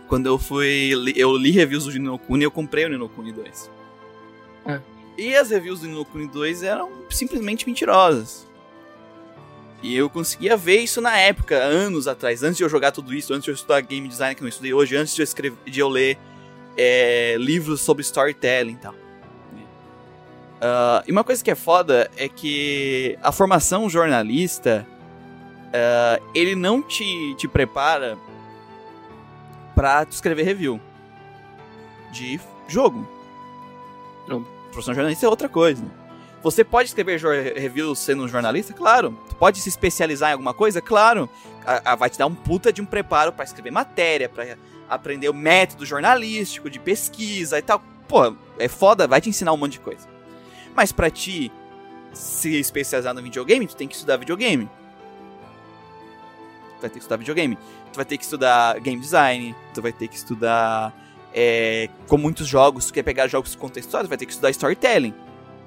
quando eu fui... Eu li reviews do Ni no Kuni e eu comprei o Ni no Kuni dois. É. E as reviews do Ni no Kuni dois eram simplesmente mentirosas. E eu conseguia ver isso na época, anos atrás, antes de eu jogar tudo isso, antes de eu estudar game design que eu estudei hoje, antes de eu, escrever, de eu ler é, livros sobre storytelling e tal. Uh, e uma coisa que é foda é que a formação jornalista, uh, ele não te, te prepara pra tu escrever review de jogo. Não. Profissão jornalista é outra coisa. Você pode escrever reviews sendo um jornalista? Claro. Tu pode se especializar em alguma coisa? Claro. A, a, vai te dar um puta de um preparo pra escrever matéria, pra aprender o método jornalístico, de pesquisa e tal. Pô, é foda, vai te ensinar um monte de coisa. Mas pra ti se especializar no videogame, tu tem que estudar videogame. Tu vai ter que estudar videogame. Tu vai ter que estudar game design, tu vai ter que estudar... É, com muitos jogos, tu quer pegar jogos contextuais, tu vai ter que estudar storytelling.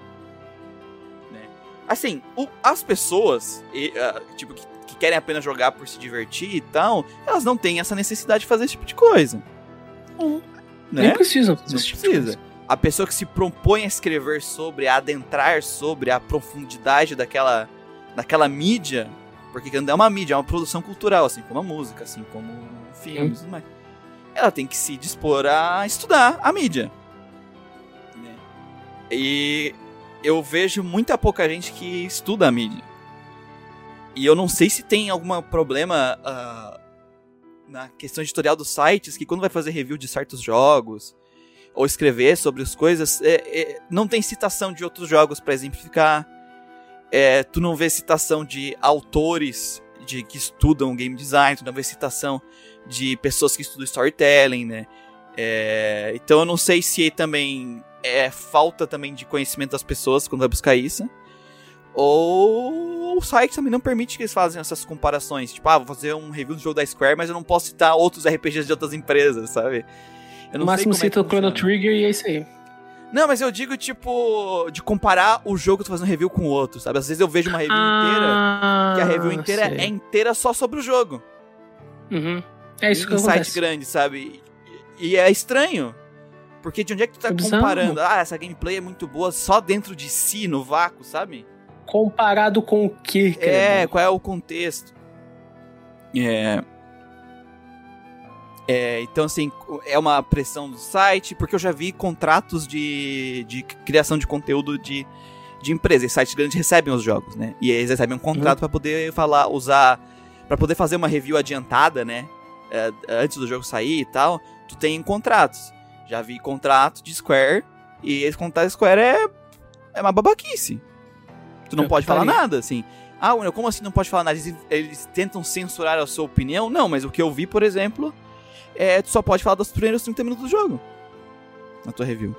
Assim, o, as pessoas e, uh, tipo, que, que querem apenas jogar por se divertir e tal, elas não têm essa necessidade de fazer esse tipo de coisa. Hum, né? Nem precisam fazer não esse tipo precisa. de coisa. A pessoa que se propõe a escrever sobre, a adentrar sobre a profundidade daquela, daquela mídia, porque é uma mídia, é uma produção cultural, assim como a música, assim como filmes e tudo mais. Ela tem que se dispor a estudar a mídia. Né? E... eu vejo muita pouca gente que estuda a mídia. E eu não sei se tem algum problema uh, na questão editorial dos sites, que quando vai fazer review de certos jogos, ou escrever sobre as coisas, é, é, não tem citação de outros jogos para exemplificar. É, tu não vê citação de autores de, que estudam game design, tu não vê citação de pessoas que estudam storytelling, né? É, então eu não sei se também... é falta também de conhecimento das pessoas quando vai buscar isso, ou o site também não permite que eles façam essas comparações, tipo, ah, vou fazer um review do jogo da Square, mas eu não posso citar outros R P Gs de outras empresas, sabe? Eu não no máximo sei como cita é o Chrono Trigger e é isso aí. Não, mas eu digo, tipo, de comparar o jogo que eu tô fazendo review com o outro, sabe? Às vezes eu vejo uma review ah, inteira, que a review inteira sei. é inteira só sobre o jogo. Uhum. É isso em que um acontece. site grande, sabe? E, e é estranho. Porque de onde é que tu tá É bizarro. comparando? Ah, essa gameplay é muito boa só dentro de si, no vácuo, sabe? Comparado com o quê, cara? É, qual é o contexto? É... é... Então, assim, é uma pressão do site, porque eu já vi contratos de, de criação de conteúdo de, de empresa. E sites grandes recebem os jogos, né? E eles recebem um contrato uhum. pra poder falar, usar... pra poder fazer uma review adiantada, né? É, antes do jogo sair e tal, tu tem contratos. Já vi contrato de Square, e esse contrato de Square é, é uma babaquice. Tu não Eu pode falar faria. nada, assim. Ah, Will, como assim não pode falar nada? Eles, eles tentam censurar a sua opinião? Não, mas o que eu vi, por exemplo, é tu só pode falar dos primeiros trinta minutos do jogo. Na tua review.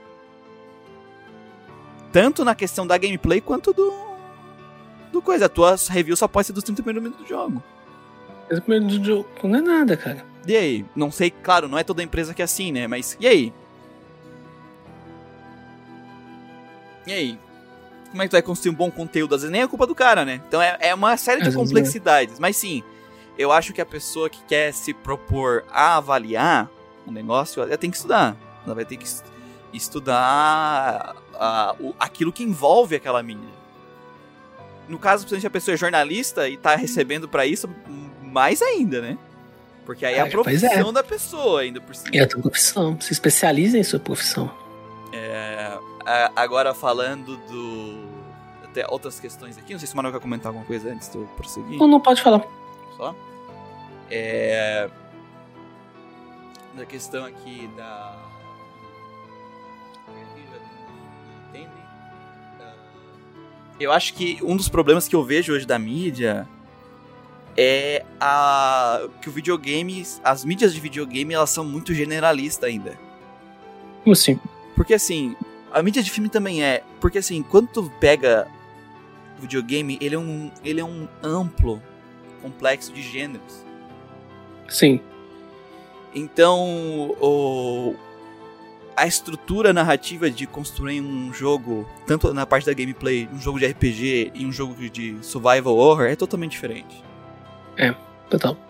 Tanto na questão da gameplay, quanto do... do coisa. A tua review só pode ser dos trinta primeiros minutos do jogo. Esse primeiro do jogo não é nada, cara. E aí? Não sei, claro, não é toda empresa que é assim, né? Mas e aí? E aí? Como é que tu vai construir um bom conteúdo? Às vezes nem é culpa do cara, né? Então é, é uma série de Às vezes complexidades. Mas sim, eu acho que a pessoa que quer se propor a avaliar um negócio, ela tem que estudar. Ela vai ter que estudar a, o, aquilo que envolve aquela mídia. No caso, principalmente a pessoa é jornalista e tá recebendo pra isso, mais ainda, né? Porque aí é a Ah, pois profissão é. da pessoa ainda por cima. É a tua profissão. Se especializa em sua profissão. É, a- agora falando do... até outras questões aqui, não sei se o Manoel quer comentar alguma coisa antes de eu prosseguir. Não, não pode falar. Só. É... Da questão aqui da... Eu acho que um dos problemas que eu vejo hoje da mídia é a... que o videogame, as mídias de videogame, elas são muito generalistas ainda. Como assim? Porque assim, a mídia de filme também é, porque assim, quando tu pega o videogame, ele é um, ele é um amplo complexo de gêneros. Sim. Então, o, a estrutura narrativa de construir um jogo, tanto na parte da gameplay, um jogo de R P G e um jogo de survival horror, é totalmente diferente. É, total.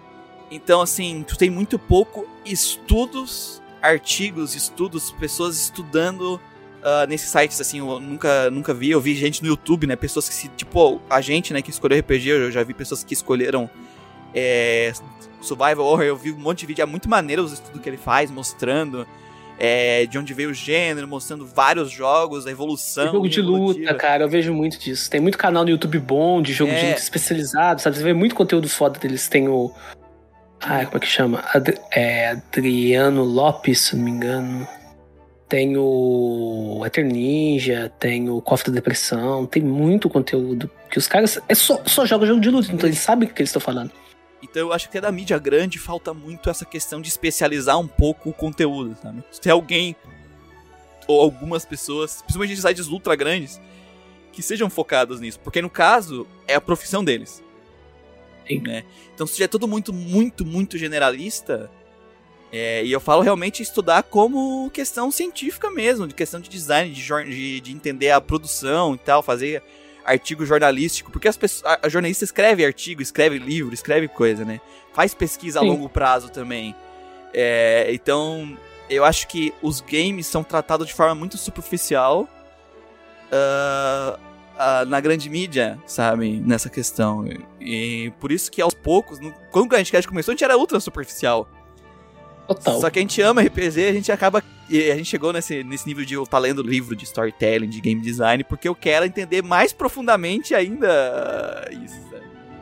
Então, assim, tu tem muito pouco estudos, artigos, estudos, pessoas estudando uh, nesses sites, assim, eu nunca, nunca vi, eu vi gente no YouTube, né, pessoas que se, tipo, a gente, né, que escolheu R P G, eu já vi pessoas que escolheram é, Survival Horror, eu vi um monte de vídeo, é muito maneiro os estudos que ele faz, mostrando é, de onde veio o gênero, mostrando vários jogos, a evolução. Jogo de luta, cara, eu vejo muito disso. Tem muito canal no YouTube bom de jogo é. de luta especializado, sabe? Você vê muito conteúdo foda deles. Tem o... Ah, como é que chama? Ad... É Adriano Lopes, se não me engano. Tem o Ether Ninja, tem o Coffee da Depressão. Tem muito conteúdo que os caras... É só, só jogam jogo de luta, então eles sabem o que eles estão falando. Então eu acho que até da mídia grande falta muito essa questão de especializar um pouco o conteúdo, sabe? Se tem alguém, ou algumas pessoas, principalmente de sites ultra grandes, que sejam focados nisso. Porque no caso, é a profissão deles. Sim. Né? Então se já é tudo muito, muito, muito generalista, é, e eu falo realmente estudar como questão científica mesmo, de questão de design, de, de, de entender a produção e tal, fazer... artigo jornalístico, porque as pessoas, a, a jornalista escreve artigo, escreve livro, escreve coisa, né? Faz pesquisa Sim. a longo prazo também. É, então, eu acho que os games são tratados de forma muito superficial uh, uh, na grande mídia, sabe? Nessa questão. E por isso que aos poucos, no, quando o Grindcast começou, a gente era ultra superficial. Total. Só que a gente ama R P G, a gente acaba... E a gente chegou nesse, nesse nível de eu estar lendo livro de storytelling, de game design, porque eu quero entender mais profundamente ainda isso, sabe?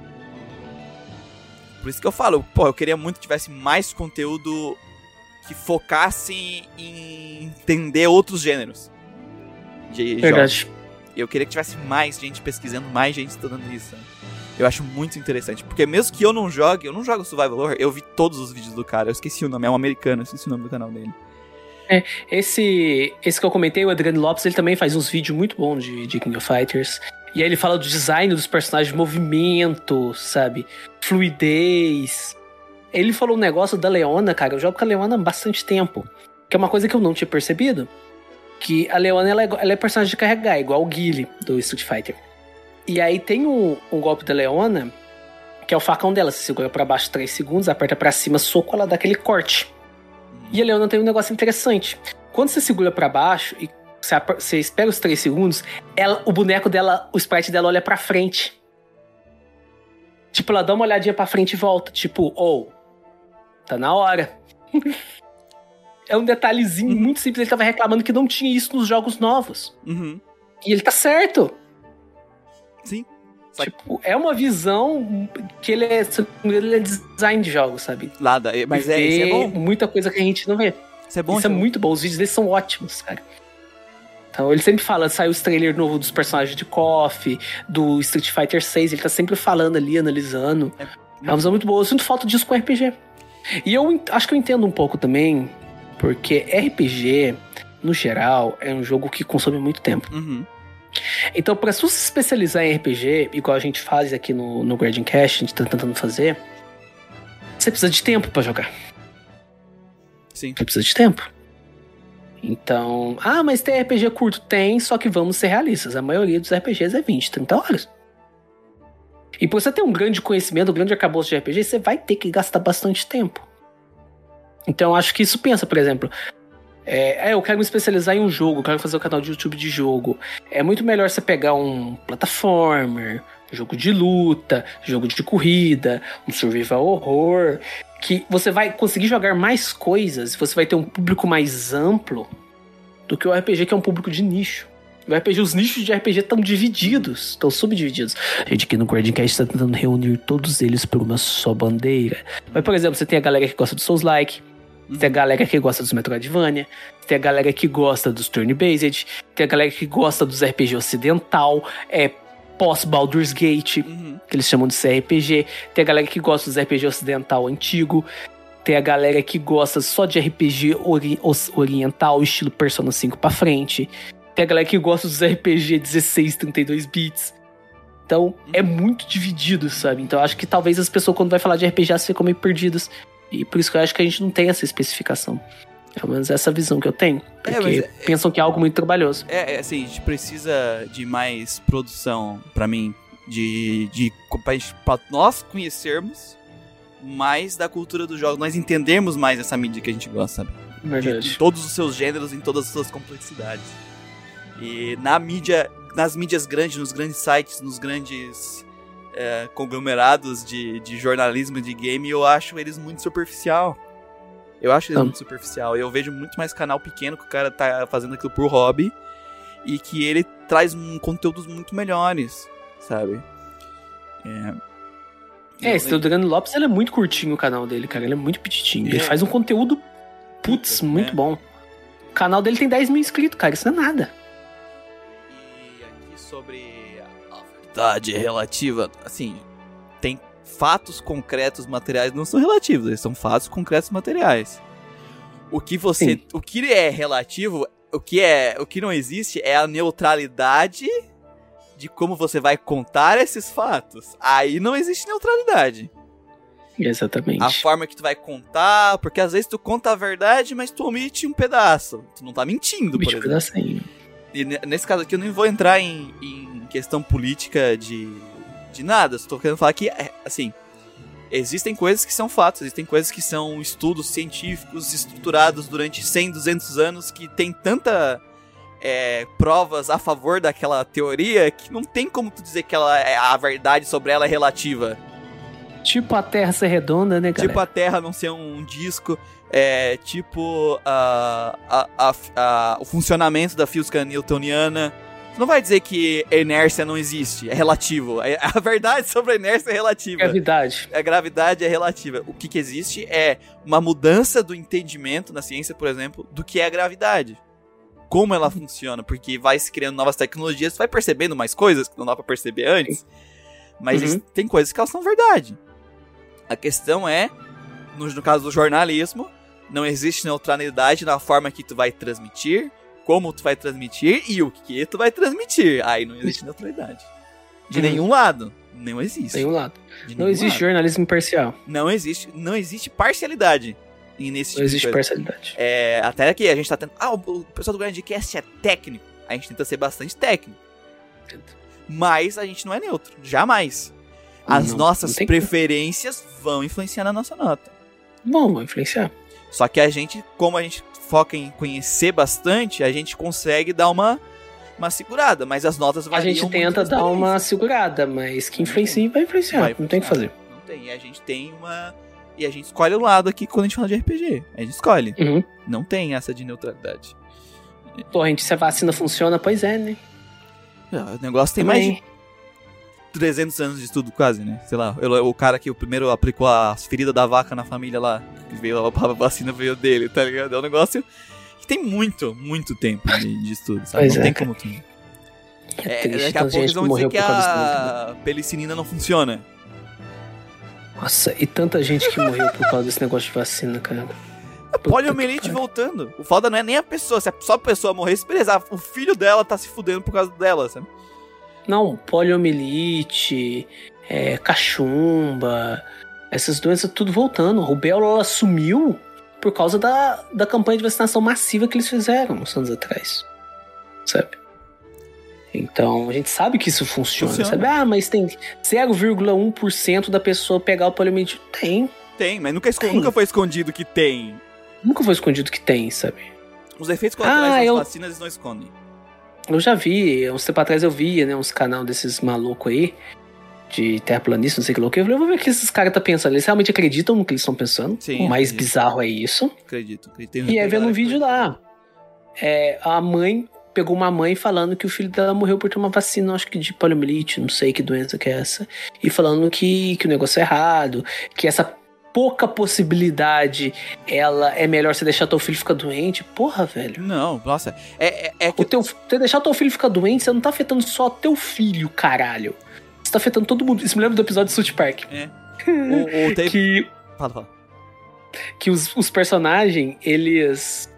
Por isso que eu falo, pô, eu queria muito que tivesse mais conteúdo que focasse em entender outros gêneros de Verdade. jogos. Eu queria que tivesse mais gente pesquisando, mais gente estudando isso, sabe? Eu acho muito interessante, porque mesmo que eu não jogue, eu não jogo Survival Horror, eu vi todos os vídeos do cara, eu esqueci o nome, é um americano, eu esqueci o nome do canal dele. É, esse, esse que eu comentei, o Adriano Lopes, ele também faz uns vídeos muito bons de, de King of Fighters, e aí ele fala do design dos personagens, movimento, sabe, fluidez. Ele falou um negócio da Leona, cara, eu jogo com a Leona há bastante tempo, que é uma coisa que eu não tinha percebido, que a Leona, ela é, ela é personagem de carregar, igual o Guile do Street Fighter. E aí tem um, um golpe da Leona, que é o facão dela. Você segura pra baixo três segundos, aperta pra cima, soco, ela dá aquele corte. E a Leona tem um negócio interessante. Quando você segura pra baixo e você, você espera os três segundos, ela, o boneco dela, o sprite dela olha pra frente. Tipo, ela dá uma olhadinha pra frente e volta. Tipo, oh, tá na hora. É um detalhezinho uhum. muito simples. Ele tava reclamando que não tinha isso nos jogos novos. Uhum. E ele tá certo. Sim. Tipo, é uma visão que ele é, ele é design de jogos, sabe? Nada, mas é, isso é bom. Muita coisa que a gente não vê. Isso é bom. Isso é muito bom, os vídeos dele são ótimos, cara. Então ele sempre fala, saiu os trailers novos dos personagens de K O F, do Street Fighter seis, ele tá sempre falando ali, analisando. É, é uma visão muito boa, eu sinto falta disso com R P G. E eu acho que eu entendo um pouco também, porque R P G, no geral, é um jogo que consome muito tempo. Uhum. Então, pra se especializar em R P G, igual a gente faz aqui no, no Grading Cast, a gente tá tentando fazer, você precisa de tempo pra jogar. Sim. Você precisa de tempo. Então, ah, mas tem R P G curto? Tem, só que vamos ser realistas. A maioria dos R P Gs é vinte, trinta horas. E pra você ter um grande conhecimento, um grande arcabouço de R P G, você vai ter que gastar bastante tempo. Então, acho que isso pensa, por exemplo... É, é, eu quero me especializar em um jogo, eu quero fazer um canal de YouTube de jogo. É muito melhor você pegar um platformer, jogo de luta, jogo de corrida, um survival horror, que você vai conseguir jogar mais coisas, você vai ter um público mais amplo do que o R P G, que é um público de nicho. O R P G, os nichos de R P G estão divididos, estão subdivididos. A gente aqui no Gradingcast está tentando reunir todos eles por uma só bandeira. Mas, por exemplo, você tem a galera que gosta do Souls-like, tem a galera que gosta dos Metroidvania, tem a galera que gosta dos turn-based, tem a galera que gosta dos R P G ocidental, é pós-Baldur's Gate, uhum. que eles chamam de C R P G, tem a galera que gosta dos R P G ocidental antigo, tem a galera que gosta só de R P G ori- oriental, estilo Persona cinco pra frente, tem a galera que gosta dos R P G dezesseis, trinta e dois bits. Então, uhum. é muito dividido, sabe? Então, acho que talvez as pessoas, quando vai falar de R P G, elas ficam meio perdidas. E por isso que eu acho que a gente não tem essa especificação. Pelo menos essa visão que eu tenho. Porque é, pensam que é algo muito trabalhoso. É, é, assim, a gente precisa de mais produção, pra mim, de, de pra, pra nós conhecermos, mais da cultura dos jogos, nós entendemos mais essa mídia que a gente gosta, sabe? Verdade. De, de todos os seus gêneros, em todas as suas complexidades. E na mídia, nas mídias grandes, nos grandes sites, nos grandes é, conglomerados de, de jornalismo de game, eu acho eles muito superficial. Eu acho eles ah. muito superficial. Eu vejo muito mais canal pequeno que o cara tá fazendo aquilo por hobby e que ele traz um, conteúdos muito melhores, sabe? É, é esse Teodorano Lopes, ele é muito curtinho o canal dele, cara. Ele é muito petitinho. É. Ele faz um conteúdo, putz, muito é. bom. O canal dele tem dez mil inscritos, cara. Isso não é nada. E aqui sobre a verdade relativa, assim, tem fatos concretos materiais, não são relativos, eles são fatos concretos materiais. O que você, Sim. o que é relativo, o que é, o que não existe é a neutralidade de como você vai contar esses fatos. Aí não existe neutralidade. Exatamente. A forma que tu vai contar, porque às vezes tu conta a verdade, mas tu omite um pedaço. Tu não tá mentindo, omite por exemplo. Um pedacinho. E nesse caso aqui eu não vou entrar em, em questão política de, de nada. Só tô querendo falar que, assim, existem coisas que são fatos, existem coisas que são estudos científicos estruturados durante cem, duzentos anos que tem tanta... É, provas a favor daquela teoria que não tem como tu dizer que ela, a verdade sobre ela é relativa. Tipo a Terra ser redonda, né, galera? Tipo a Terra não ser um, um disco, é, tipo a, a, a, a, o funcionamento da física newtoniana. Tu não vai dizer que inércia não existe, é relativo. A verdade sobre a inércia é relativa. Gravidade. A gravidade é relativa. O que, que existe é uma mudança do entendimento na ciência, por exemplo, do que é a gravidade. Como ela funciona, porque vai se criando novas tecnologias, você vai percebendo mais coisas que não dá pra perceber antes, mas uhum. tem coisas que elas são verdade. A questão é, no, no caso do jornalismo, não existe neutralidade na forma que tu vai transmitir, como tu vai transmitir e o que tu vai transmitir. Aí não existe neutralidade. De uhum. nenhum lado. Não existe. Nenhum lado. De não existe lado. Jornalismo imparcial. Não existe, não existe parcialidade. E nesse tipo não existe parcialidade. É, até aqui a gente tá tendo... Ah, o, o pessoal do Grandcast é técnico. A gente tenta ser bastante técnico. Mas a gente não é neutro. Jamais. As não, nossas não preferências que... vão influenciar na nossa nota. Bom, vão influenciar. Só que a gente, como a gente foca em conhecer bastante, a gente consegue dar uma, uma segurada. Mas as notas variam. A gente tenta dar uma segurada, mas que influencia vai influenciar. Vai não tem o que fazer. Não tem. E a gente tem uma... E a gente escolhe o lado aqui quando a gente fala de R P G. A gente escolhe. Uhum. Não tem essa de neutralidade. Pô, gente, se a vacina funciona, pois é, né? O negócio tem Também. mais de trezentos anos de estudo quase, né? Sei lá, o cara que o primeiro aplicou as feridas da vaca na família lá, que veio, a vacina veio dele, tá ligado? É um negócio que tem muito, muito tempo de, de estudo, sabe? Pois não é, tem como tu... É, é, daqui a pouco eles vão dizer que a pelicinina não funciona. Nossa, e tanta gente que morreu por causa desse negócio de vacina, cara. A poliomielite voltando. O foda não é nem a pessoa. Se a só a pessoa morresse, beleza. O filho dela tá se fudendo por causa dela, sabe? Não, poliomielite, é, cachumba, essas doenças tudo voltando. Rubéola, ela sumiu por causa da, da campanha de vacinação massiva que eles fizeram uns anos atrás. Sabe? Então, a gente sabe que isso funciona, funciona. Sabe? Ah, mas tem zero vírgula um por cento da pessoa pegar o poliomielite. Tem. Tem, mas nunca, escond... tem. nunca foi escondido que tem. Nunca foi escondido que tem, sabe? Os efeitos colaterais ah, das eu... vacinas eles não escondem. Eu já vi, uns tempo atrás eu via, né, uns canal desses malucos aí, de terraplanista, não sei o que louco. Eu falei, vou ver o que esses caras estão pensando. Eles realmente acreditam no que eles estão pensando? Sim, o mais acredito. bizarro é isso. Acredito. acredito. E aí vendo um vídeo lá, é, a mãe... Pegou uma mãe falando que o filho dela morreu por ter uma vacina, acho que de poliomielite, não sei que doença que é essa. E falando que, que o negócio é errado, que essa pouca possibilidade, ela é melhor você deixar teu filho ficar doente. Porra, velho. Não, nossa. É, é, é que... o teu, você deixar teu filho ficar doente, você não tá afetando só teu filho, caralho. Você tá afetando todo mundo. Isso me lembra do episódio de South Park. É. o, o teve... Que... Fala, fala. Que os, os personagens, eles...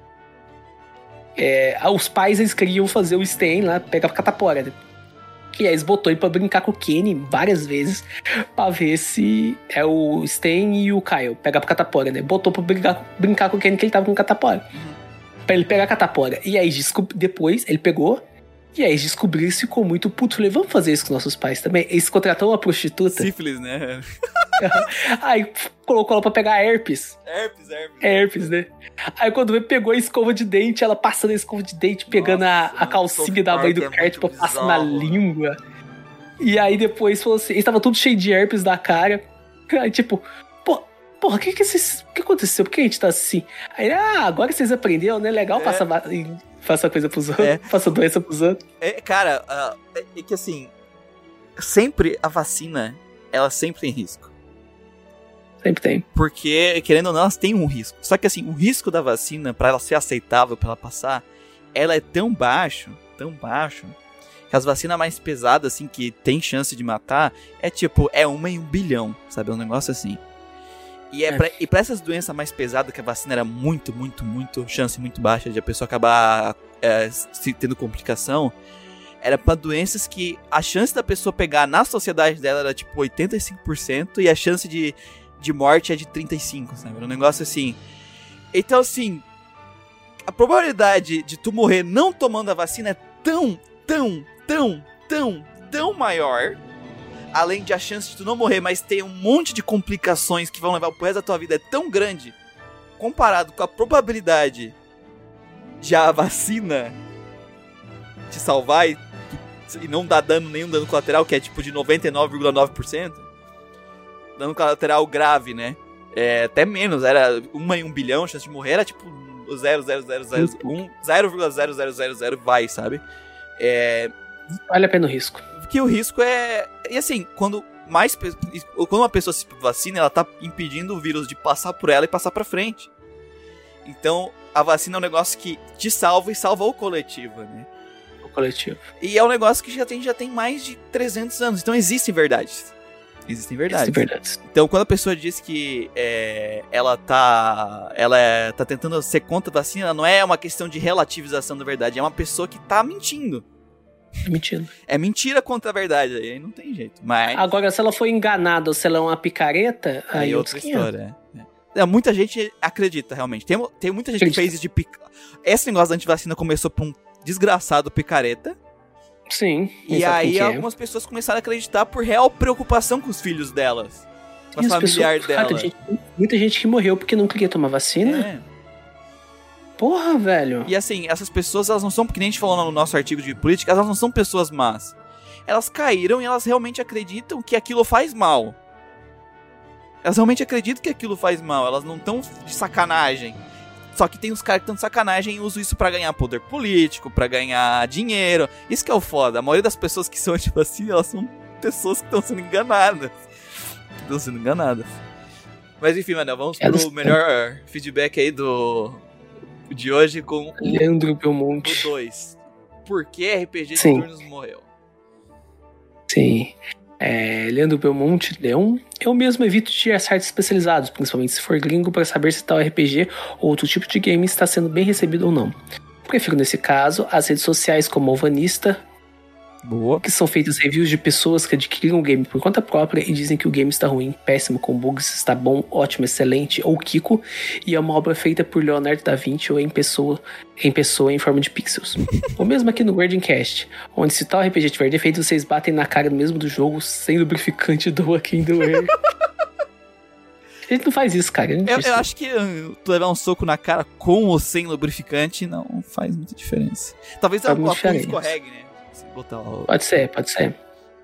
É, os pais, eles queriam fazer o Stan lá, pegar a catapora, né? E aí eles botou ele pra brincar com o Kenny várias vezes, pra ver se é o Stan e o Kyle, pegar pra catapora, né? Botou pra brincar, brincar com o Kenny, que ele tava com catapora. Uhum. Pra ele pegar a catapora. E aí depois ele pegou, e aí eles descobriram e ficou muito puto. Falei, vamos fazer isso com nossos pais também. Eles contrataram uma prostituta. Sífilis, né? Aí colocou ela pra pegar herpes. Herpes, herpes. Herpes, né? Aí quando veio, pegou a escova de dente, ela passando a escova de dente, pegando Nossa, a, a calcinha da mãe do é Kurt pra passar na bizarro. língua. E aí depois falou assim, eles tava tudo cheio de herpes da cara. Aí tipo, pô, porra, o que que esses, o que aconteceu? Por que a gente tá assim? Aí, ah, agora vocês aprenderam, né? Legal É. passar, va- passar coisa pros outros, É. passar doença pros outros. É, cara, ah, é, é que assim, sempre a vacina, ela sempre tem risco. Sempre tem. Porque, querendo ou não, elas têm um risco. Só que assim, o risco da vacina, pra ela ser aceitável, pra ela passar, ela é tão baixo, tão baixo, que as vacinas mais pesadas, assim, que tem chance de matar, é tipo, é uma em um bilhão, sabe? É um negócio assim. E, é É. pra, e pra essas doenças mais pesadas, que a vacina era muito, muito, muito, chance muito baixa de a pessoa acabar é, se tendo complicação, era pra doenças que a chance da pessoa pegar na sociedade dela era tipo oitenta e cinco por cento e a chance de, de morte é de trinta e cinco por cento, sabe? Era um negócio assim. Então, assim, a probabilidade de tu morrer não tomando a vacina é tão, tão, tão, tão, tão maior. Além de a chance de tu não morrer, mas ter um monte de complicações que vão levar pro resto da tua vida é tão grande, comparado com a probabilidade de a vacina te salvar e, e não dar dano, nenhum dano colateral, que é tipo de noventa e nove vírgula nove por cento. Dano colateral grave, né? É, até menos, era uma em um bilhão, chance de morrer era tipo zero vírgula zero zero zero um, zero vírgula zero zero zero zero vai, sabe? É, Vale a pena o risco. que o risco é... E assim, quando mais pe- quando uma pessoa se vacina, ela tá impedindo o vírus de passar por ela e passar pra frente. Então, a vacina é um negócio que te salva e salva o coletivo, né? O coletivo. E é um negócio que já tem, já tem mais de trezentos anos. Então, existem verdades. Existem verdades. Isso é verdade. Então, quando a pessoa diz que é, ela tá ela é, tá tentando ser contra a vacina, não é uma questão de relativização da verdade. É uma pessoa que tá mentindo. Mentindo. É mentira contra a verdade. Aí não tem jeito. Mas... Agora, se ela foi enganada ou se ela é uma picareta, aí, Aí é outra outra história. história, é. É, muita gente acredita, realmente. Tem, tem muita gente Acredita. que fez isso de pica... Esse negócio da antivacina começou por um desgraçado picareta. Sim. E sabe quem aí que é. algumas pessoas começaram a acreditar por real preocupação com os filhos delas. Com a E as familiar pessoas- dela. Cara, gente, muita gente que morreu porque não queria tomar vacina. É. Porra, velho. E assim, essas pessoas, elas não são, porque nem a gente falou no nosso artigo de política, elas não são pessoas más. Elas caíram e elas realmente acreditam que aquilo faz mal. Elas realmente acreditam que aquilo faz mal. Elas não estão de sacanagem. Só que tem os caras que estão de sacanagem e usam isso pra ganhar poder político, pra ganhar dinheiro. Isso que é o foda. A maioria das pessoas que são tipo assim, elas são pessoas que estão sendo enganadas. Estão sendo enganadas. Mas enfim, mano, vamos Elas pro melhor feedback aí do de hoje com o Leandro Belmonte. dois. Por que R P G de Sim. turnos morreu? Sim. É, Leandro Belmonte Leon. Eu mesmo evito de ir a sites especializados, principalmente se for gringo, para saber se tal R P G ou outro tipo de game está sendo bem recebido ou não. Prefiro, nesse caso, as redes sociais como Alvanista, Boa. que são feitas reviews de pessoas que adquiriram o game por conta própria e dizem que o game está ruim, péssimo, com bugs, está bom, ótimo, excelente ou Kiko, e é uma obra feita por Leonardo da Vinci ou em pessoa em, pessoa em forma de pixels. Ou mesmo aqui no Guardiancast, onde se tal R P G tiver defeito, vocês batem na cara mesmo do jogo sem lubrificante, doa quem doer. A gente não faz isso, cara. A gente Eu, diz- eu acho que uh, tu levar um soco na cara com ou sem lubrificante não faz muita diferença. Talvez a, Faz a muita punha diferença. escorregue, né? Se botar lá o... Pode ser, pode ser.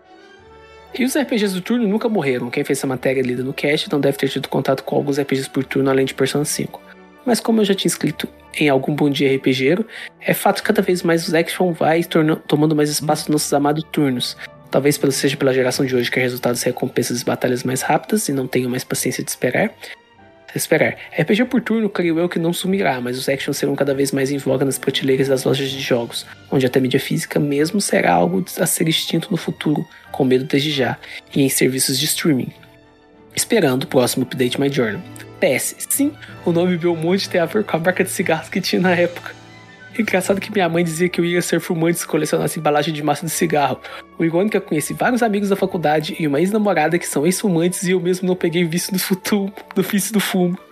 E os R P Gs do turno nunca morreram. Quem fez essa matéria lida no cast não deve ter tido contato com alguns R P Gs por turno além de Persona cinco. Mas como eu já tinha escrito em algum Bom Dia RPGero, é fato que cada vez mais os action vai torna- tomando mais espaço nos nossos amados turnos. Talvez pelo, seja pela geração de hoje que resultados recompensas e batalhas mais rápidas e não tenham mais paciência de esperar. Esperar. R P G por turno, creio eu que não sumirá, mas os actions serão cada vez mais em voga nas prateleiras das lojas de jogos, onde até mídia física mesmo será algo a ser extinto no futuro, com medo desde já, e em serviços de streaming. Esperando o próximo update My Journal. P S. Sim, o nome Belmonte tem a ver com a marca de cigarros que tinha na época. Engraçado que minha mãe dizia que eu ia ser fumante se colecionasse embalagem de massa de cigarro. O irônico é que eu conheci vários amigos da faculdade e uma ex-namorada que são ex-fumantes e eu mesmo não peguei vício no futuro, no vício do fumo.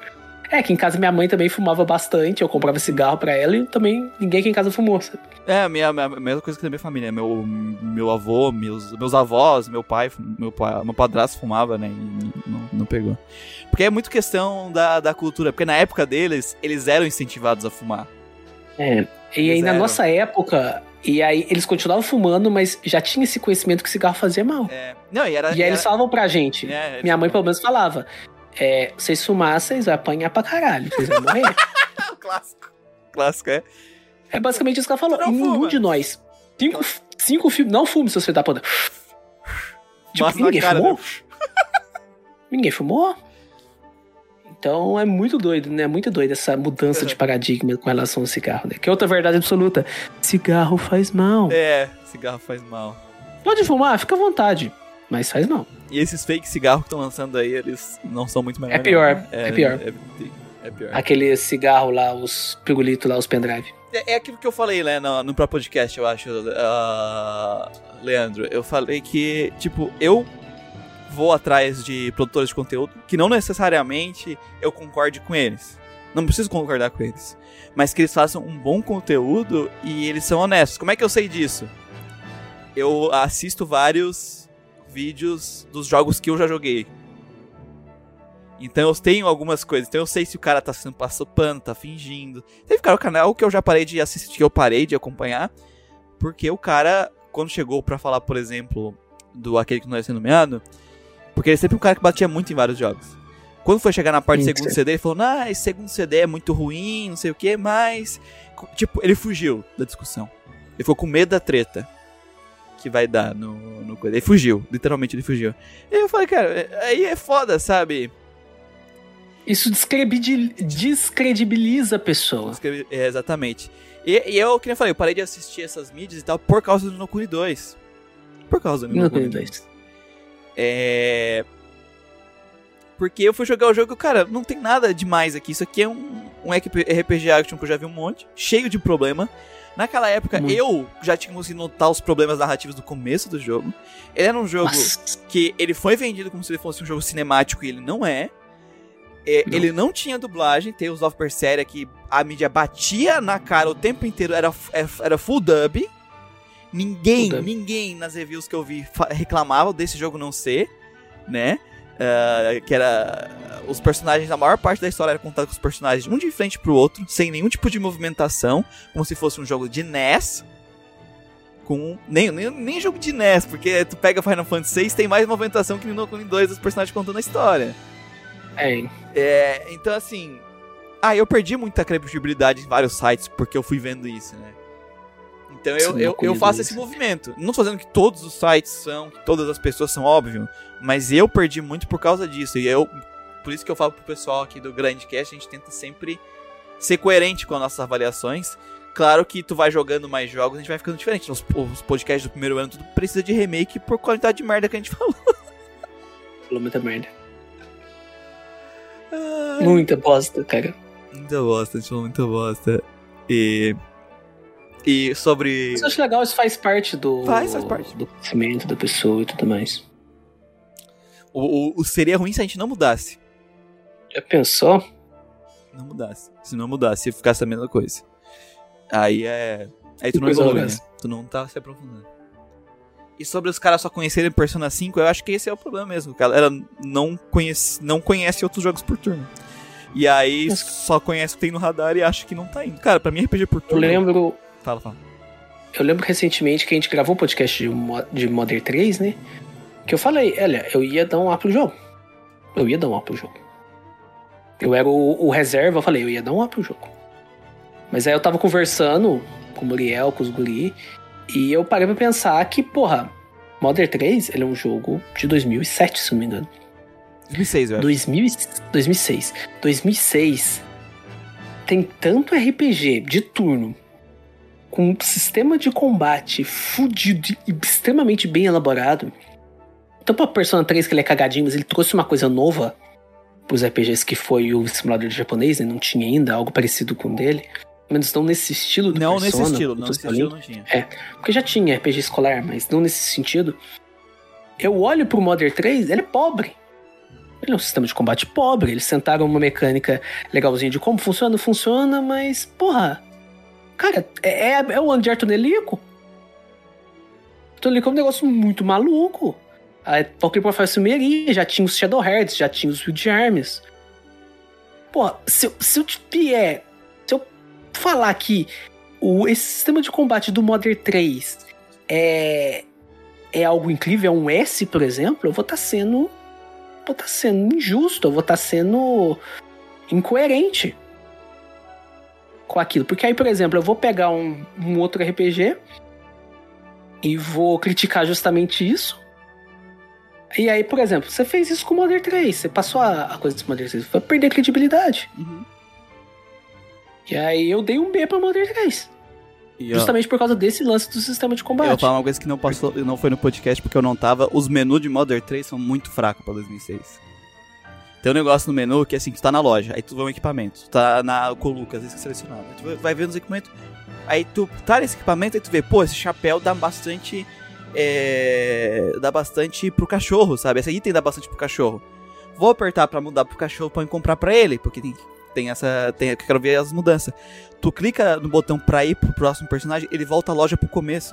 É, que em casa minha mãe também fumava bastante, eu comprava cigarro pra ela e também ninguém aqui em casa fumou, sabe? É, a minha, a mesma coisa que da minha família. Meu, meu avô, meus, meus avós, meu pai, meu, pai, meu padrasto fumava, né? E não, não pegou. Porque é muito questão da, da cultura. Porque na época deles, eles eram incentivados a fumar. É. E aí, na nossa época, e aí eles continuavam fumando, mas já tinha esse conhecimento que cigarro fazia mal. É. Não, e, era, e aí era... eles falavam pra gente. É, minha mãe, pelo menos, falava: é, vocês fumar, vocês vão apanhar pra caralho, vocês vão morrer. Clássico. Clássico, é. É basicamente isso que ela falou. E nenhum de nós. Cinco, cinco filmes. Não fume, seus filhos da puta. Tipo, ninguém cara, fumou? Né? Ninguém fumou? Então é muito doido, né? Muito doido essa mudança de paradigma com relação ao cigarro, né? Que é outra verdade absoluta. Cigarro faz mal. É, cigarro faz mal. Pode fumar, fica à vontade. Mas faz mal. E esses fake cigarros que estão lançando aí, eles não são muito melhores. É pior, é, é pior. É, é pior. Aquele cigarro lá, os pirulitos lá, os pendrive. É, é aquilo que eu falei, né, no, no próprio podcast, eu acho, uh, Leandro. Eu falei que, tipo, eu vou atrás de produtores de conteúdo que não necessariamente eu concorde com eles. Não preciso concordar com eles. Mas que eles façam um bom conteúdo e eles são honestos. Como é que eu sei disso? Eu assisto vários vídeos dos jogos que eu já joguei. Então eu tenho algumas coisas. Então eu sei se o cara tá sendo passando pano, tá fingindo. Teve cara no canal que eu já parei de assistir, que eu parei de acompanhar. Porque o cara, quando chegou pra falar, por exemplo, do aquele que não ia ser nomeado, porque ele é sempre um cara que batia muito em vários jogos. Quando foi chegar na parte do segundo C D, ele falou, ah, esse segundo C D é muito ruim, não sei o que, mas... Tipo, ele fugiu da discussão. Ele ficou com medo da treta que vai dar no, no... Ele fugiu, literalmente ele fugiu. E eu falei, cara, aí é foda, sabe? Isso descredibiliza a pessoa. É, exatamente. E, e eu, que nem eu falei, eu parei de assistir essas mídias e tal por causa do No Kuni dois. Por causa do No Kuni dois. É... Porque eu fui jogar o jogo, cara, não tem nada demais aqui. Isso aqui é um, um R P G Action que eu já vi um monte, cheio de problema. Naquela época, Muito. eu já tinha conseguido notar os problemas narrativos do começo do jogo. Ele era um jogo Nossa. que ele foi vendido como se ele fosse um jogo cinemático e ele não é. É, não. Ele não tinha dublagem, tem os of Berseria que a mídia batia na cara o tempo inteiro, era, era full dub. Ninguém, full dub. ninguém nas reviews que eu vi reclamava desse jogo não ser, né? Uh, que era... Os personagens, a maior parte da história era contada com os personagens um de frente pro outro, sem nenhum tipo de movimentação, como se fosse um jogo de N E S. Com, nem, nem, nem jogo de N E S, porque tu pega Final Fantasy seis, tem mais movimentação que no No Kuni dois dos personagens contando a história. É. é. Então, assim... Ah, eu perdi muita credibilidade em vários sites porque eu fui vendo isso, né? Então eu, eu, eu faço esse movimento. Não tô dizendo que todos os sites são, que todas as pessoas são, óbvio. Mas eu perdi muito por causa disso. E eu... Por isso que eu falo pro pessoal aqui do Grandcast, a gente tenta sempre ser coerente com as nossas avaliações. Claro que tu vai jogando mais jogos, a gente vai ficando diferente. Os, os podcasts do primeiro ano, tudo precisa de remake por qualidade de merda que a gente falou. Falou muita merda. Ai. Muita bosta, cara. Muita bosta, a gente falou muita bosta. E... E sobre... Mas eu acho legal, isso faz parte do... Faz, faz parte. Do crescimento da pessoa e tudo mais. O, o, o seria ruim se a gente não mudasse. Já pensou? Não mudasse. Se não mudasse, se ficasse a mesma coisa. Aí é... Aí tu não evolui, né? Tu não tá se aprofundando. E sobre os caras só conhecerem Persona cinco, eu acho que esse é o problema mesmo. A galera não conhece, não conhece outros jogos por turno. E aí Mas... só conhece o que tem no radar e acha que não tá indo. Cara, pra mim R P G por turno... Eu lembro... Fala, fala. Eu lembro recentemente que a gente gravou um podcast de, de Modern três, né? Que eu falei, olha, eu ia dar um A pro jogo. Eu ia dar um A pro jogo. Eu era o, o reserva, eu falei, eu ia dar um A pro jogo. Mas aí eu tava conversando com o Muriel, com os guri, e eu parei pra pensar que, porra, Modern três, ele é um jogo de dois mil e sete, se não me engano. dois mil e seis, velho. dois mil e seis. dois mil e seis tem tanto R P G de turno, com um sistema de combate fudido e extremamente bem elaborado. Então, pra Persona três, que ele é cagadinho, mas ele trouxe uma coisa nova pros R P Gs, que foi o simulador de japonês, né? Não tinha ainda algo parecido com o dele. Pelo menos não nesse estilo do Não, Persona, nesse estilo, não nesse estilo não tinha. É, porque já tinha R P G escolar, mas não nesse sentido. Eu olho pro Modern três, ele é pobre. Ele é um sistema de combate pobre. Eles tentaram uma mecânica legalzinha de como funciona, funciona, mas, porra... Cara, é, é, é o ano de Arthur Nelico. Arthur Nelico é um negócio muito maluco. A Pokémon Profile Sumeria já tinha os Shadow Hearts, já tinha os Wild Arms. Pô, se, eu- se eu te vier, se eu falar que o, esse sistema de combate do Modern três é, é algo incrível, é um S, por exemplo, eu vou estar sendo. Vou estar sendo injusto, eu vou estar sendo incoerente com aquilo. Porque aí, por exemplo, eu vou pegar um, um outro R P G e vou criticar justamente isso. E aí, por exemplo, você fez isso com o Modern três, você passou a, a coisa do Modern três, foi perder credibilidade. Uhum. E aí eu dei um B pra Modern três. E, ó, Justamente por causa desse lance do sistema de eu vou combate. falar uma coisa que não, passou, não foi no podcast porque eu não tava. Os menus de Modern três são muito fracos pra dois mil e seis. Tem um negócio no menu que assim, tu tá na loja, aí tu vê um equipamento, tu tá na com o Lucas, esse selecionado. Aí tu vai vendo os equipamentos, aí tu tá nesse equipamento e tu vê, pô, esse chapéu dá bastante. É, dá bastante pro cachorro, sabe? Esse item dá bastante pro cachorro. Vou apertar pra mudar pro cachorro pra eu comprar pra ele, porque tem, tem essa. Tem, eu quero ver as mudanças. Tu clica no botão pra ir pro próximo personagem, ele volta a loja pro começo.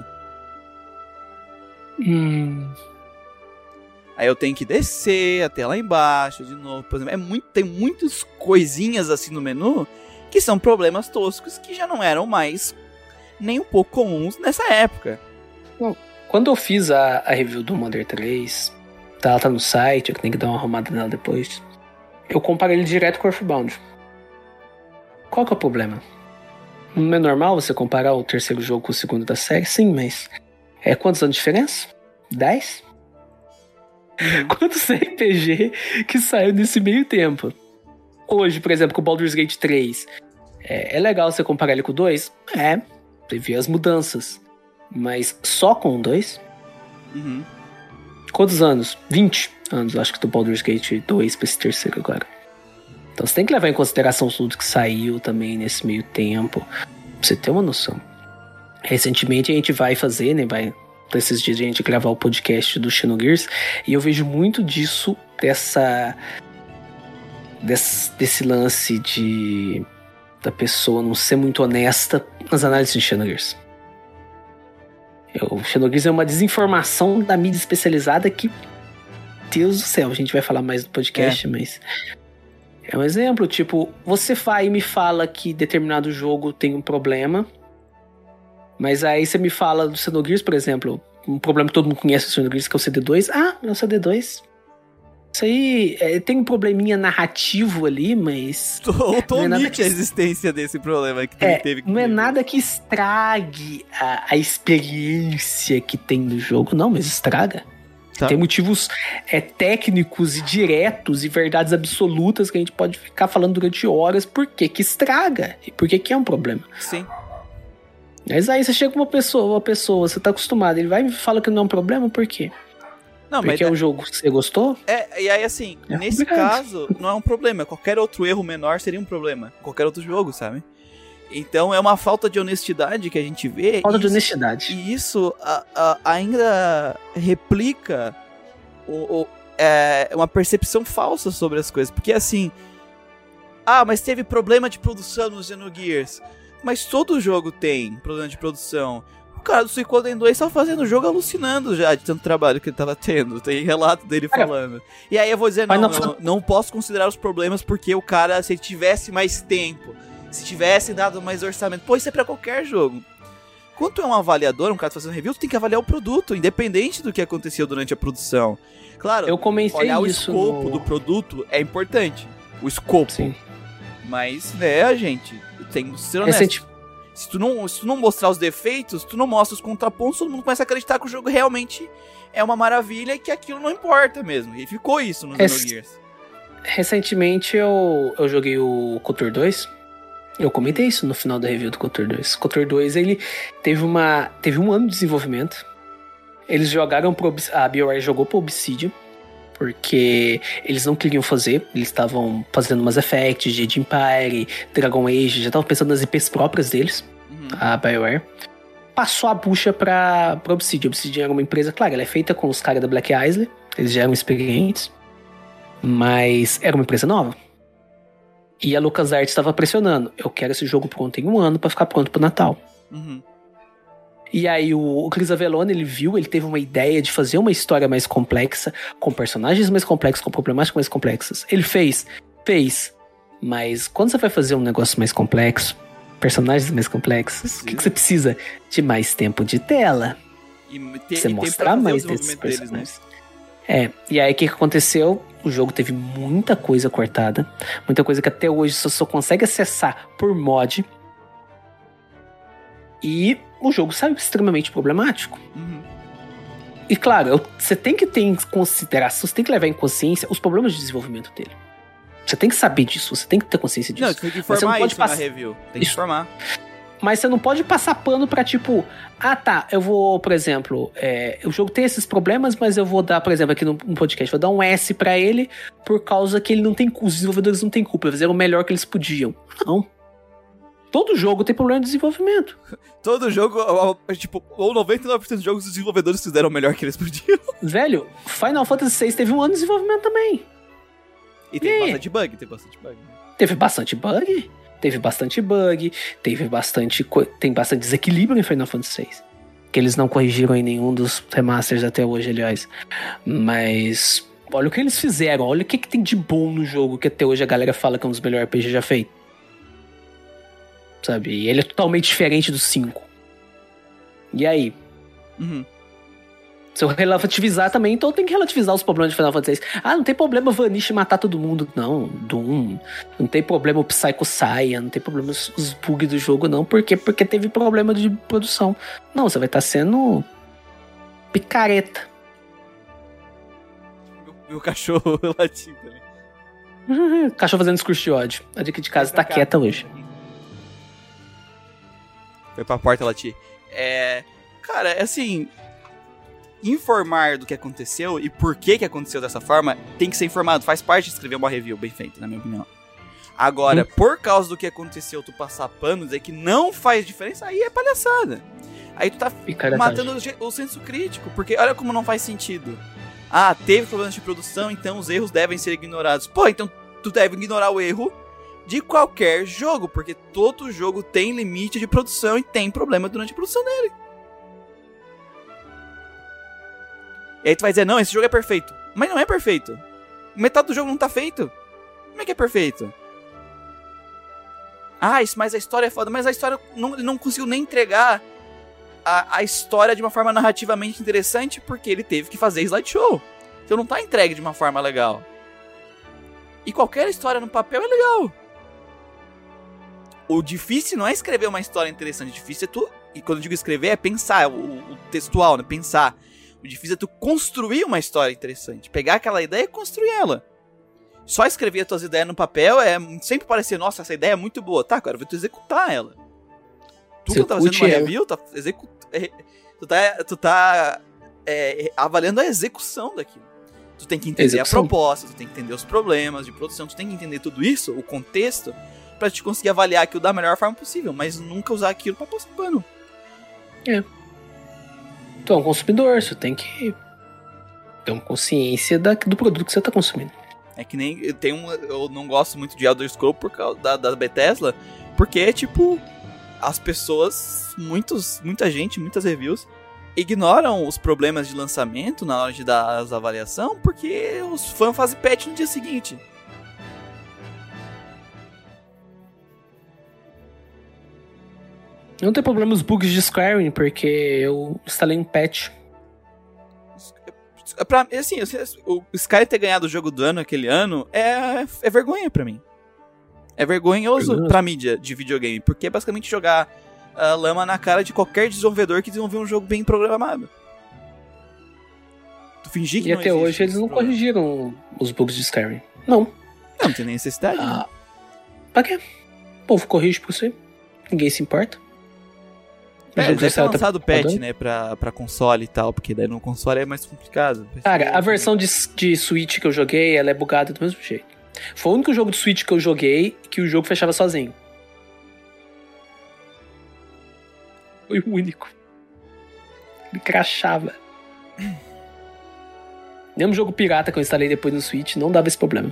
Hum, Aí eu tenho que descer até lá embaixo de novo, por exemplo. É muito, tem muitas coisinhas assim no menu que são problemas toscos que já não eram mais nem um pouco comuns nessa época. quando eu fiz a, a review do Modern três, tá, ela tá no site, eu tenho que dar uma arrumada nela depois. Eu comparei ele direto com o Earthbound. Qual que é o problema? Não é normal você comparar o terceiro jogo com o segundo da série? Sim, mas... É quantos anos de diferença? dez? Quantos R P G que saiu nesse meio tempo? Hoje, por exemplo, com o Baldur's Gate três, é, é legal você comparar ele com o dois? É, você vê as mudanças. Mas só com o dois? Uhum. Quantos anos? vinte anos, acho que do Baldur's Gate dois pra esse terceiro agora. Então você tem que levar em consideração tudo que saiu também nesse meio tempo, pra você ter uma noção. Recentemente a gente vai fazer, né, vai... Esses dias a gente gravar o podcast do Xenogears, e eu vejo muito disso, dessa... Desse, desse lance de... Da pessoa não ser muito honesta nas análises de Xenogears. O Xenogears é uma desinformação da mídia especializada que... Deus do céu, a gente vai falar mais no podcast, é. mas... É um exemplo, tipo, você vai e me fala que determinado jogo tem um problema, mas aí você me fala do Xenogears, por exemplo, um problema que todo mundo conhece do Xenogears, que é o C D dois. Ah, é o C D dois. Isso aí é, tem um probleminha narrativo ali, mas... Ou tu omite que... a existência desse problema que é, teve. Não é nada que estrague a, a experiência que tem no jogo, não, mas estraga. Tá. Tem motivos é, técnicos e diretos e verdades absolutas que a gente pode ficar falando durante horas por que que estraga e por que que é um problema. Sim. Mas aí você chega com uma pessoa, uma pessoa, você tá acostumado, ele vai e fala que não é um problema, por quê? Não, Porque mas é um jogo que você gostou? É, e aí assim, é nesse complicado. Caso, não é um problema. Qualquer outro erro menor seria um problema. Qualquer outro jogo, sabe? Então é uma falta de honestidade que a gente vê. Falta e de isso, honestidade. E isso a, a, ainda replica o, o, é, uma percepção falsa sobre as coisas. Porque assim... Ah, mas teve problema de produção no Xenogears. Mas todo jogo tem problema de produção. O cara do Suicoden dois tava fazendo o jogo alucinando já de tanto trabalho que ele tava tendo. Tem relato dele cara, falando. E aí eu vou dizer, não, não, não, não posso considerar os problemas porque o cara, se ele tivesse mais tempo, se tivesse dado mais orçamento... Pô, isso é pra qualquer jogo. Quando tu é um avaliador, um cara fazendo review, tu tem que avaliar o produto, independente do que aconteceu durante a produção. Claro, eu comecei olhar o isso escopo no... do produto é importante. O escopo. Sim. Mas, né, gente, tem que ser honesto. Recente... Se, tu não, se tu não mostrar os defeitos, tu não mostra os contrapontos, todo mundo começa a acreditar que o jogo realmente é uma maravilha e que aquilo não importa mesmo. E ficou isso no Rec... Xenogears. Recentemente eu, eu joguei o KOTOR dois. Eu comentei isso no final da review do KOTOR dois. O KOTOR dois, ele teve, uma, teve um ano de desenvolvimento. Eles jogaram pro... A BioWare jogou pro Obsidian, porque eles não queriam fazer. Eles estavam fazendo Mass Effect, Jade Empire, Dragon Age, já estavam pensando nas I Ps próprias deles, uhum. A BioWare. Passou a bucha pra, pra Obsidian. A Obsidian era uma empresa, claro, ela é feita com os caras da Black Isle, eles já eram experientes. Mas era uma empresa nova. E a LucasArts estava pressionando. Eu quero esse jogo pronto em um ano pra ficar pronto pro Natal. Uhum. E aí o, o Chris Avellone, ele viu, ele teve uma ideia de fazer uma história mais complexa, com personagens mais complexos, com problemáticas mais complexas. Ele fez, fez. Mas quando você vai fazer um negócio mais complexo, personagens mais complexos, o que, que você precisa? De mais tempo de tela. E te, você e mostrar mais desses personagens. Deles, né? É, e aí o que, que aconteceu? O jogo teve muita coisa cortada, muita coisa que até hoje você só consegue acessar por mod. E o jogo saiu extremamente problemático. Uhum. E claro, eu, você tem que ter em consideração, você tem que levar em consciência os problemas de desenvolvimento dele. Você tem que saber disso, você tem que ter consciência disso. Não, você tem que informar isso pass... na review. Tem que isso. informar. Mas você não pode passar pano pra tipo, ah tá, eu vou, por exemplo, é, o jogo tem esses problemas, mas eu vou dar, por exemplo, aqui no, no podcast, vou dar um S pra ele por causa que ele não tem culpa, os desenvolvedores não têm culpa, eles fizeram o melhor que eles podiam. Não. Todo jogo tem problema de desenvolvimento. Todo jogo, tipo, ou noventa e nove por cento dos jogos os desenvolvedores fizeram o melhor que eles podiam. Velho, Final Fantasy seis teve um ano de desenvolvimento também. E tem e? bastante bug, tem bastante bug. Né? Teve bastante bug, teve bastante bug, teve bastante, tem bastante desequilíbrio em Final Fantasy seis. Que eles não corrigiram em nenhum dos remasters até hoje, aliás. Mas olha o que eles fizeram, olha o que, que tem de bom no jogo que até hoje a galera fala que é um dos melhores R P G já feito. Sabe? E ele é totalmente diferente do cinco. E aí? Uhum. Se eu relativizar também, então tem que relativizar os problemas de Final Fantasy seis. Ah, não tem problema Vanish matar todo mundo. Não, Doom. Não tem problema o Psycho saia. Não tem problema os, os bugs do jogo, não. Por quê? Porque teve problema de produção. Não, você vai estar sendo picareta. Meu cachorro latindo ali. Cachorro fazendo discurso de ódio. A dica de casa tá cá. quieta hoje. Foi pra porta latir. É... Cara, é assim... Informar do que aconteceu e por que que aconteceu dessa forma tem que ser informado. Faz parte de escrever uma review bem feita, na minha opinião. Agora, hum. por causa do que aconteceu, tu passar pano, dizer que não faz diferença, aí é palhaçada. Aí tu tá matando o, o senso crítico, porque olha como não faz sentido. Ah, teve problemas de produção, então os erros devem ser ignorados. Pô, então tu deve ignorar o erro de qualquer jogo, porque todo jogo tem limite de produção e tem problema durante a produção dele. E aí tu vai dizer, não, esse jogo é perfeito. Mas não é perfeito. Metade do jogo não tá feito. Como é que é perfeito? Ah, isso, mas a história é foda. Mas a história não, não conseguiu nem entregar a, a história de uma forma narrativamente interessante porque ele teve que fazer slideshow. Então não tá entregue de uma forma legal. E qualquer história no papel é legal. O difícil não é escrever uma história interessante. O difícil é tu... E quando eu digo escrever é pensar. O, o textual, né? Pensar. O difícil é tu construir uma história interessante. Pegar aquela ideia e construir ela. Só escrever as tuas ideias no papel é sempre parecer, nossa, essa ideia é muito boa. Tá, agora vai tu executar ela. Tu que tá fazendo uma review, tá execu... tu tá, tu tá é, avaliando a execução daquilo. Tu tem que entender execução. A proposta, tu tem que entender os problemas de produção, tu tem que entender tudo isso, o contexto, pra te conseguir avaliar aquilo da melhor forma possível, mas nunca usar aquilo pra passar pano. É. Tu é um consumidor, você tem que ter uma consciência da, do produto que você tá consumindo. É que nem, tem um, eu não gosto muito de Elder Scrolls por causa da, da Bethesda, porque, tipo, as pessoas, muitos, muita gente, muitas reviews, ignoram os problemas de lançamento na hora de dar as avaliações, porque os fãs fazem patch no dia seguinte. Não tem problema os bugs de Skyrim, porque eu instalei um patch. Pra, assim, o Skyrim ter ganhado o jogo do ano aquele ano é, é vergonha pra mim. É vergonhoso Vergonha. pra mídia de videogame, porque é basicamente jogar uh, lama na cara de qualquer desenvolvedor que desenvolveu um jogo bem programado. Tu fingir que e não até hoje eles não problema. corrigiram os bugs de Skyrim. Não. Não, não tem nem necessidade. Ah, né? Pra quê? O povo corrige por você. Ninguém se importa. É, deve ter lançado tá patch, né, pra, pra console e tal, porque daí no console é mais complicado. Cara, a versão de, de Switch que eu joguei, ela é bugada do mesmo jeito. Foi o único jogo de Switch que eu joguei que o jogo fechava sozinho. Foi o único. Ele crashava. Mesmo jogo pirata que eu instalei depois no Switch, não dava esse problema.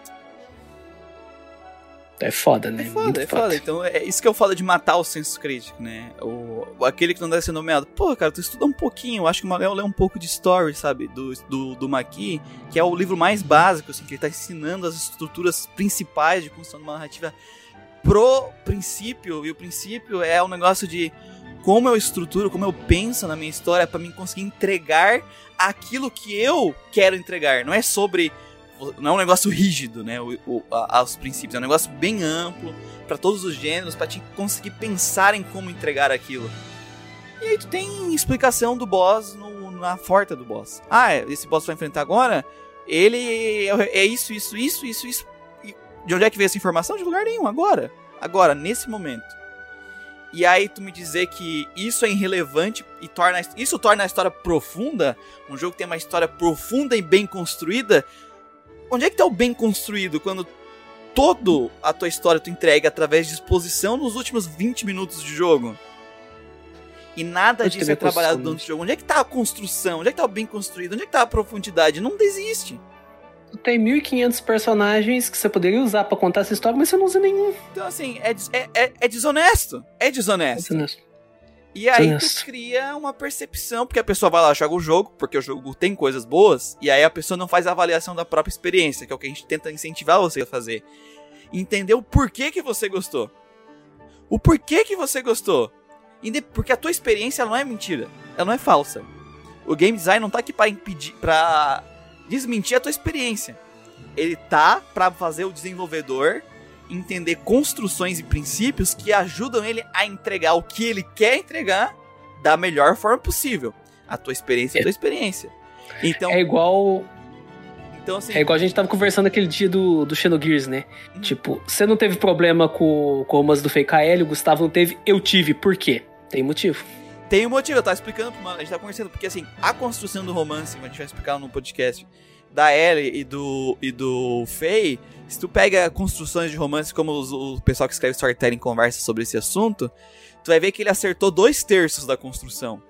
É foda, né? É foda, Muito é foda. Então, é isso que eu falo de matar o senso crítico, né? O, aquele que não deve ser nomeado. Pô, cara, tu estuda um pouquinho. Eu acho que o Manuel lê um pouco de story, sabe? Do, do, do Maqui, que é o livro mais básico, assim, que ele tá ensinando as estruturas principais de construção de uma narrativa pro princípio. E o princípio é um negócio de como eu estruturo, como eu penso na minha história pra mim conseguir entregar aquilo que eu quero entregar. Não é sobre... Não é um negócio rígido, né, o, o, a, os princípios. É um negócio bem amplo, pra todos os gêneros, pra te conseguir pensar em como entregar aquilo. E aí tu tem explicação do boss no, na forta do boss. Ah, esse boss que vai enfrentar agora, ele é isso, isso, isso, isso, isso. E de onde é que veio essa informação? De lugar nenhum, agora. Agora, nesse momento. E aí tu me dizer que isso é irrelevante e torna, isso torna a história profunda, um jogo que tem uma história profunda e bem construída. Onde é que tá o bem construído quando toda a tua história tu entrega através de exposição nos últimos vinte minutos de jogo? E nada Onde disso é trabalhado durante o jogo. Onde é que tá a construção? Onde é que tá o bem construído? Onde é que tá a profundidade? Não desiste. Tu tem mil e quinhentos personagens que você poderia usar pra contar essa história, mas você não usa nenhum. Então, assim, é, é, é, é desonesto. É desonesto. É desonesto. E aí Desonesto. tu cria uma percepção, porque a pessoa vai lá, joga o jogo, porque o jogo tem coisas boas, e aí a pessoa não faz a avaliação da própria experiência, que é o que a gente tenta incentivar você a fazer. Entender o porquê que você gostou. O porquê que você gostou. Porque a tua experiência ela não é mentira, ela não é falsa. O game design não tá aqui pra impedir, pra desmentir a tua experiência. Ele tá pra fazer o desenvolvedor entender construções e princípios que ajudam ele a entregar o que ele quer entregar da melhor forma possível. A tua experiência é a tua experiência. Então, É igual... então assim, É igual a gente tava conversando aquele dia do, do Xenogears, né? Hum. Tipo, você não teve problema com, com o romance do Fei K L, o Gustavo não teve, eu tive. Por quê? Tem motivo. tem um motivo, eu tava explicando, a gente tava conversando, porque assim, a construção do romance, como a gente vai explicar no podcast, da Ellie e do, e do Faye, se tu pega construções de romance como os, o pessoal que escreve Storytelling conversa sobre esse assunto, tu vai ver que ele acertou dois terços da construção.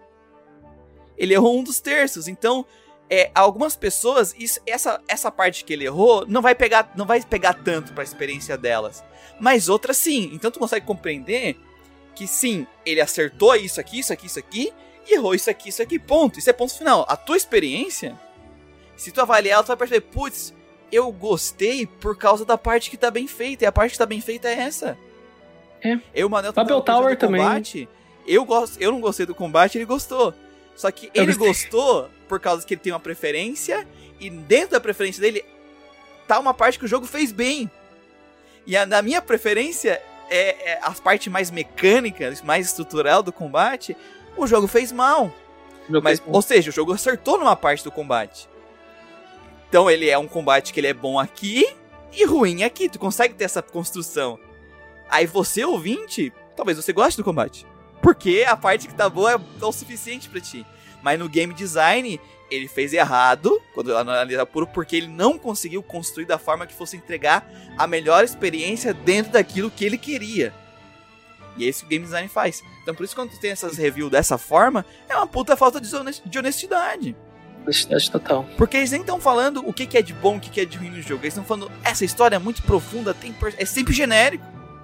Ele errou um dos terços, então é, algumas pessoas, isso, essa, essa parte que ele errou não vai pegar, não vai pegar tanto pra experiência delas, mas outras sim, então tu consegue compreender que sim, ele acertou isso aqui, isso aqui, isso aqui, e errou isso aqui, isso aqui, ponto, isso é ponto final. A tua experiência, se tu avaliar ela, tu vai perceber, putz, eu gostei por causa da parte que tá bem feita, e a parte que tá bem feita é essa. É. Eu e o Manel Babel Tower também. Combate, eu, gosto, eu não gostei do combate, ele gostou. Só que Eu ele gostei. gostou por causa que ele tem uma preferência, e dentro da preferência dele, tá uma parte que o jogo fez bem. E a, na minha preferência, é, é as partes mais mecânicas, mais estrutural do combate, o jogo fez mal. Mas, ou seja, o jogo acertou numa parte do combate. Então ele é um combate que ele é bom aqui e ruim aqui. Tu consegue ter essa construção. Aí você, ouvinte, talvez você goste do combate. Porque a parte que tá boa é o suficiente pra ti. Mas no game design, ele fez errado, quando ela analisa puro, porque ele não conseguiu construir da forma que fosse entregar a melhor experiência dentro daquilo que ele queria. E é isso que o game design faz. Então por isso quando tu tem essas reviews dessa forma, é uma puta falta de honestidade. Honestidade total. Porque eles nem estão falando o que, que é de bom, o que, que é de ruim no jogo. Eles estão falando, essa história é muito profunda, tem per... é sempre genérico.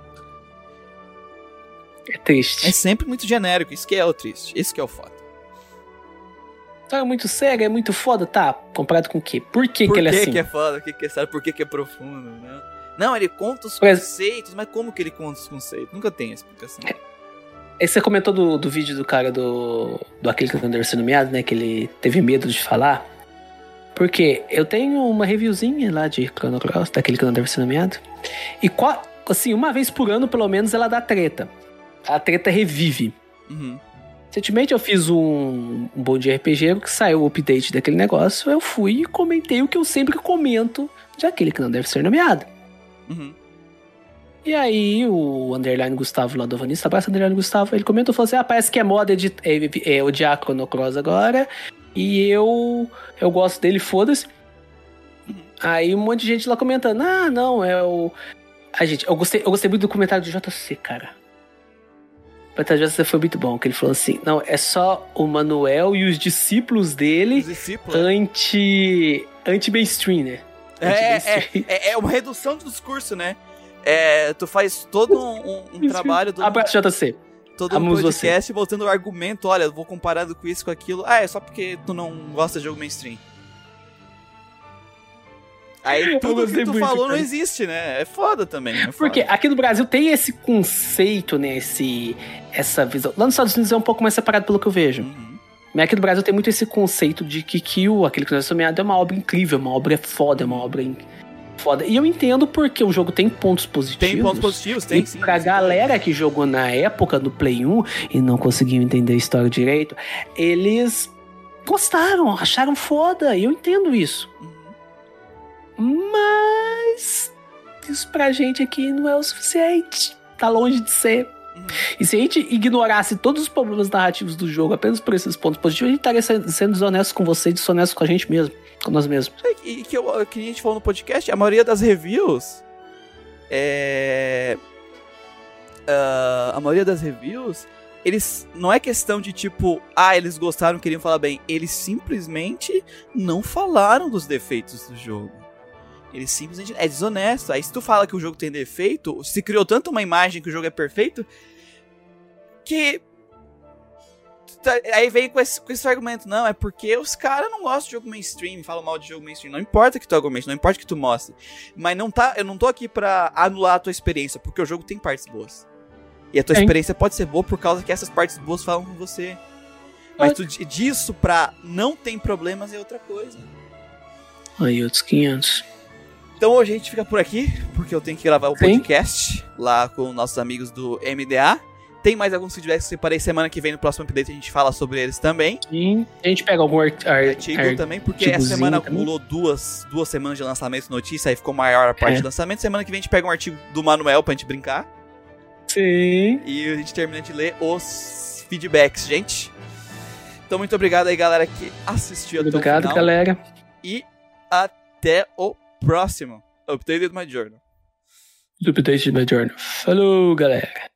É triste. É sempre muito genérico, isso que é o triste, isso que é o foda. História é muito séria, é muito foda, tá? Comparado com o quê? Por que, Por que ele é que assim? que é foda, por que que é sério, por que que é profundo, né? Não, ele conta os Mas- conceitos, mas como que ele conta os conceitos? Nunca tem explicação. Aí você comentou do, do vídeo do cara do, do aquele que não deve ser nomeado, né? Que ele teve medo de falar. Porque eu tenho uma reviewzinha lá de Chrono Cross, daquele que não deve ser nomeado. E qua- assim, uma vez por ano, pelo menos, ela dá treta. A treta revive. Uhum. Recentemente eu fiz um, um Bom Dia R P G que saiu o update daquele negócio. Eu fui e comentei o que eu sempre comento de aquele que não deve ser nomeado. Uhum. E aí o Underline Gustavo lá do Vanista, abraço Underline Gustavo, ele comentou, falou assim, ah, parece que é moda de é, é, odiar Chrono Cross agora, e eu eu gosto dele, foda-se. Uhum. Aí um monte de gente lá comentando, ah, não, é o... A gente, eu gostei, eu gostei muito do comentário do J C, cara. Beta Justice foi muito bom, que ele falou assim, não, é só o Manuel e os discípulos dele Os discípulos. anti, anti-mainstream, né? É, é, é, é uma redução do discurso, né? É, tu faz todo um, um, um trabalho... Do, Abraço, J C. todo um podcast botando o argumento, olha, eu vou comparando com isso, com aquilo. Ah, é só porque tu não gosta de jogo mainstream. Aí tudo que tu muito, falou cara. Não existe, né? É foda também. É foda. Porque aqui no Brasil tem esse conceito, né? Esse, essa visão. Lá nos Estados Unidos é um pouco mais separado pelo que eu vejo. Uhum. Mas aqui no Brasil tem muito esse conceito de que Kill, aquele que nós somemos, é uma obra incrível, uma obra foda, é uma obra foda. E eu entendo porque o jogo tem pontos positivos. Tem pontos positivos, tem e sim. Pra sim, galera sim. que jogou na época do Play um e não conseguiu entender a história direito, eles gostaram, acharam foda. E eu entendo isso. Uhum. Mas isso pra gente aqui não é o suficiente. Tá longe de ser. Uhum. E se a gente ignorasse todos os problemas narrativos do jogo apenas por esses pontos positivos, a gente estaria sendo desonesto com você e desonesto com a gente mesmo, com nós mesmos. E que, eu, que a gente falou no podcast, a maioria das reviews é... Uh, a maioria das reviews, eles não é questão de tipo, ah, eles gostaram, queriam falar bem. Eles simplesmente não falaram dos defeitos do jogo. Ele simplesmente é desonesto. Aí se tu fala que o jogo tem defeito, se criou tanto uma imagem que o jogo é perfeito, que... Aí vem com esse, com esse argumento, não, é porque os caras não gostam de jogo mainstream, falam mal de jogo mainstream. Não importa que tu argumente, não importa que tu mostre. Mas não tá, eu não tô aqui pra anular a tua experiência, porque o jogo tem partes boas. E a tua Sim. experiência pode ser boa por causa que essas partes boas falam com você. Mas tu, disso pra não tem problemas é outra coisa. Aí, outros quinhentos. Então hoje a gente fica por aqui, porque eu tenho que gravar o Sim. podcast lá com nossos amigos do M D A. Tem mais alguns feedbacks que eu separei semana que vem no próximo update, a gente fala sobre eles também. Sim, a gente pega algum art- artigo art- também, porque essa semana acumulou duas, duas semanas de lançamento de notícia, aí ficou maior a parte é. de lançamento. Semana que vem a gente pega um artigo do Manuel pra gente brincar. Sim. E a gente termina de ler os feedbacks, gente. Então muito obrigado aí, galera, que assistiu até o final. Obrigado, galera. E até o próximo Update do My Journal. Update do My Journal. Falou, galera.